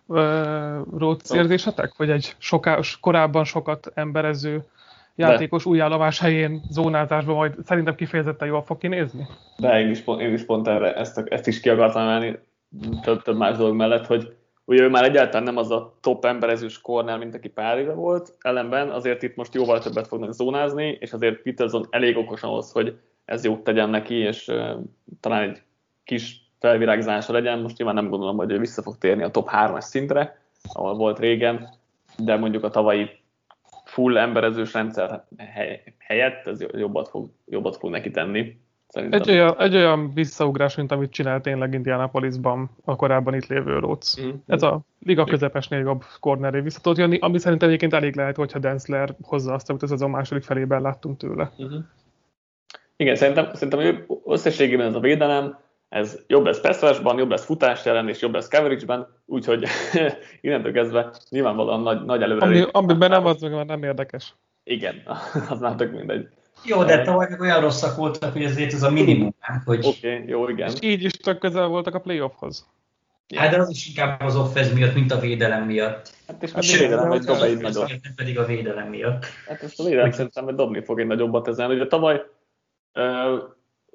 Rhodes érzésetek? Vagy egy korábban sokat emberező játékos új állomás helyén zónázásban majd szerintem kifejezetten jól fog kinézni? De én is pont erre ezt is ki akartam emelni több más dolog mellett, hogy ugye ő már egyáltalán nem az a top emberezős corner, mint aki pár éve volt, ellenben azért itt most jóval többet fognak zónázni, és azért Peterson elég okos ahhoz, hogy ez jót tegyen neki, és talán egy kis felvirágzása legyen. Most nyilván nem gondolom, hogy ő vissza fog térni a top 3-as szintre, ahol volt régen, de mondjuk a tavalyi full emberezős rendszer helyett ez jobbat fog neki tenni. Szerintem. Egy olyan visszaugrás, mint amit csinált tényleg Indianapolisban a korábban itt lévő Rhodes. Ez a liga közepesnél jobb corneré vissza tud jönni, ami szerintem egyébként elég lehet, hogyha Densler hozza azt, amit az szezon második felében láttunk tőle. Igen, szerintem összességében ez a védelem, ez jobb lesz pass-rushban, jobb lesz futás ellen, és jobb lesz coverage-ben, úgyhogy innentől kezdve nyilvánvalóan nagy előre. Amiben nem, az meg nem érdekes. Igen, az már tök mindegy. Jó, de tavaly meg olyan rosszak voltak, hogy ezért ez a minimum. Oké, jó, igen. És így is tök közel voltak a playoffhoz. Hát de az is inkább az offense miatt, mint a védelem miatt. Hát és a védelem egy dob egy nagyobb. Nem pedig a védelem miatt. Hát most a védelem szerintem dobni fog egy nagyobbat ezen. Ugye tavaly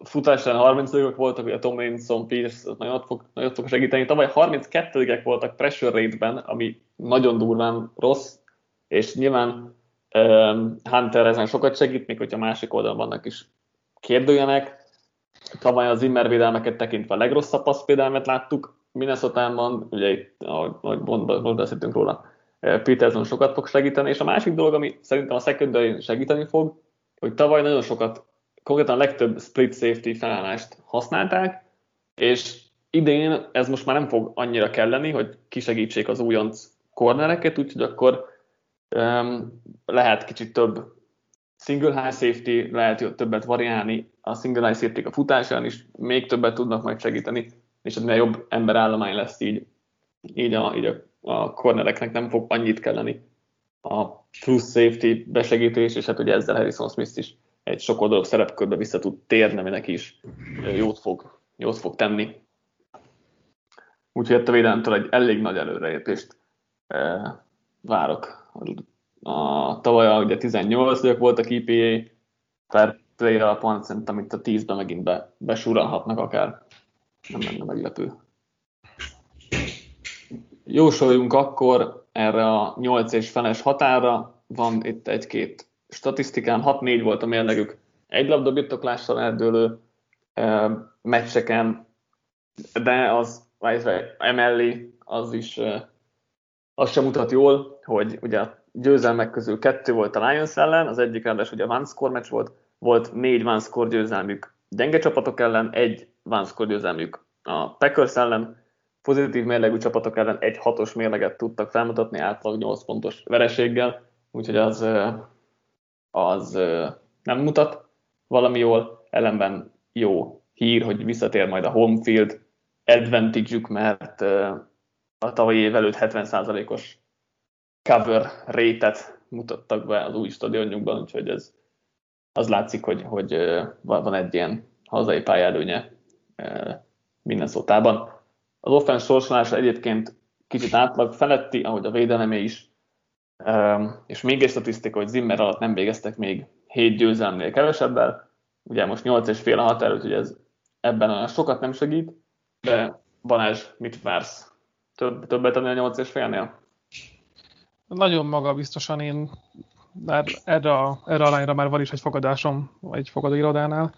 futásán 30-ak voltak, ugye Tomlinson, Pierce nagyon fog segíteni. Tavaly 32-ek voltak pressure rate-ben, ami nagyon durván rossz, és nyilván Hunter ezen sokat segít, még hogyha másik oldalon vannak is kérdőjenek. Tavaly az Zimmer védelmeket tekintve a legrosszabb passzvédelmet láttuk Minnesotában, ugye itt, ahogy beszéltünk róla, Peterson sokat fog segíteni, és a másik dolog, ami szerintem a secondary segíteni fog, hogy tavaly nagyon sokat, konkrétan a legtöbb split safety felállást használták, és idén ez most már nem fog annyira kelleni, hogy kisegítsék az újonc cornereket, úgyhogy akkor lehet kicsit több single high safety, lehet többet variálni a single high safety a futásán is, még többet tudnak majd segíteni, és minél jobb emberállomány lesz így a cornereknek nem fog annyit kelleni a plusz safety besegítés, és hát ugye ezzel Harrison Smith is egy sokoldalú szerepkörbe vissza tud térni, ami neki is jót fog tenni. Úgyhogy itt a védelemtől egy elég nagy előrelépést várok. Tavaly ugye 18-ak voltak EPA per play alapon, szerintem itt a 10-ben megint besúralhatnak akár. Nem lenne meglepő. Jósoljunk akkor erre a 8 és feles határra. Van itt egy-két statisztikám. 6-4 volt a mérlegük egy labda birtoklással eldőlő meccseken, de az emellé az sem mutat jól, hogy ugye a győzelmek közül 2 volt a Lions ellen, az egyik ráadásul ugye a one score meccs volt 4 one score győzelmük gyenge csapatok ellen, 1 one score győzelmük a Packers ellen, pozitív mérlegű csapatok ellen 1-6-os mérleget tudtak felmutatni átlag 8 pontos vereséggel, úgyhogy az nem mutat valami jól, ellenben jó hír, hogy visszatér majd a home field advantage-ük, mert a tavalyi év előtt 70%-os cover rate-et mutattak be az új stadionjukban, úgyhogy az látszik, hogy van egy ilyen hazai pályaelőnye Minnesotában. Az offense sorsolása egyébként kicsit átlag feletti, ahogy a védelemé is, és még egy statisztika, hogy Zimmer alatt nem végeztek még 7 győzelmnél kevesebbel, ugye most 8,5 a határ, úgyhogy ez ebben olyan sokat nem segít, de Balázs, mit vársz? Többet adni a 8,5-nél? Nagyon magabiztosan én, már erre a lányra már van is egy fogadásom, egy fogadóirodánál.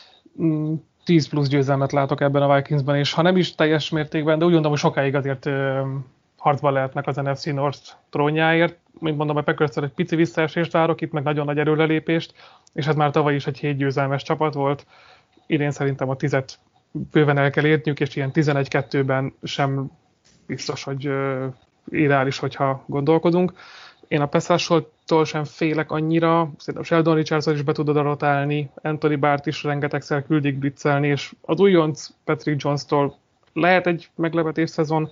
10 plusz győzelmet látok ebben a Vikingsben, és ha nem is teljes mértékben, de úgy gondolom, hogy sokáig azért harcban lehetnek az NFC North trónjáért. Mint mondom, a Packers-től egy pici visszaesést várok, itt meg nagyon nagy erőrelépést, és ez már tavaly is egy 7 győzelmes csapat volt. Idén szerintem a 10-et bőven el kell érniük, és ilyen 11-2-ben sem biztos, hogy ideális, hogyha gondolkodunk. Én a Pessásoltól sem félek annyira, szerintem Sheldon Richardson is be tudod rotálni, Anthony Bart is rengetegszer küldik blitzelni, és az újonc Patrick Jones-tól lehet egy meglepetés szezon.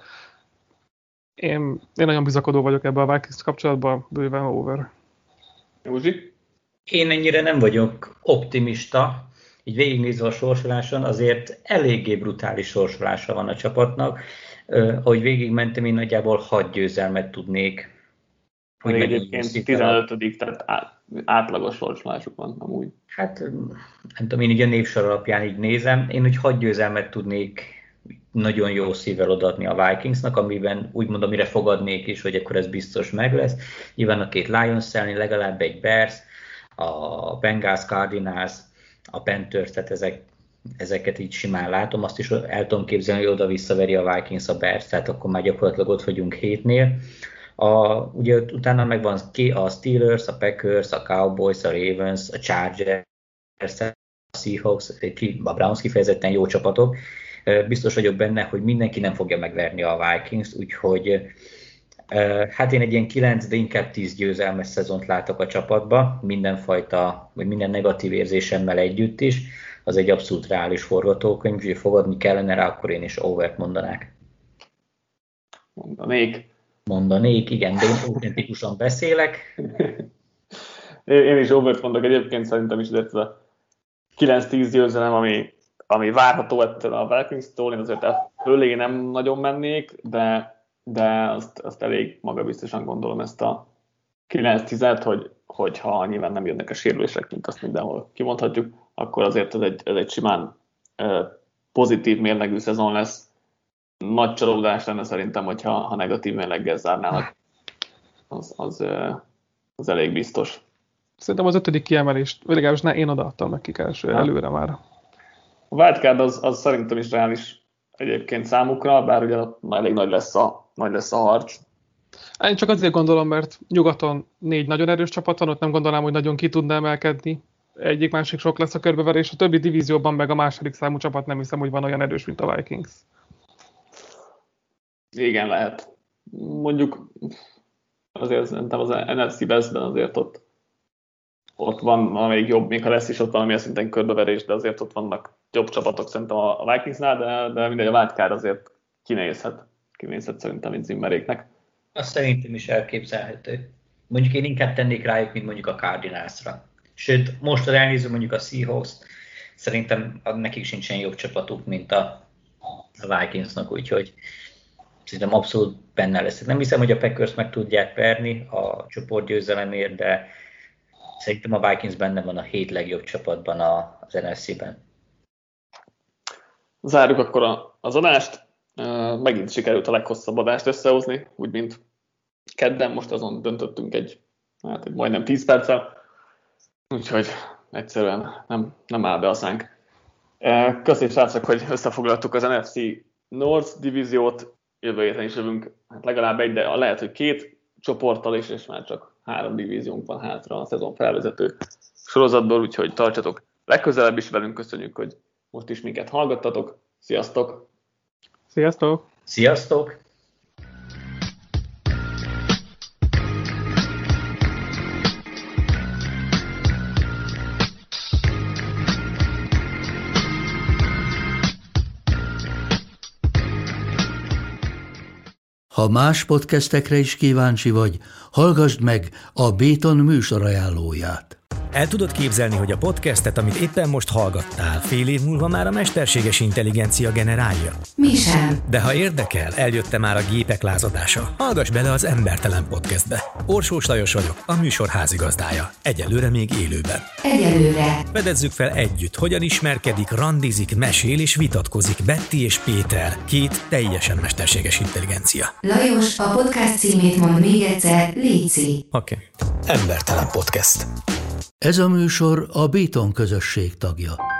Én nagyon bizakodó vagyok ebben a Vikings kapcsolatban, bőven over. Józsi? Én ennyire nem vagyok optimista, így végignézve a sorsoláson, azért eléggé brutális sorsolása van a csapatnak. Ahogy végigmentem, én nagyjából 6 győzelmet tudnék. Hogy egyébként 15. tehát átlagos sorsolásuk van amúgy. Hát nem tudom, én így a névsor alapján így nézem. Én úgy 6 győzelmet tudnék nagyon jó szívvel odaadni a Vikingsnak, amiben úgymond, amire fogadnék is, hogy akkor ez biztos meg lesz. Nyilván a 2 Lions-szelni, legalább egy Bears, a Bengals, Cardinals, a Panthers, tehát ezeket így simán látom. Azt is el tudom képzelni, hogy oda visszaveri a Vikings a Bears, tehát akkor már gyakorlatilag ott vagyunk 7-nél. Ugye utána megvan a Steelers, a Packers, a Cowboys, a Ravens, a Chargers, a Seahawks, a Browns kifejezetten jó csapatok. Biztos vagyok benne, hogy mindenki nem fogja megverni a Vikings, úgyhogy hát én egy ilyen 9, de inkább 10 győzelmes szezont látok a csapatba, mindenfajta, vagy minden negatív érzésemmel együtt is. Az egy abszolút reális forgatókönyv, úgyhogy fogadni kellene rá, akkor én is overt mondanák. Mondanék, igen, de én autentikusan beszélek. Én is overt mondok, egyébként szerintem is ez a 9-10 győzelem, ami várható ettől a Vikings-tól, én azért fölé nem nagyon mennék, de azt elég magabiztosan gondolom ezt a 9-10-et, hogyha nyilván nem jönnek a sérülések, mint azt mindenhol kimondhatjuk, akkor azért ez egy simán pozitív mérlegű szezon lesz. Nagy csalódás lenne szerintem, hogyha negatív mérleggel zárnának. Az elég biztos. Szerintem az 5. kiemelést, vagy legalábbis én odaadtam nekik előre már. A wildcard az szerintem is reális egyébként számukra, bár ugye elég nagy lesz a harc. Én csak azért gondolom, mert nyugaton 4 nagyon erős csapat van, ott nem gondolom, hogy nagyon ki tudna emelkedni. Egyik-másik sok lesz a körbeverés, a többi divízióban meg a második számú csapat nem hiszem, hogy van olyan erős, mint a Vikings. Igen, lehet. Mondjuk azért szerintem az NFC Westben azért ott van még jobb, még ha lesz is ott valami szinten körbeverés, de azért ott vannak jobb csapatok szerintem a Vikingsnál, de mindegy, a wildcard azért kinézhet szerintem mint Zimmeréknek. Azt szerintem is elképzelhető. Mondjuk én inkább tennék rájuk, mint mondjuk a Cardinalsra. Sőt, most az elnéző mondjuk a Seahawks, szerintem nekik sincsen jobb csapatuk, mint a Vikingsnak, úgyhogy szerintem abszolút benne lesz. Nem hiszem, hogy a Packers meg tudják verni a csoportgyőzelemért, de szerintem a Vikings benne van a 7 legjobb csapatban az NFC-ben. Zárjuk akkor az adást. Megint sikerült a leghosszabb adást összehozni, úgy mint kedden, most azon döntöttünk egy majdnem 10 perccel, úgyhogy egyszerűen nem áll be a szánk. Köszönjük, srácok, hogy összefoglaltuk az NFC North divíziót, jövő héten is jövünk legalább egy, de lehet, hogy 2 csoporttal is, és már csak 3 divíziónk van hátra a szezon felvezető sorozatból, úgyhogy tartsatok legközelebb is velünk, köszönjük, hogy most is minket hallgattatok. Sziasztok! Sziasztok! Sziasztok! Ha más podcastekre is kíváncsi vagy, hallgassd meg a Béton műsor ajánlóját. El tudod képzelni, hogy a podcastet, amit éppen most hallgattál, fél év múlva már a mesterséges intelligencia generálja? Mi sem. De ha érdekel, eljött már a gépek lázadása. Hallgass bele az Embertelen Podcastbe. Orsós Lajos vagyok, a műsor házigazdája. Egyelőre még élőben. Egyelőre. Fedezzük fel együtt, hogyan ismerkedik, randizik, mesél és vitatkozik Betty és Péter, 2 teljesen mesterséges intelligencia. Lajos, a podcast címét mond még egyszer, léci. Oké. Embertelen Podcast. Ez a műsor a Béton közösség tagja.